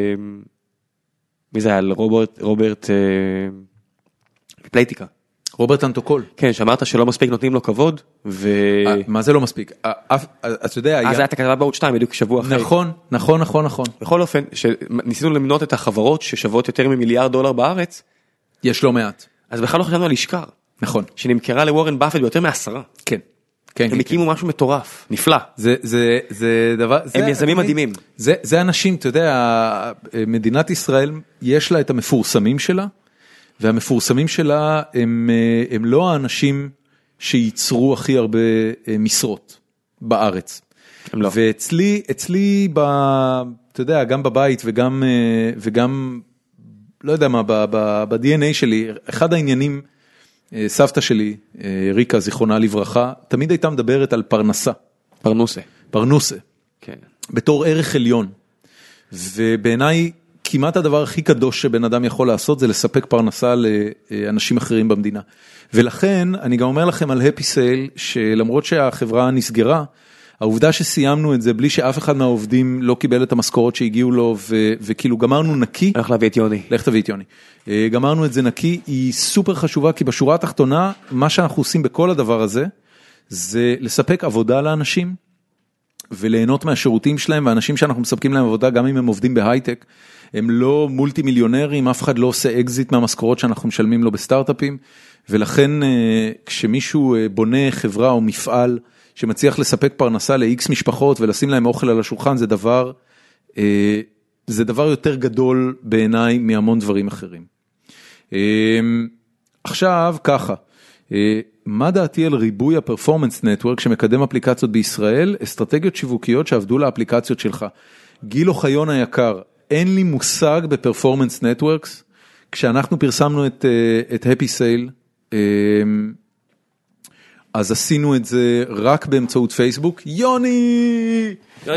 מי זה היה? על רוברט פלייטיקה. רוברט אנטוקול. כן, שאמרת שלא מספיק נותנים לו כבוד, מה זה לא מספיק? אתה יודע, אז הייתה כתבה בעוד 2 בדיוק שבוע אחרי. נכון. בכל אופן, ניסינו למנות את החברות ששוות יותר מ$1 מיליארד בארץ. יש לא מעט. אז בכלל לא חשבנו על אשקר. נכון. שנמכרה לוורן באפט ביותר מ10. כן. הם הקימו משהו מטורף, נפלא. זה דבר... הם יזמים מדהימים. זה אנשים, אתה יודע, מדינת ישראל יש לה את המפורסמים שלה, והמפורסמים שלה הם לא האנשים שייצרו הכי הרבה משרות בארץ. הם לא. ואצלי, אתה יודע, גם בבית וגם, לא יודע מה, ב-DNA שלי, אחד העניינים, סבתא שלי, ריקה, זיכרונה לברכה, תמיד הייתה מדברת על פרנסה. פרנוסה. כן. בתור ערך עליון. ובעיניי, כמעט הדבר הכי קדוש שבן אדם יכול לעשות, זה לספק פרנסה לאנשים אחרים במדינה. ולכן, אני גם אומר לכם על Happy Sale, שלמרות שהחברה נסגרה, העובדה שסיימנו את זה בלי שאף אחד מהעובדים לא קיבל את המשכורות שהגיעו לו, וכאילו גמרנו נקי. לך להביא את יוני. לך תביא את יוני. גמרנו את זה נקי, היא סופר חשובה, כי בשורה התחתונה, מה שאנחנו עושים בכל הדבר הזה, זה לספק עבודה לאנשים, וליהנות מהשירותים שלהם, ואנשים שאנחנו מספקים להם עבודה, גם אם הם עובדים בהייטק, הם לא מולטי מיליונרים, אף אחד לא עושה אקזיט מהמשכורות שאנחנו משלמים לו בסטארט-אפים, ולכן כשמישהו בונה חברה או מפעל, שמצליח לספק פרנסה ל-X משפחות ולשים להם אוכל על השולחן, זה דבר יותר גדול בעיניי מהמון דברים אחרים. עכשיו ככה, מה דעתי על ריבוי הפרפורמנס נטוורק שמקדם אפליקציות בישראל, אסטרטגיות שיווקיות שעבדו לאפליקציות שלך? גיל אוחיון היקר, אין לי מושג בפרפורמנס נטוורקס, כשאנחנו פרסמנו את Happy Sale, אז עשינו את זה רק באמצעות פייסבוק. יוני,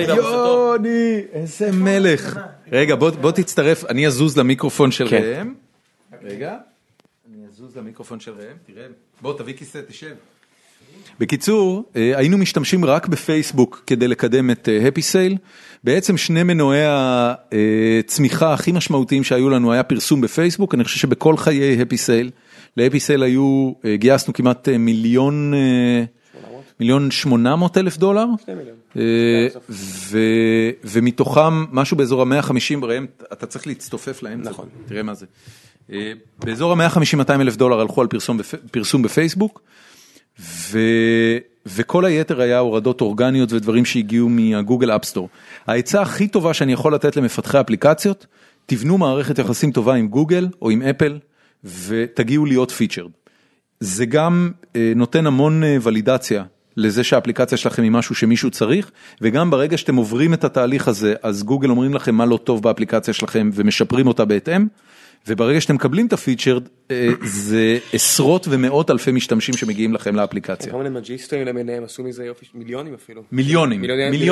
איזה מלך. רגע, בוא תצטרף, אני אזוז למיקרופון של ראם. רגע, אני אזוז למיקרופון של ראם, תראה, בוא תביא כיסא, תשב. בקיצור, היינו משתמשים רק בפייסבוק כדי לקדם את Happy Sale. בעצם שני מנועי הצמיחה הכי משמעותיים שהיו לנו היה פרסום בפייסבוק. אני חושב שבכל חיי Happy Sale, ל-Happy Sale גייסנו כמעט $1,800,000. 2 מיליון. ומתוכם משהו באזור ה-150, ראם, אתה צריך להצטופף לאמצע. נכון. תראה מה זה. באזור ה-150,000-200,000 דולר הלכו על פרסום בפייסבוק, וכל היתר היה הורדות אורגניות ודברים שהגיעו מהגוגל אפסטור. העצה הכי טובה שאני יכול לתת למפתחי אפליקציות, תבנו מערכת יחסים טובה עם גוגל או עם אפל, ותגיעו להיות פיצ'רד. זה גם נותן המון ולידציה לזה שהאפליקציה שלכם היא משהו שמישהו צריך, וגם ברגע שאתם עוברים את התהליך הזה, אז גוגל אומרים לכם מה לא טוב באפליקציה שלכם, ומשפרים אותה בהתאם, וברגע שאתם מקבלים את הפיצ'רד, זה עשרות ומאות אלפי משתמשים שמגיעים לכם לאפליקציה. כמה למג'יסטרים למיניהם עשו מזה יופי, מיליונים אפילו. מיליונים.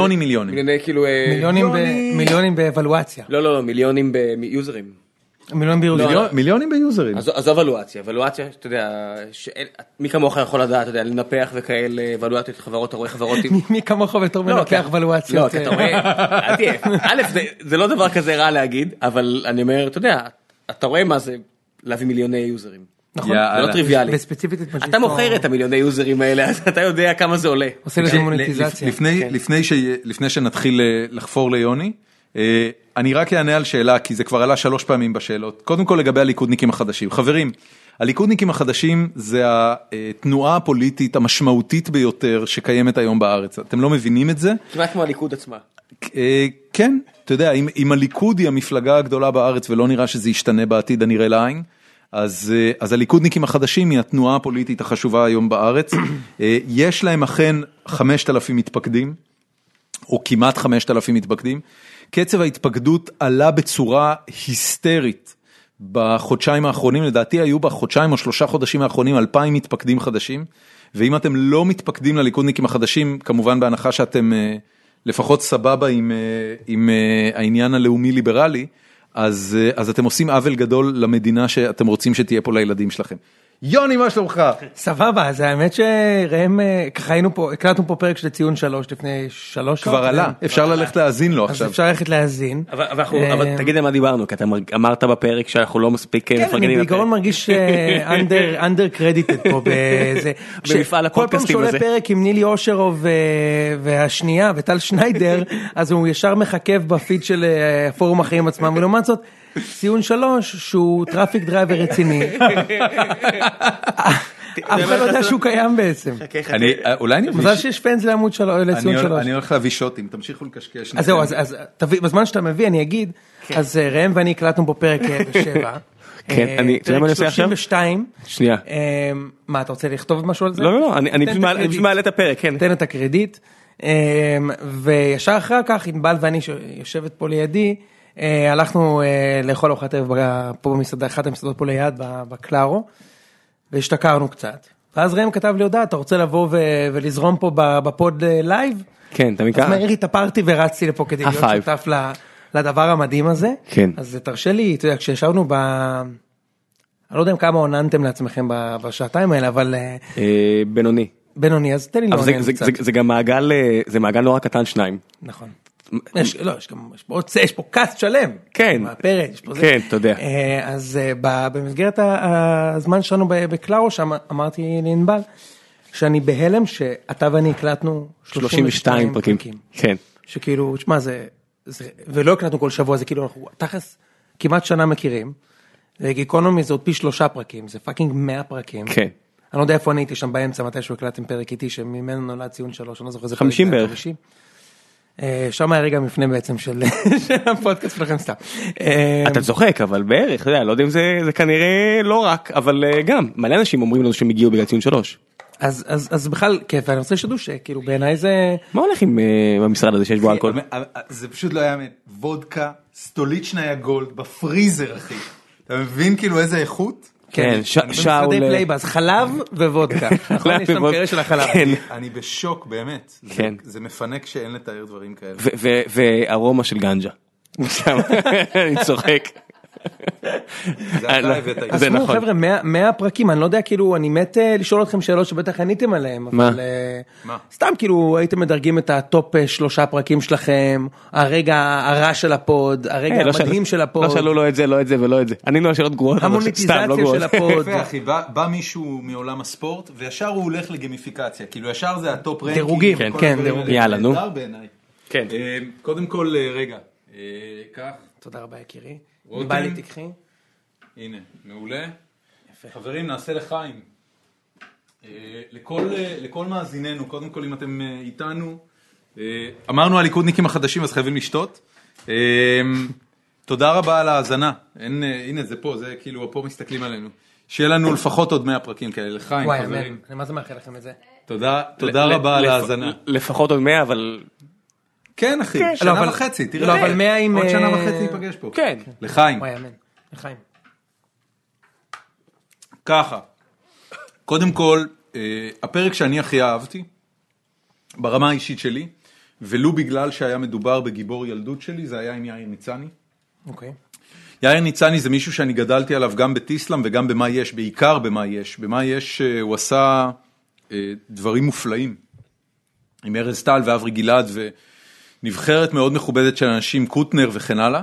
מיליונים באבלואציה. לא, מיליונים ביוזרים. מיליונים ביוזרים. אז אבלואציה, אתה יודע, מי כמוך יכול לדעת, אתה יודע, לנפח וכאלה, אבלואציות חברות, אתה רואה חברות... מי כמוך בתור מנפח אבלואציות? לא, כי אתה רואה, אל תהיה, א', זה לא דבר כזה רע להגיד, אבל אני אומר, אתה יודע, אתה רואה מה זה להביא מיליוני יוזרים. נכון, זה לא טריוויאלי. אתה מוכר את המיליוני יוזרים האלה, אז אתה יודע כמה זה עולה. עושה לזה מוניטיזציה. לפני שנתחיל לחפור ליוני, אני רק אענה על שאלה, כי זה כבר עלה 3 פעמים בשאלות. קודם כל לגבי הליכודניקים החדשים. חברים, הליכודניקים החדשים זה התנועה הפוליטית המשמעותית ביותר שקיימת היום בארץ. אתם לא מבינים את זה? כמעט כמו הליכוד עצמה. כן, אתה יודע, אם הליכוד היא המפלגה הגדולה בארץ ולא נראה שזה ישתנה בעתיד הנראה לעין, אז הליכודניקים החדשים היא התנועה הפוליטית החשובה היום בארץ. יש להם אכן 5,000 מתפקדים, או כמעט 5,000 מתפקדים. קצב ההתפקדות עלה בצורה היסטרית בחודשיים האחרונים, לדעתי היו בחודשיים או 3 חודשים האחרונים 2,000 מתפקדים חדשים, ואם אתם לא מתפקדים לליכודניקים החדשים, כמובן בהנחה שאתם לפחות סבבה עם העניין הלאומי-ליברלי, אז אתם עושים עוול גדול למדינה שאתם רוצים שתהיה פה לילדים שלכם. יוני, מה שלומך? סבבה, אז האמת שראם, ככה היינו פה, הקלטנו פה פרק של ציון 3 לפני 3 שעות. כבר עלה, אפשר ללכת להאזין לו אז עכשיו. אפשר ללכת להאזין. אבל תגיד מה דיברנו, כי אתה אמרת בפרק שאנחנו לא מספיק כן, אני מפרגנים. בעיקרון מרגיש under credited פה בזה. במפעל הפודקאסטים כל פעם הזה. שעולה פרק עם נילי אושרוב והשנייה וטל שניידר, אז הוא ישר מחכב בפיד של פורום החיים עצמם, ולעומת זאת, ציון 3, שהוא טראפיק דרייבר רציני. אף אחד לא יודע שהוא קיים בעצם. אולי אני מזל שיש פנס לעמוד לציון 3. אני הולך להביא שוטים, תמשיכו לקשקש. אז זהו, אז בזמן שאתה מביא אני אגיד, אז ראם ואני הקלטנו פה פרק ב7. כן, אתה יודע מה אני עושה עכשיו? 32. שנייה. מה, אתה רוצה לכתוב משהו על זה? לא, אני פשוט מעלה את הפרק, כן. תן את הקרדיט. וישר אחר כך, ענבל ואני שיושבת פה לידי, הלכנו לאכול ארוחת ערב פה במסעדה, אחת המסעדות פה ליד, בקלארו, והשתכרנו קצת. ואז ראם כתב לי הודעה, אתה רוצה לבוא ולזרום פה בפוד לייב? כן, אתה מכאן? אז מהר התאפרתי ורצתי לפה כדי להיות שותף לדבר המדהים הזה. כן. אז תרשה לי, אתה יודע, כשישבנו אני לא יודע כמה עוננתם לעצמכם בשעתיים האלה, אבל בינוני. בינוני, אז תן לי לעונן קצת. זה גם מעגל נורא קטן 2. נכון. יש פה קאסט שלם. כן. מהפרק, יש פה זה. כן, אתה יודע. אז במסגרת הזמן שלנו בקלארו שם, אמרתי לענבל, שאני בהלם שאתה ואני הקלטנו 32 פרקים. כן. שכאילו, תשמע, ולא הקלטנו כל שבוע, זה כאילו, אנחנו תכלס כמעט שנה מכירים, וגיקונומי זה עוד פי 3 פרקים, זה פאקינג 100 פרקים. כן. אני לא יודע איפה אני הייתי שם באמצע, מתי שהוא הקלטתם פרק איתי, שממנו נולד ציון 3, אני לא זוכר, זה 50 בערך. שם היה רגע מפנה בעצם של הפודקאסט שלכם סתם. אתה צוחק, אבל בערך, לא יודע אם זה כנראה לא רק, אבל גם, מלא אנשים אומרים לנו שהם הגיעו בגלל ציון 3. אז בכלל כיף, ואני רוצה שתדעו שכאילו בעיניי זה... מה הולך עם המשרד הזה שיש בו אלכוהול? זה פשוט לא היה וודקה, סטוליצ'ניה גולד, בפריזר אחי. אתה מבין כאילו איזה איכות? כן, שאול... פלייבאז, חלב ווודקה. נכון, יש שם קרש של החלב. אני בשוק באמת. זה מפנק שאין לתאר דברים כאלה. וארומה של גנג'ה. אני צוחק. אז כמו חבר'ה, 100 פרקים, אני לא יודע, כאילו, אני מת לשאול אתכם שאלות שבטח עניתם עליהם, אבל סתם כאילו הייתם מדרגים את הטופ 3 פרקים שלכם, הרגע הרע של הפוד, הרגע המדהים של הפוד. לא שאלו לא את זה, לא את זה ולא את זה. אני לא שאלות גרועות, המוניטיזציה של הפוד. יפה אחי, בא מישהו מעולם הספורט, וישר הוא הולך לגמיפיקציה, כאילו ישר זה הטופ רנקים. דירוגים, כן, דירוגים. יאללה, נו. כן. קודם כל, רגע, כך. תודה רבה יקירי. רותם. בא לי תקחי. הנה, מעולה. יפה. חברים, נעשה לחיים. לכל מאזיננו, קודם כל אם אתם איתנו, אמרנו הליכודניקים החדשים אז חייבים לשתות. תודה רבה על ההאזנה. הנה זה פה, זה כאילו פה מסתכלים עלינו. שיהיה לנו לפחות עוד 100 פרקים כאלה. לחיים, חברים. אני מה זה מאחל לכם את זה? תודה רבה על ההאזנה. לפחות עוד 100, אבל... כן אחי, שנה וחצי, תראה. לא, אבל 100 עם... עוד שנה וחצי ניפגש פה. כן. לחיים. וואי, אמן. לחיים. ככה, קודם כל, הפרק שאני הכי אהבתי, ברמה האישית שלי, ולו בגלל שהיה מדובר בגיבור ילדות שלי, זה היה עם יאיר ניצני. אוקיי. יאיר ניצני זה מישהו שאני גדלתי עליו גם בטיסלאם וגם במה יש, בעיקר במה יש. במה יש הוא עשה דברים מופלאים, עם ארז טל ואברי גלעד ונבחרת מאוד מכובדת של אנשים, קוטנר וכן הלאה.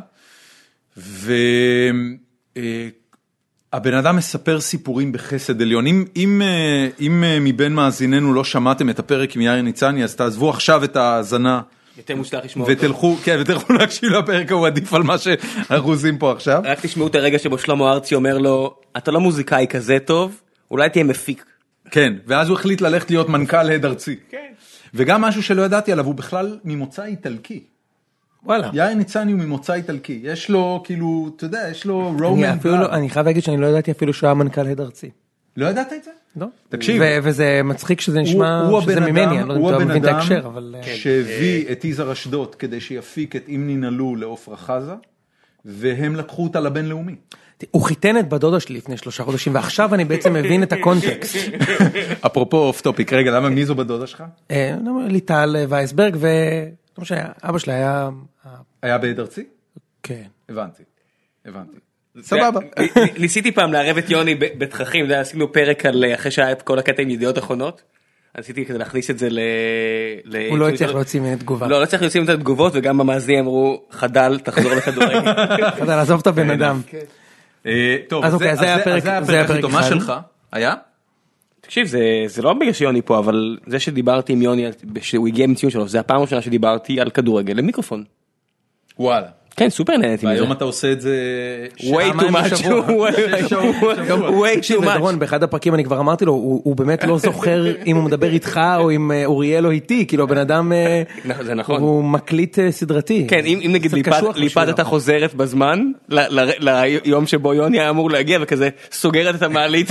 הבן אדם מספר סיפורים בחסד עליון. אם מבין מאזיננו לא שמעתם את הפרק עם יאיר ניצני, אז תעזבו עכשיו את ההאזנה. יותר מושלח לשמוע אותו. ותלכו להקשיב לפרק, הוא עדיף על מה שאנחנו עושים פה עכשיו. רק תשמעו את הרגע שבו שלמה ארצי אומר לו, אתה לא מוזיקאי כזה טוב, אולי תהיה מפיק. כן, ואז הוא החליט ללכת להיות מנכ"ל הד ארצי. כן. וגם משהו שלא ידעתי עליו, הוא בכלל ממוצא איטלקי. וואלה. יאיר ניצני הוא ממוצא איטלקי. יש לו, כאילו, אתה יודע, יש לו רומן. אני חייב להגיד שאני לא ידעתי אפילו שהוא היה מנכ"ל הד ארצי. לא ידעת את זה? לא. תקשיב. וזה מצחיק שזה נשמע שזה ממני, אני לא מבין את ההקשר, אבל... שהביא את יזהר אשדוד כדי שיפיק את אם ננעלו לעופרה חזה, והם לקחו אותה לבינלאומי. הוא חיתן את בדודה שלי לפני 3 חודשים, ועכשיו אני בעצם מבין את הקונטקסט. אפרופו אוף טופיק, רגע, למה מי זו בדודה שלך? ליטל וייסברג, אבא שלי היה... היה בעד ארצי? כן. הבנתי. סבבה. ניסיתי פעם לערב את יוני בתככים, עשינו פרק על אחרי שהיה את כל הקטע עם ידיעות אחרונות, ניסיתי כדי להכניס את זה הוא לא הצליח להוציא ממנו תגובה. לא הצליח להוציא ממנו תגובות, וגם המאזינים אמרו, חדל, תחזור לכדורגל. חדל, עזוב את הבן אדם. טוב, אז אוקיי, זה הפרק הכי טוב. מה שלך? היה? תקשיב, זה לא בגלל שיוני פה, אבל זה שדיברתי עם יוני, שהוא הגיע עם ציון שלו, זה הפעם הראשונה שדיברתי על כדורגל למיקרופון. וואלה. כן, סופר נהניתי מזה. והיום אתה עושה את זה... way too much. way too much. דורון, באחד הפרקים אני כבר אמרתי לו, הוא באמת לא זוכר אם הוא מדבר איתך או עם אוריאל או איתי, כאילו הבן אדם, זה נכון. הוא מקליט סדרתי. כן, אם נגיד ליפת אתה חוזרת בזמן, ליום שבו יוני היה אמור להגיע, וכזה סוגרת את המעלית.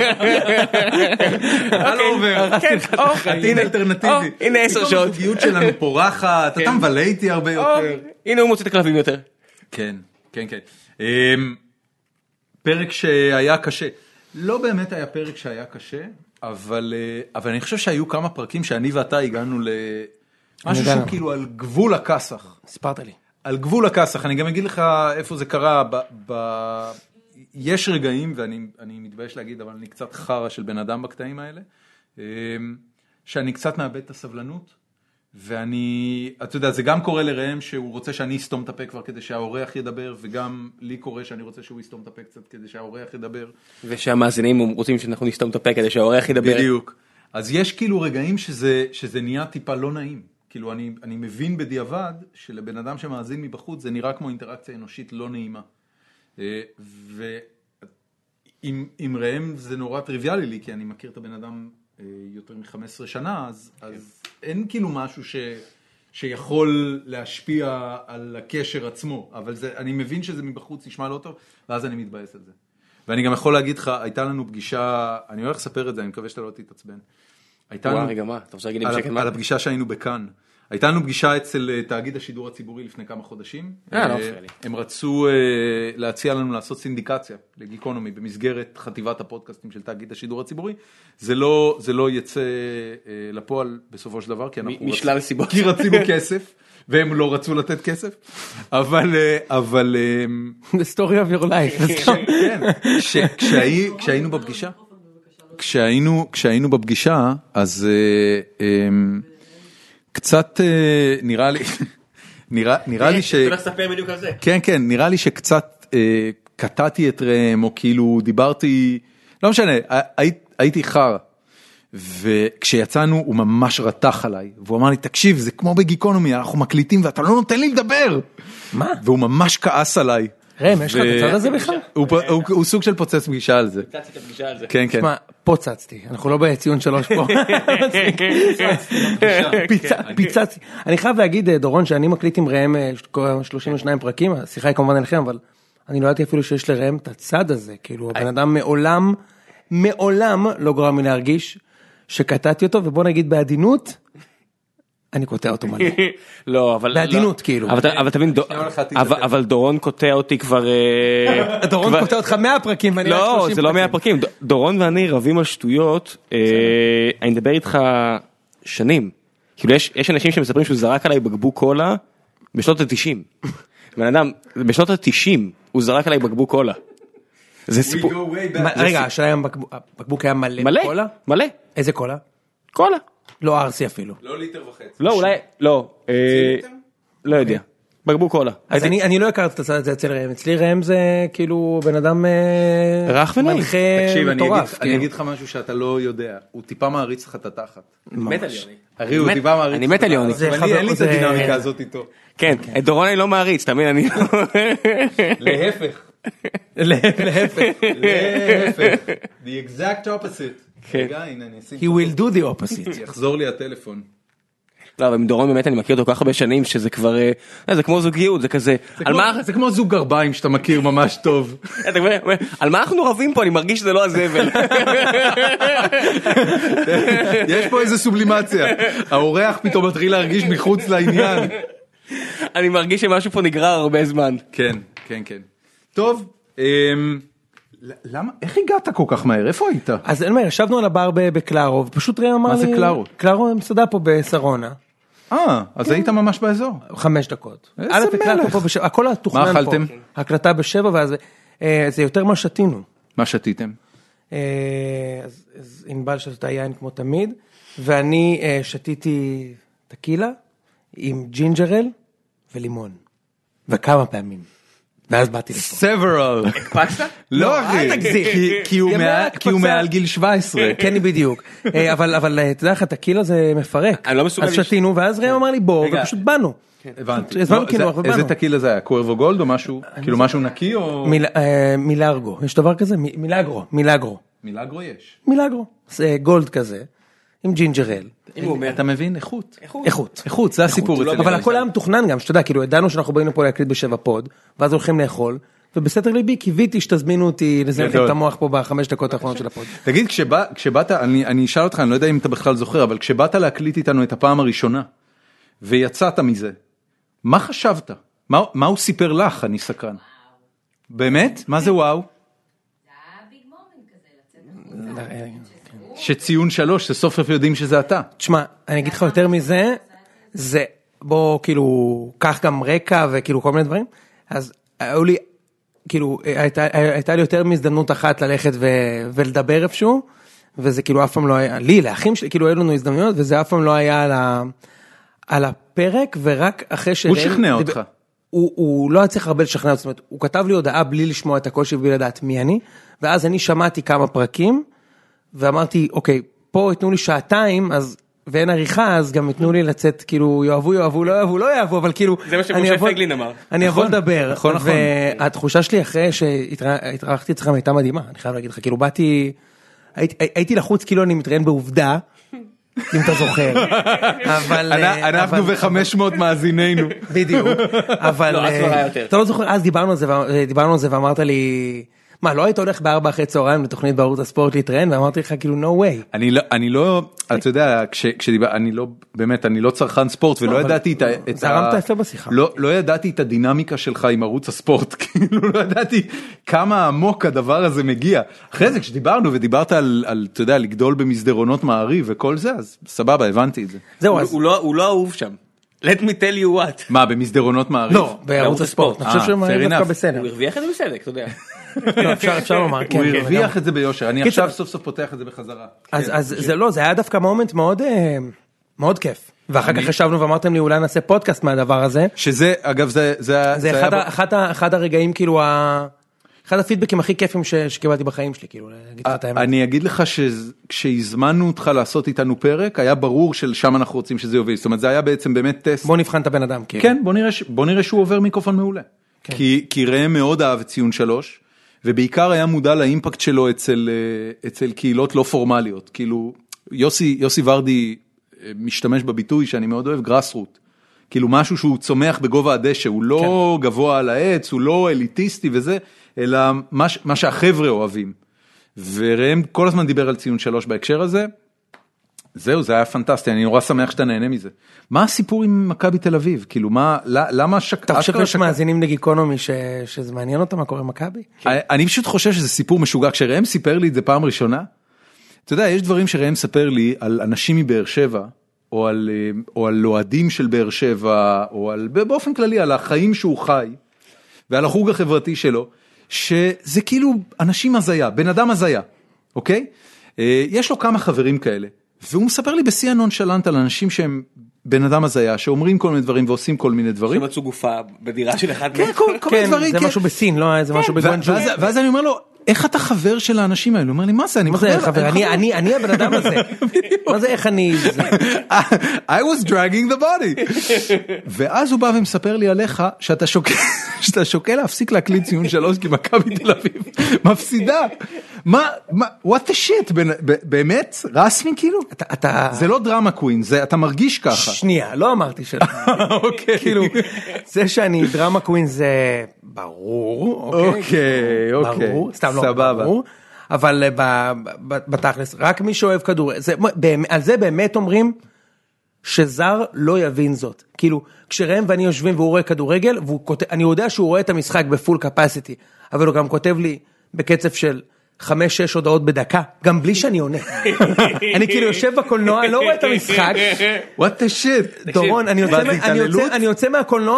לא עובר. חתין אלטרנטיבי. הנה 10 שעות. הזוגיות שלנו פורחת, אתה מבלה איתי הרבה יותר. הנה הוא מוצא את הכלבים יותר. כן, כן, כן. פרק שהיה קשה. לא באמת היה פרק שהיה קשה, אבל אני חושב שהיו כמה פרקים שאני ואתה הגענו למשהו שהוא כאילו על גבול הכסח. סיפרת לי. על גבול הכסח. אני גם אגיד לך איפה זה קרה. יש רגעים, ואני מתבייש להגיד, אבל אני קצת חרה של בן אדם בקטעים האלה, שאני קצת מאבד את הסבלנות. ואני, אתה יודע, זה גם קורה לראם שהוא רוצה שאני אסתום את הפה כבר כדי שהאורח ידבר, וגם לי קורה שאני רוצה שהוא יסתום את הפה קצת כדי שהאורח ידבר. ושהמאזינים רוצים שאנחנו נסתום את הפה כדי שהאורח ידבר. בדיוק. אז יש כאילו רגעים שזה נהיה טיפה לא נעים. כאילו אני מבין בדיעבד שלבן אדם שמאזין מבחוץ זה נראה כמו אינטראקציה אנושית לא נעימה. ועם ראם זה נורא טריוויאלי לי, כי אני מכיר את הבן אדם יותר מ-15 שנה, אז אין כאילו משהו שיכול להשפיע על הקשר עצמו, אבל אני מבין שזה מבחוץ נשמע לא טוב, ואז אני מתבאס על זה. ואני גם יכול להגיד לך, הייתה לנו פגישה, אני הולך לספר את זה, אני מקווה שאתה לא תתעצבן. וואו, רגע, מה? אתה רוצה להגיד לי בשקט מה? על הפגישה שהיינו בכאן. הייתה לנו פגישה אצל תאגיד השידור הציבורי לפני כמה חודשים. לא מפריע לי. הם רצו להציע לנו לעשות סינדיקציה לגיקונומי במסגרת חטיבת הפודקאסטים של תאגיד השידור הציבורי. זה לא יצא לפועל בסופו של דבר, כי אנחנו משלל סיבות. כי רצינו כסף, והם לא רצו לתת כסף. אבל The story of your life. כן, כשהיינו בפגישה, כשהיינו בפגישה, אז קצת נראה לי ש... אתה הולך לספר בדיוק על זה. כן, כן, נראה לי שקצת קטעתי את ראם, או כאילו דיברתי, לא משנה, הייתי חר, וכשיצאנו הוא ממש רתח עליי, והוא אמר לי, תקשיב, זה כמו בגיקונומי, אנחנו מקליטים ואתה לא נותן לי לדבר. מה? והוא ממש כעס עליי. ראם, יש לך את הצד הזה בכלל? הוא סוג של פוצץ פגישה על זה. פוצצתי את הפגישה על זה. כן, כן. תשמע, פוצצתי, אנחנו לא בציון 3 פה. פיצצתי. אני חייב להגיד, דורון, שאני מקליט עם ראם 32 פרקים, השיחה היא כמובן אליכם, אבל אני לא ידעתי אפילו שיש לראם את הצד הזה, כאילו, הבן אדם מעולם לא גורם לי להרגיש שקטעתי אותו, ובוא נגיד בעדינות, אני קוטע אותו מלא. לא, אבל... בעדינות, כאילו. אבל תבין, אבל דורון קוטע אותי כבר... דורון קוטע אותך 100 פרקים, ואני רק 30 לא, פרקים. זה לא 100 פרקים. דורון ואני רבים על שטויות, אני מדבר איתך שנים. כאילו, יש אנשים שמספרים שהוא זרק עליי בקבוק קולה בשנות ה-90. בן אדם, בשנות ה-90 הוא זרק עליי בקבוק קולה. זה סיפור... רגע, השאלה הבקבוק היה מלא קולה? מלא. איזה קולה? קולה. לא ארסי אפילו. לא ליטר וחצי. לא, אולי, לא. לא יודע. בקבוק קולה. אז אני לא הכרתי את הצד הזה אצל ראם. אצלי ראם זה כאילו בן אדם רך ונעים. מנחה מטורף. אני אגיד לך משהו שאתה לא יודע, הוא טיפה מעריץ לך את התחת. מת על יוני. הרי הוא טיפה מעריץ. אני מת על יוני. אבל אין לי את הדינמיקה הזאת איתו. כן, את דורון אני לא מעריץ, תמיד אני... להפך. להפך. The exact opposite. רגע, הנה אני אשים. He will do the opposite. יחזור לי הטלפון. לא, אבל עם דורון באמת אני מכיר אותו כך הרבה שנים שזה כבר, זה כמו זוגיות, זה כזה, זה כמו זוג גרביים שאתה מכיר ממש טוב. על מה אנחנו רבים פה? אני מרגיש שזה לא הזבל. יש פה איזה סובלימציה. האורח פתאום מתחיל להרגיש מחוץ לעניין. אני מרגיש שמשהו פה נגרר הרבה זמן. כן, כן, כן. טוב, למה? איך הגעת כל כך מהר? איפה היית? אז אין מה, ישבנו על הבר בקלארו, ופשוט ראם אמר לי... מה זה קלארו? קלארו הם מסעדה פה בשרונה. אז היית ממש באזור. 5 דקות. איזה מלך. הכל תוכנן פה. מה אכלתם? הקלטה ב7, ואז זה יותר מה שתינו. מה שתיתם? אז ענבל שתתה יין כמו תמיד, ואני שתיתי טקילה עם ג'ינג'רל ולימון. וכמה פעמים. ואז באתי לפה. several. הקפצת? לא אחי. אל תגזים. כי הוא מעל גיל 17. כן, בדיוק. אבל אתה יודע לך, טקילה זה מפרק. אני לא מסוגל אז שתינו, ואז ראם אמר לי בוא, ופשוט באנו. הבנתי. הזמנו כאילו, אנחנו באנו. איזה טקילה זה היה? קוורבו גולד או משהו? כאילו משהו נקי או... מילארגו. יש דבר כזה? מילאגרו. מילאגרו יש. מילאגרו. זה גולד כזה, עם ג'ינג'רל. אתה מבין? איכות. איכות. זה הסיפור. אבל הכל היה מתוכנן גם, שאתה יודע, כאילו, ידענו שאנחנו באים לפה להקליט בשבע פוד, ואז הולכים לאכול, ובסתר ליבי קיוויתי שתזמינו אותי לזה לכם את המוח פה בחמש דקות האחרונות של הפוד. תגיד, כשבאת, אני אשאל אותך, אני לא יודע אם אתה בכלל זוכר, אבל כשבאת להקליט איתנו את הפעם הראשונה, ויצאת מזה, מה חשבת? מה הוא סיפר לך, אני סקרן? באמת? מה זה וואו? שציון 3, שסוף סוף יודעים שזה אתה. תשמע, אני אגיד לך יותר מזה, זה, בוא כאילו, קח גם רקע וכאילו כל מיני דברים, אז היו לי, כאילו, הייתה לי יותר מהזדמנות אחת ללכת ולדבר איפשהו, וזה כאילו אף פעם לא היה, לי, לאחים שלי, כאילו היו לנו הזדמנויות, וזה אף פעם לא היה על הפרק, ורק אחרי הוא שכנע אותך. הוא לא היה צריך הרבה לשכנע, זאת אומרת, הוא כתב לי הודעה בלי לשמוע את הקושי ובלי לדעת מי אני, ואז אני שמעתי כמה פרקים, ואמרתי, אוקיי, פה יתנו לי שעתיים, אז, ואין עריכה, אז גם יתנו לי לצאת, כאילו, יאהבו, לא יאהבו, אבל כאילו, זה מה שמשה פייגלין אמר. אני אבוא לדבר, נכון. והתחושה שלי אחרי שהתראיינתי אצלכם הייתה מדהימה, אני חייב להגיד לך, כאילו, הייתי לחוץ, כאילו אני מתראיין בעובדה, אם אתה זוכר, אבל... אנחנו ו500 מאזינינו. בדיוק, אבל... אתה לא זוכר, אז דיברנו על זה ואמרת לי... מה, לא היית הולך ב4 אחרי צהריים לתוכנית בערוץ הספורט להתראיין, ואמרתי לך כאילו, no way. אני לא, אתה יודע, אני לא, באמת, אני לא צרכן ספורט, ולא ידעתי את זרמת יפה בשיחה. לא ידעתי את הדינמיקה שלך עם ערוץ הספורט, כאילו לא ידעתי כמה עמוק הדבר הזה מגיע. אחרי זה, כשדיברנו ודיברת על, אתה יודע, לגדול במסדרונות מעריב וכל זה, אז סבבה, הבנתי את זה. זהו, הוא לא אהוב שם. Let me tell you what. מה, במסדרונות מעריב? לא, בערוץ הספורט. אני חושב שמעריב דווקא בסדר. הוא הרוויח את זה בסדר, אתה יודע. אפשר לומר, כן. הוא הרוויח את זה ביושר, אני עכשיו סוף סוף פותח את זה בחזרה. אז זה לא, זה היה דווקא מומנט מאוד כיף. ואחר כך חשבנו ואמרתם לי אולי נעשה פודקאסט מהדבר הזה. שזה, אגב, זה אחד הרגעים כאילו, אחד הפידבקים הכי כיפים שקיבלתי בחיים שלי, כאילו, להגיד לך את האמת. אני אגיד לך שכשהזמנו אותך לעשות איתנו פרק, היה ברור שלשם אנחנו רוצים שזה יוביל. זאת אומרת, זה היה בעצם באמת טסט. בוא נבחן את הבן אדם. כן, בוא נראה שהוא עובר מיקרופון מעולה. כי ראם מאוד אהב את ציון 3, ובעיקר היה מודע לאימפקט שלו אצל קהילות לא פורמליות. כאילו, יוסי ורדי משתמש בביטוי שאני מאוד אוהב, גרסרוט. כאילו משהו שהוא צומח בגובה הדשא, הוא לא גבוה על העץ, הוא לא אליטיסטי וזה, אלא מה שהחבר'ה אוהבים. וראם כל הזמן דיבר על ציון 3 בהקשר הזה, זהו, זה היה פנטסטי, אני נורא שמח שאתה נהנה מזה. מה הסיפור עם מכבי תל אביב? כאילו, למה אתה חושב שיש מאזינים לגיקונומי שזה מעניין אותם מה קורה עם מכבי? אני פשוט חושב שזה סיפור משוגע, כשראם סיפר לי את זה פעם ראשונה, אתה יודע, יש דברים שראם ספר לי על אנשים מבאר שבע, או על אוהדים של באר שבע, או באופן כללי על החיים שהוא חי, ועל החוג החברתי שלו, שזה כאילו אנשים הזיה, בן אדם הזיה, אוקיי? יש לו כמה חברים כאלה, והוא מספר לי בשיא הנונשלנט על אנשים שהם בן אדם הזיה, שאומרים כל מיני דברים ועושים כל מיני דברים. שמצאו גופה בדירה של אחד. כן, כל מיני דברים. זה משהו בסין, לא? זה משהו בגואנג'ו. ואז אני אומר לו, איך אתה חבר של האנשים האלו? הוא אומר לי, מה זה? אני חבר, אני הבן אדם הזה. מה זה, איך אני... I was dragging the body. ואז הוא בא ומספר לי עליך, שאתה שוקל להפסיק להקליט ציון 3, כי מכבי תל אביב מפסידה. מה, what the shit? באמת? רסמי כאילו? זה לא דרמה קווין, אתה מרגיש ככה. שנייה, לא אמרתי שלא. אוקיי. כאילו, זה שאני דרמה קווין זה ברור. אוקיי. סתם לא ברור. אבל בתכלס, רק מי שאוהב כדור, על זה באמת אומרים שזר לא יבין זאת. כאילו, כשראם ואני יושבים והוא רואה כדורגל, אני יודע שהוא רואה את המשחק בפול קפסיטי, אבל הוא גם כותב לי בקצב של 5-6 הודעות בדקה, גם בלי שאני עונה. אני כאילו יושב בקולנוע, לא רואה את המשחק. What the shit? דורון, אני יוצא מהקולנוע,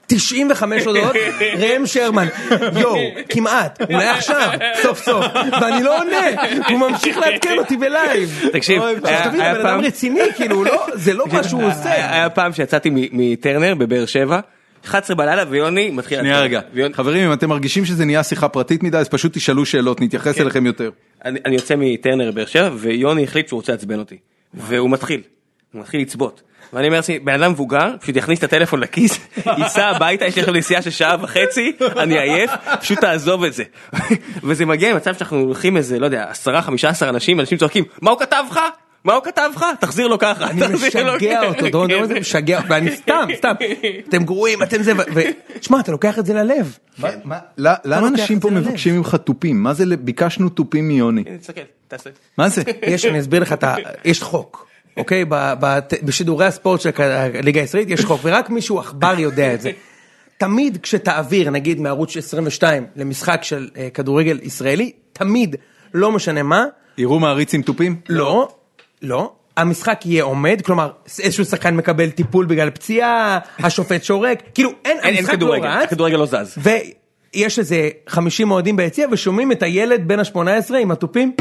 95 הודעות, ראם שרמן, יו, כמעט, אולי עכשיו, סוף סוף, ואני לא עונה, הוא ממשיך לעדכן אותי בלייב. תקשיב, תבין, הבן אדם רציני, כאילו, זה לא מה שהוא עושה. היה פעם שיצאתי מטרנר בבאר שבע, 11 בלילה ויוני מתחיל... שנייה רגע, חברים, אם אתם מרגישים שזה נהיה שיחה פרטית מדי, אז פשוט תשאלו שאלות, נתייחס אליכם יותר. אני יוצא מטרנר בבאר שבע, ויוני החליט שהוא רוצה לעצבן אותי. והוא מתחיל לצבות. ואני אומר לי, בן אדם מבוגר, פשוט יכניס את הטלפון לכיס, ייסע הביתה, יש לכם נסיעה של שעה וחצי, אני עייף, פשוט תעזוב את זה. וזה מגיע למצב שאנחנו הולכים איזה, לא יודע, 10-15 אנשים צועקים, מה הוא כתב לך? מה הוא כתב לך? תחזיר לו ככה. אני משגע אותו, דורון, זה משגע, ואני סתם, אתם גרועים, אתם זה, ושמע, אתה לוקח את זה ללב. למה אנשים פה מבקשים ממך טופים? מה זה, ביקשנו טופים מיוני? תסתכל, תעשה. מה זה? אני אסביר לך, יש חוק, אוקיי? בשידורי הספורט של הליגה הישראלית יש חוק, ורק מישהו אכבר יודע את זה. תמיד כשתעביר, נגיד, מערוץ 22 למשחק של כדורגל ישראלי, תמיד, לא משנה מה. יראו מעריץ עם טופים? לא, המשחק יהיה עומד, כלומר, איזשהו שחקן מקבל טיפול בגלל פציעה, השופט שורק, כאילו, אין כדורגל, הכדורגל לא זז. ויש איזה 50 אוהדים ביציע, ושומעים את הילד בין ה-18 עם הטופים.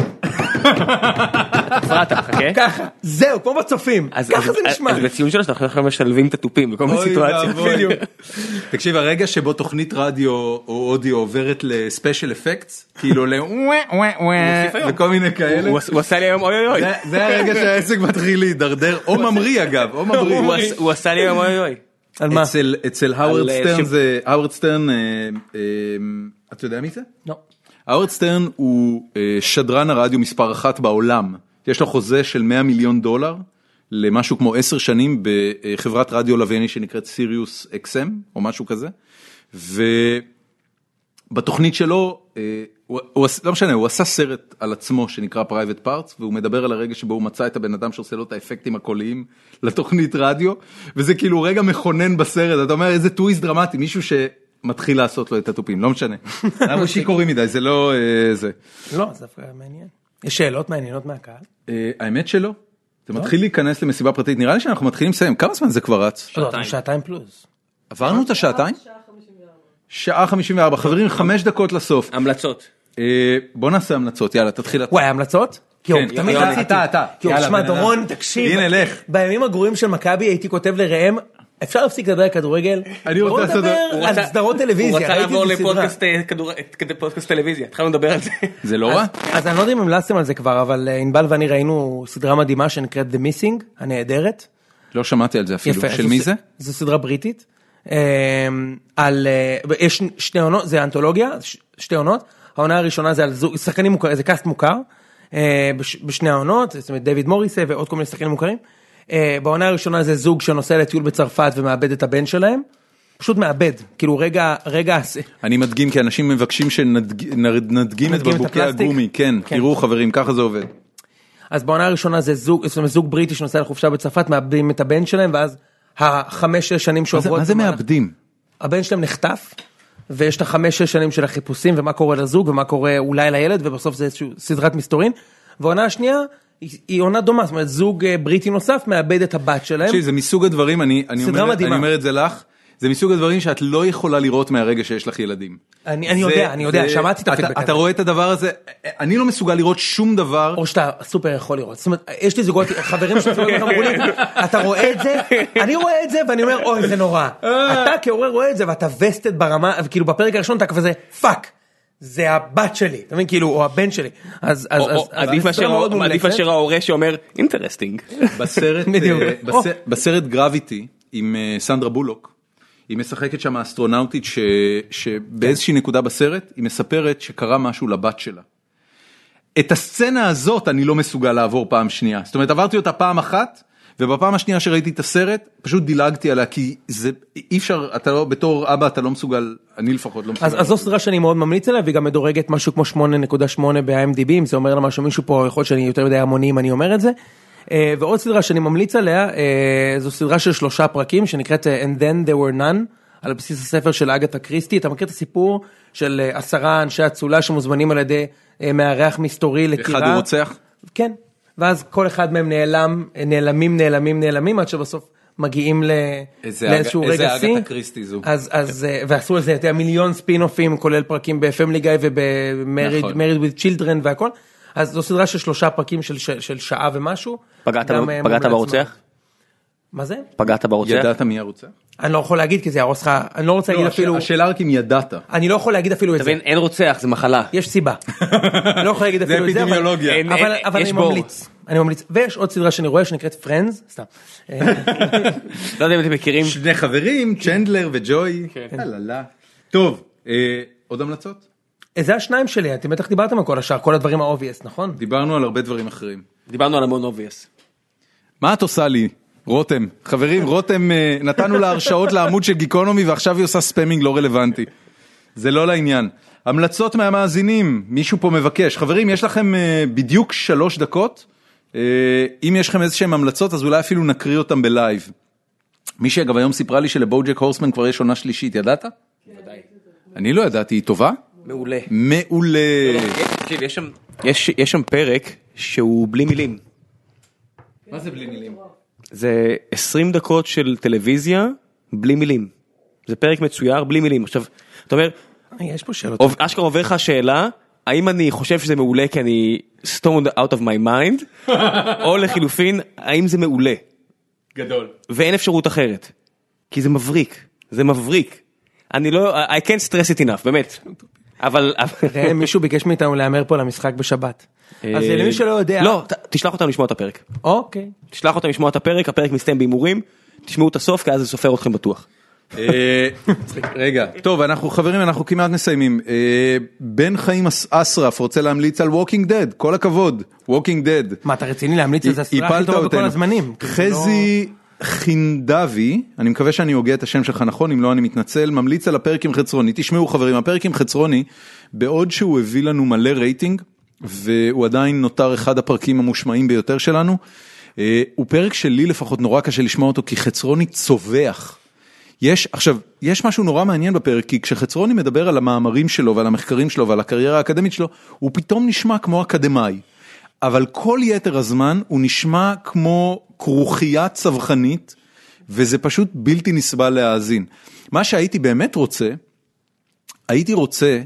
הפרעת, חכה. ככה, זהו, כמו בצופים, ככה זה נשמע. אז בציון שלו, אנחנו משלבים את הטופים, בכל מיני סיטואציות. תקשיב, הרגע שבו תוכנית רדיו או אודיו עוברת לספיישל אפקטס, כאילו וכל מיני כאלה. הוא עשה לי היום אוי אוי. זה הרגע שהעסק מתחיל להידרדר, או ממריא אגב, או ממריא. הוא עשה לי היום אוי אוי. על מה? אצל האוורד סטרן זה, האוורד סטרן, אתה יודע מי זה? לא. האוורד סטרן הוא שדרן הרדיו מספר 1 בעולם, יש לו חוזה של $100 מיליון, למשהו כמו 10 שנים בחברת רדיו לווייני שנקראת סיריוס XM, או משהו כזה, ובתוכנית שלו, לא משנה, הוא עשה סרט על עצמו שנקרא Private Parts, והוא מדבר על הרגע שבו הוא מצא את הבן אדם שעושה לו את האפקטים הקוליים לתוכנית רדיו, וזה כאילו רגע מכונן בסרט, אתה אומר איזה טוויסט דרמטי, מישהו שמתחיל לעשות לו את הטופים, לא משנה. אנחנו שיקורים מדי, זה לא זה. לא, זה מעניין. יש שאלות מעניינות מהקהל? האמת שלא. אתה מתחיל להיכנס למסיבה פרטית, נראה לי שאנחנו מתחילים לסיים, כמה זמן זה כבר רץ? שעתיים פלוס. עברנו את השעתיים? שעה 54, חברים, 5 דקות לסוף. המלצות. בוא נעשה המלצות, יאללה, תתחיל. וואי, המלצות? כן, תמיד רציתי. אתה. שמע, דורון, תקשיב. הנה, לך. בימים הגרועים של מכבי הייתי כותב לראם, אפשר להפסיק לדבר על כדורגל? אני רוצה לדבר על סדרות טלוויזיה. הוא רצה לעבור לפודקאסט טלוויזיה, התחלנו לדבר על זה. זה לא רע? אז אני לא יודע אם המלצתם על זה כבר, אבל ענבל ואני ראינו סדרה מדהימה שנקראת The Missing, הנהדרת. לא שמעתי על זה אפילו. של מי זה? זו סדרה בריטית. יש 2 עונות, זה אנתולוגיה, 2 עונות. העונה הראשונה זה על שחקנים מוכרים, זה קאסט מוכר, בשני העונות, זאת אומרת דיוויד מוריסה ועוד כל מיני שחקנים מוכרים. בעונה הראשונה זה זוג שנוסע לטיול בצרפת ומאבד את הבן שלהם, פשוט מאבד, כאילו רגע. אני מדגים כי אנשים מבקשים שנדגים את בקבוקי הגומי, כן, תראו חברים, ככה זה עובד. אז בעונה הראשונה זה זוג בריטי שנוסע לחופשה בצרפת, מאבדים את הבן שלהם, ואז 5-6 שנים שעוברות. מה זה מאבדים? הבן שלהם נחטף, ויש את 5-6 שנים של החיפושים, ומה קורה לזוג, ומה קורה אולי לילד, ובסוף זה איזושהי סדרת מסתורין. והעונה השנייה, היא עונה דומה, זאת אומרת, זוג בריטי נוסף, מאבד את הבת שלהם. זה מסוג הדברים, אני אומר את זה לך, זה מסוג הדברים שאת לא יכולה לראות מהרגע שיש לך ילדים. אני יודע, שמעתי את הפידבק הזה. אתה רואה את הדבר הזה, אני לא מסוגל לראות שום דבר. או שאתה סופר יכול לראות, זאת אומרת, יש לי זוגות, חברים שצריכים אמרו לי, אתה רואה את זה? אני רואה את זה, ואני אומר, אוי, זה נורא. אתה כהורה רואה את זה, ואתה וסטד ברמה, וכאילו בפרק הראשון אתה כזה, פאק, זה הבת שלי, אתה מבין, כאילו, או הבן שלי. אז עדיף אשר ההורה שאומר, אינטרסטינג. בסרט גרביטי, עם סנדרה בולוק, היא משחקת שם האסטרונאוטית שבאיזושהי נקודה בסרט, היא מספרת שקרה משהו לבת שלה. את הסצנה הזאת אני לא מסוגל לעבור פעם שנייה. זאת אומרת, עברתי אותה פעם אחת, ובפעם השנייה שראיתי את הסרט, פשוט דילגתי עליה, כי זה אי אפשר, אתה לא, בתור אבא אתה לא מסוגל, אני לפחות לא מסוגל. אז זו סדרה שאני מאוד ממליץ עליה, והיא גם מדורגת משהו כמו 8.8 ב-IMDb, אם זה אומר לה משהו, מישהו פה, יכול להיות שאני יותר מדי המוני אם אני אומר את זה. ועוד סדרה שאני ממליץ עליה, זו סדרה של 3 פרקים, שנקראת And Then There Were None, על בסיס הספר של אגתה קריסטי. אתה מכיר את הסיפור של 10 אנשי אצולה שמוזמנים על ידי מארח מסתורי לטירה? אחד הוא רוצח? כן, ואז כל אחד מהם נעלמים, עד שבסוף מגיעים לאיזשהו רגע איזה שיא. אגתה קריסטי זו. ועשו על זה יותר מיליון ספין-אופים, כולל פרקים ב-Family Guy וב-Married with Children והכל. אז זו סדרה של 3 פרקים של שעה ומשהו. פגעת ברוצח? מה זה? פגעת ברוצח? ידעת מי הרוצח? אני לא יכול להגיד כי זה ירוס לך, אני לא רוצה להגיד אפילו, השאלה רק אם ידעת. אני לא יכול להגיד אפילו את זה. תבין, אין רוצח, זה מחלה. יש סיבה. אני לא יכול להגיד אפילו את זה, אפידמיולוגיה. אבל אני ממליץ. אני ממליץ. ויש עוד סדרה שאני רואה שנקראת Friends, סתם. לא יודע אם אתם מכירים. 2 חברים, צ'נדלר וג'וי. טוב, עוד המלצות? זה השניים שלי, אתם בטח דיברתם על כל השאר, כל הדברים האובייס, נכון? דיברנו על הרבה דברים אחרים. דיברנו על המון obvious. מה את עושה לי? רותם, חברים, רותם, נתנו לה הרשאות לעמוד של גיקונומי ועכשיו היא עושה ספמינג לא רלוונטי. זה לא לעניין. המלצות מהמאזינים, מישהו פה מבקש. חברים, יש לכם בדיוק 3 דקות. אם יש לכם איזשהם המלצות, אז אולי אפילו נקריא אותם בלייב. מישהי אגב היום סיפרה לי שלבוג'ק הורסמן כבר יש עונה שלישית, ידעת? ודאי. אני לא ידעתי, היא טובה? מעולה. מעולה. תקשיב, יש שם פרק שהוא בלי מילים. מה זה בלי מילים? זה 20 דקות של טלוויזיה בלי מילים. זה פרק מצויר בלי מילים. עכשיו, אתה אומר, יש פה שאלות. אשכרה עובר לך שאלה, האם אני חושב שזה מעולה כי אני stoned out of my mind, או לחילופין, האם זה מעולה? גדול. ואין אפשרות אחרת. כי זה מבריק. זה מבריק. אני לא, I can't stress it enough, באמת. אבל מישהו ביקש מאיתנו להמר פה למשחק בשבת. אז למי שלא יודע. לא, תשלח אותנו לשמוע את הפרק. אוקיי. תשלח אותנו לשמוע את הפרק, הפרק מסתיים בהימורים, תשמעו את הסוף, כי אז זה סופר אתכם בטוח. רגע, טוב, חברים, אנחנו כמעט מסיימים. בן חיים אסרף רוצה להמליץ על Walking Dead, כל הכבוד, Walking Dead. מה, אתה רציני להמליץ על זה הסדרה הכי טובה בכל הזמנים? חזי חינדבי, אני מקווה שאני הוגה את השם שלך נכון, אם לא אני מתנצל, ממליץ על הפרק עם חצרוני. תשמעו חברים, הפרק עם חצרוני, בעוד שהוא הביא לנו מלא רייטינג, והוא עדיין נותר אחד הפרקים המושמעים ביותר שלנו, הוא פרק שלי לפחות נורא קשה לשמוע אותו, כי חצרוני צובח. עכשיו, יש משהו נורא מעניין בפרק, כי כשחצרוני מדבר על המאמרים שלו ועל המחקרים שלו ועל הקריירה האקדמית שלו, הוא פתאום נשמע כמו אקדמאי. אבל כל יתר הזמן הוא נשמע כמו כרוכיה צווחנית, וזה פשוט בלתי נסבל להאזין. מה שהייתי באמת רוצה, הייתי רוצה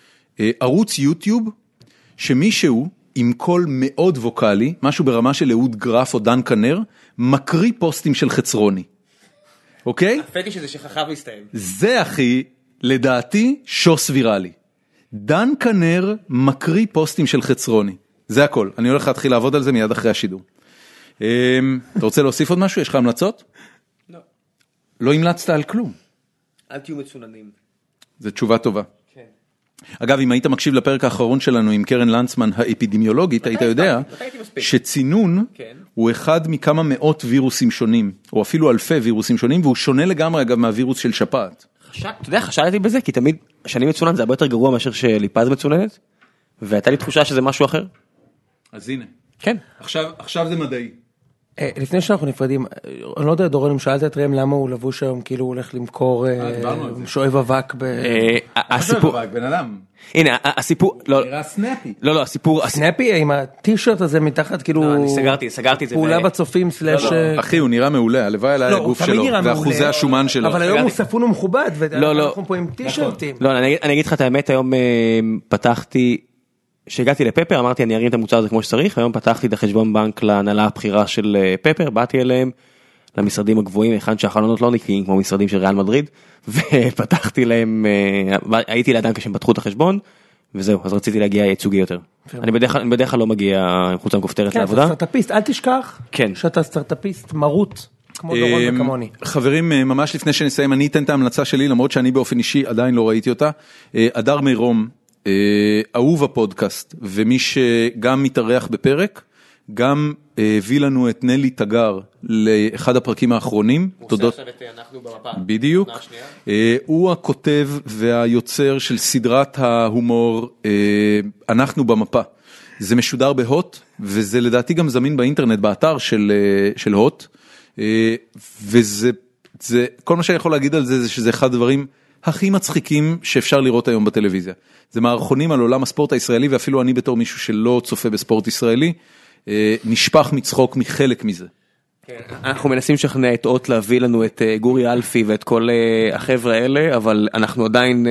ערוץ יוטיוב, שמישהו עם קול מאוד ווקלי, משהו ברמה של אהוד גרף או דן כנר, מקריא פוסטים של חצרוני. אוקיי? הפטיש שזה שחכב להסתיים. זה הכי, לדעתי, שוס ויראלי. דן כנר מקריא פוסטים של חצרוני. זה הכל. אני הולך להתחיל לעבוד על זה מיד אחרי השידור. אתה רוצה להוסיף עוד משהו? יש לך המלצות? לא. לא המלצת על כלום. אל תהיו מצוננים. זו תשובה טובה. כן. אגב, אם היית מקשיב לפרק האחרון שלנו עם קרן לנצמן האפידמיולוגית, היית יודע שצינון הוא אחד מכמה מאות וירוסים שונים, או אפילו אלפי וירוסים שונים, והוא שונה לגמרי אגב מהווירוס של שפעת. אתה יודע, חשדתי בזה, כי תמיד שאני מצונן זה הרבה יותר גרוע מאשר שליפז מצוננת, והייתה לי תחושה שזה משהו אחר. אז הנה. כן. עכשיו זה מדעי. לפני שאנחנו נפרדים, אני לא יודע, דורון, אם שאלת את רם למה הוא לבוש היום, כאילו הוא הולך למכור שואב אבק הסיפור, בן אדם. הנה, הסיפור, נראה סנאפי. לא, הסיפור, סנאפי עם הטישרט הזה מתחת, כאילו, אני סגרתי את זה. פעולה בצופים סלש... אחי, הוא נראה מעולה, הלוואי עליי הגוף שלו, ואחוזי השומן שלו. אבל היום הוא ספון ומכובד, ואנחנו פה עם טישרטים. לא, אני אגיד לך את האמת, היום פתחתי, שהגעתי לפפר, אמרתי אני ארים את המוצר הזה כמו שצריך, היום פתחתי את החשבון בנק להנהלה הבחירה של פפר, באתי אליהם למשרדים הגבוהים, היכן שהחלונות לא נקיים כמו משרדים של ריאל מדריד, ופתחתי להם, הייתי לידם כשהם פתחו את החשבון, וזהו, אז רציתי להגיע ייצוגי יותר. אני בדרך כלל לא מגיע חוצה מכופתרת לעבודה. כן, אתה סטארטאפיסט, אל תשכח שאתה סטארטאפיסט מרוט, כמו דורון וכמוני. חברים, ממש לפני שנסיים, אני אתן את ההמלצה שלי, למרות שאני באופן אישי עדיין לא ראיתי אותה. אדר מירום, אהוב הפודקאסט, ומי שגם מתארח בפרק, גם הביא לנו את נלי תגר לאחד הפרקים האחרונים. תודות. בדיוק. הוא הכותב והיוצר של סדרת ההומור אנחנו במפה. זה משודר בהוט, וזה לדעתי גם זמין באינטרנט, באתר של הוט, וזה, כל מה שאני יכול להגיד על זה, זה שזה אחד הדברים הכי מצחיקים שאפשר לראות היום בטלוויזיה. זה מערכונים על עולם הספורט הישראלי, ואפילו אני בתור מישהו שלא צופה בספורט ישראלי, נשפח מצחוק מחלק מזה. אנחנו מנסים לשכנע את אות להביא לנו את גורי אלפי ואת כל החבר'ה האלה, אבל אנחנו עדיין...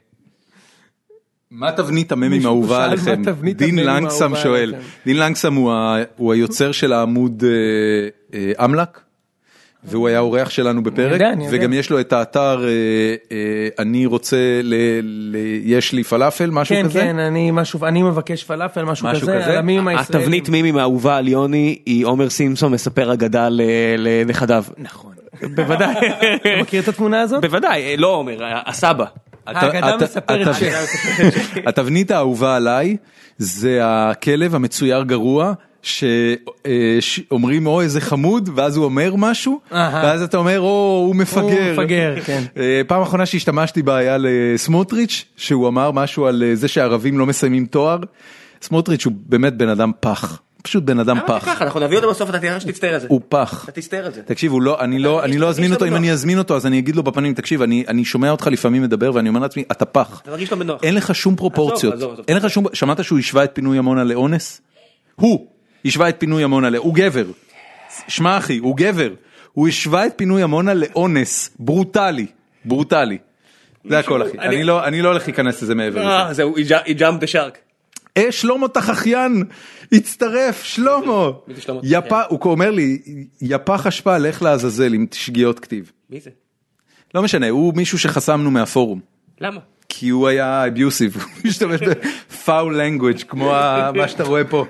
מה תבנית הממים האהובה עליכם? דין לנגסם שואל. דין לנגסם הוא היוצר של העמוד אמלק, והוא היה אורח שלנו בפרק, וגם יש לו את האתר אני רוצה, יש לי פלאפל, משהו כזה? כן, אני מבקש פלאפל, משהו כזה. התבנית מימים האהובה על יוני היא עומר סימפסון מספר אגדה לנכדיו. נכון. בוודאי. אתה מכיר את התמונה הזאת? בוודאי, לא עומר, הסבא. האגדה מספרת התבנית האהובה עליי זה הכלב המצויר גרוע שאומרים או איזה חמוד ואז הוא אומר משהו ואז אתה אומר או הוא מפגר. הוא מפגר, כן. פעם האחרונה שהשתמשתי בה היה לסמוטריץ' שהוא אמר משהו על זה שהערבים לא מסיימים תואר. סמוטריץ' הוא באמת בן אדם פח. פשוט בן אדם פח. אנחנו נביא אותו בסוף, אתה תראה שתצטער על זה. הוא פח. אתה תצטער על זה. תקשיב, אני לא אזמין אותו, אם אני אזמין אותו אז אני אגיד לו בפנים, תקשיב, אני שומע אותך לפעמים מדבר ואני אומר לעצמי, אתה פח. אתה מרגיש לא בנוח. אין לך שום פרופורציות. אין לך שום, שמעת שהוא השווה את פינוי עמונה לאונס? הוא השווה את פינוי עמונה, הוא גבר. שמע אחי, הוא גבר. הוא השווה את פינוי עמונה לאונס, ברוטלי. ברוטלי. זה הכל אחי. אני לא הולך להיכנס לזה מעבר. זהו, he jumped the shark. שלמה תחכיין, הצטרף, שלמה. הוא אומר לי, יפח אשפה, לך לעזאזל עם שגיאות כתיב. מי זה? לא משנה, הוא מישהו שחסמנו מהפורום. למה? כי הוא היה אביוסיב, הוא משתמש בפאול לנגוויג' כמו מה שאתה רואה פה.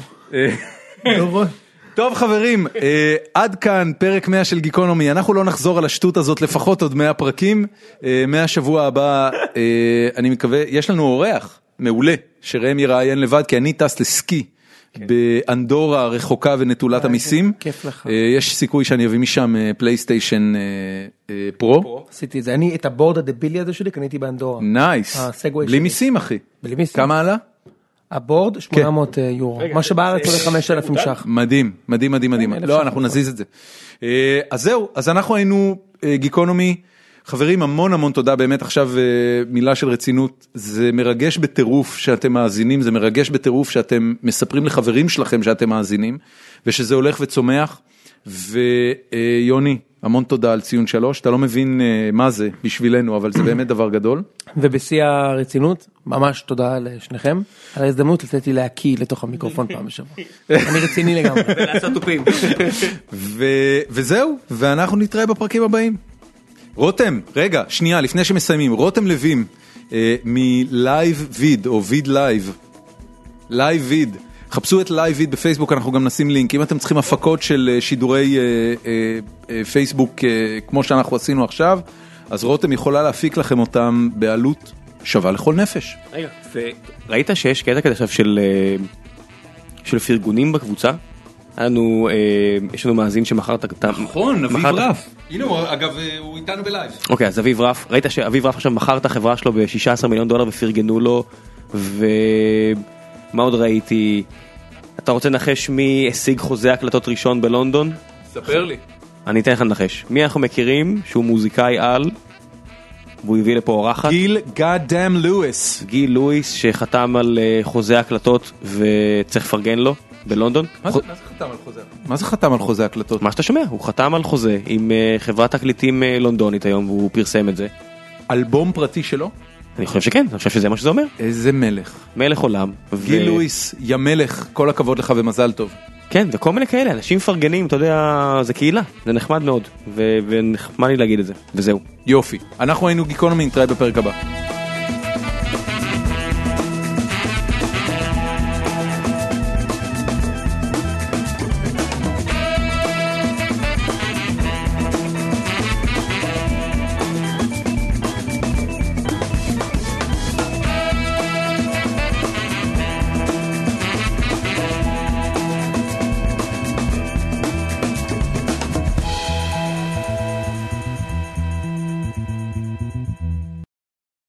טוב חברים, עד כאן פרק 100 של גיקונומי, אנחנו לא נחזור על השטות הזאת לפחות עוד 100 פרקים, מהשבוע הבא, אני מקווה, יש לנו אורח מעולה, שראם יראיין לבד, כי אני טס לסקי באנדורה הרחוקה ונטולת המיסים. כיף לך. יש סיכוי שאני אביא משם פלייסטיישן פרו. עשיתי את זה, אני את הבורד הדבילי הזה שלי קניתי באנדורה. נייס, בלי מיסים אחי. בלי מיסים. כמה עלה? הבורד 800 יורו, מה שבארץ עולה 5,000 ש"ח. מדהים, מדהים, מדהים, מדהים. לא, אנחנו נזיז את זה. אז זהו, אז אנחנו היינו גיקונומי. חברים, המון המון תודה, באמת עכשיו מילה של רצינות, זה מרגש בטירוף שאתם מאזינים, זה מרגש בטירוף שאתם מספרים לחברים שלכם שאתם מאזינים, ושזה הולך וצומח, ויוני, המון תודה על ציון 3, אתה לא מבין מה זה בשבילנו, אבל זה באמת דבר גדול. ובשיא הרצינות, ממש תודה לשניכם, על ההזדמנות לתת לי להקיא לתוך המיקרופון פעם בשבוע. אני רציני לגמרי. ולעשות טופים. וזהו, ואנחנו נתראה בפרקים הבאים. רותם, רגע, שנייה, לפני שמסיימים, רותם לוים, מלייב ויד, או ויד לייב, לייב ויד, חפשו את לייב ויד בפייסבוק, אנחנו גם נשים לינק, אם אתם צריכים הפקות של שידורי פייסבוק, כמו שאנחנו עשינו עכשיו, אז רותם יכולה להפיק לכם אותם בעלות שווה לכל נפש. רגע, ראית שיש קטע כזה עכשיו של פרגונים בקבוצה? יש לנו מאזין שמחר את... נכון, אביב רף. הנה הוא, אגב, הוא איתנו בלייב. אוקיי, אז אביב רף, ראית שאביב רף עכשיו מחר את החברה שלו ב$16 מיליון ופרגנו לו, ומה עוד ראיתי? אתה רוצה לנחש מי השיג חוזה הקלטות ראשון בלונדון? ספר לי. אני אתן לך לנחש. מי אנחנו מכירים שהוא מוזיקאי על, והוא הביא לפה אורחת? גיל גאדם לואיס. גיל לואיס שחתם על חוזה הקלטות וצריך לפרגן לו. בלונדון. מה זה חתם על חוזה? מה זה חתם על חוזה הקלטות? מה שאתה שומע, הוא חתם על חוזה עם חברת תקליטים לונדונית היום, והוא פרסם את זה. אלבום פרטי שלו? אני חושב שכן, אני חושב שזה מה שזה אומר. איזה מלך. מלך עולם. גיל לואיס, יא מלך, כל הכבוד לך ומזל טוב. כן, וכל מיני כאלה, אנשים מפרגנים, אתה יודע, זה קהילה, זה נחמד מאוד, ונחמד לי להגיד את זה, וזהו. יופי, אנחנו היינו גיקונומי, נתראה בפרק הבא.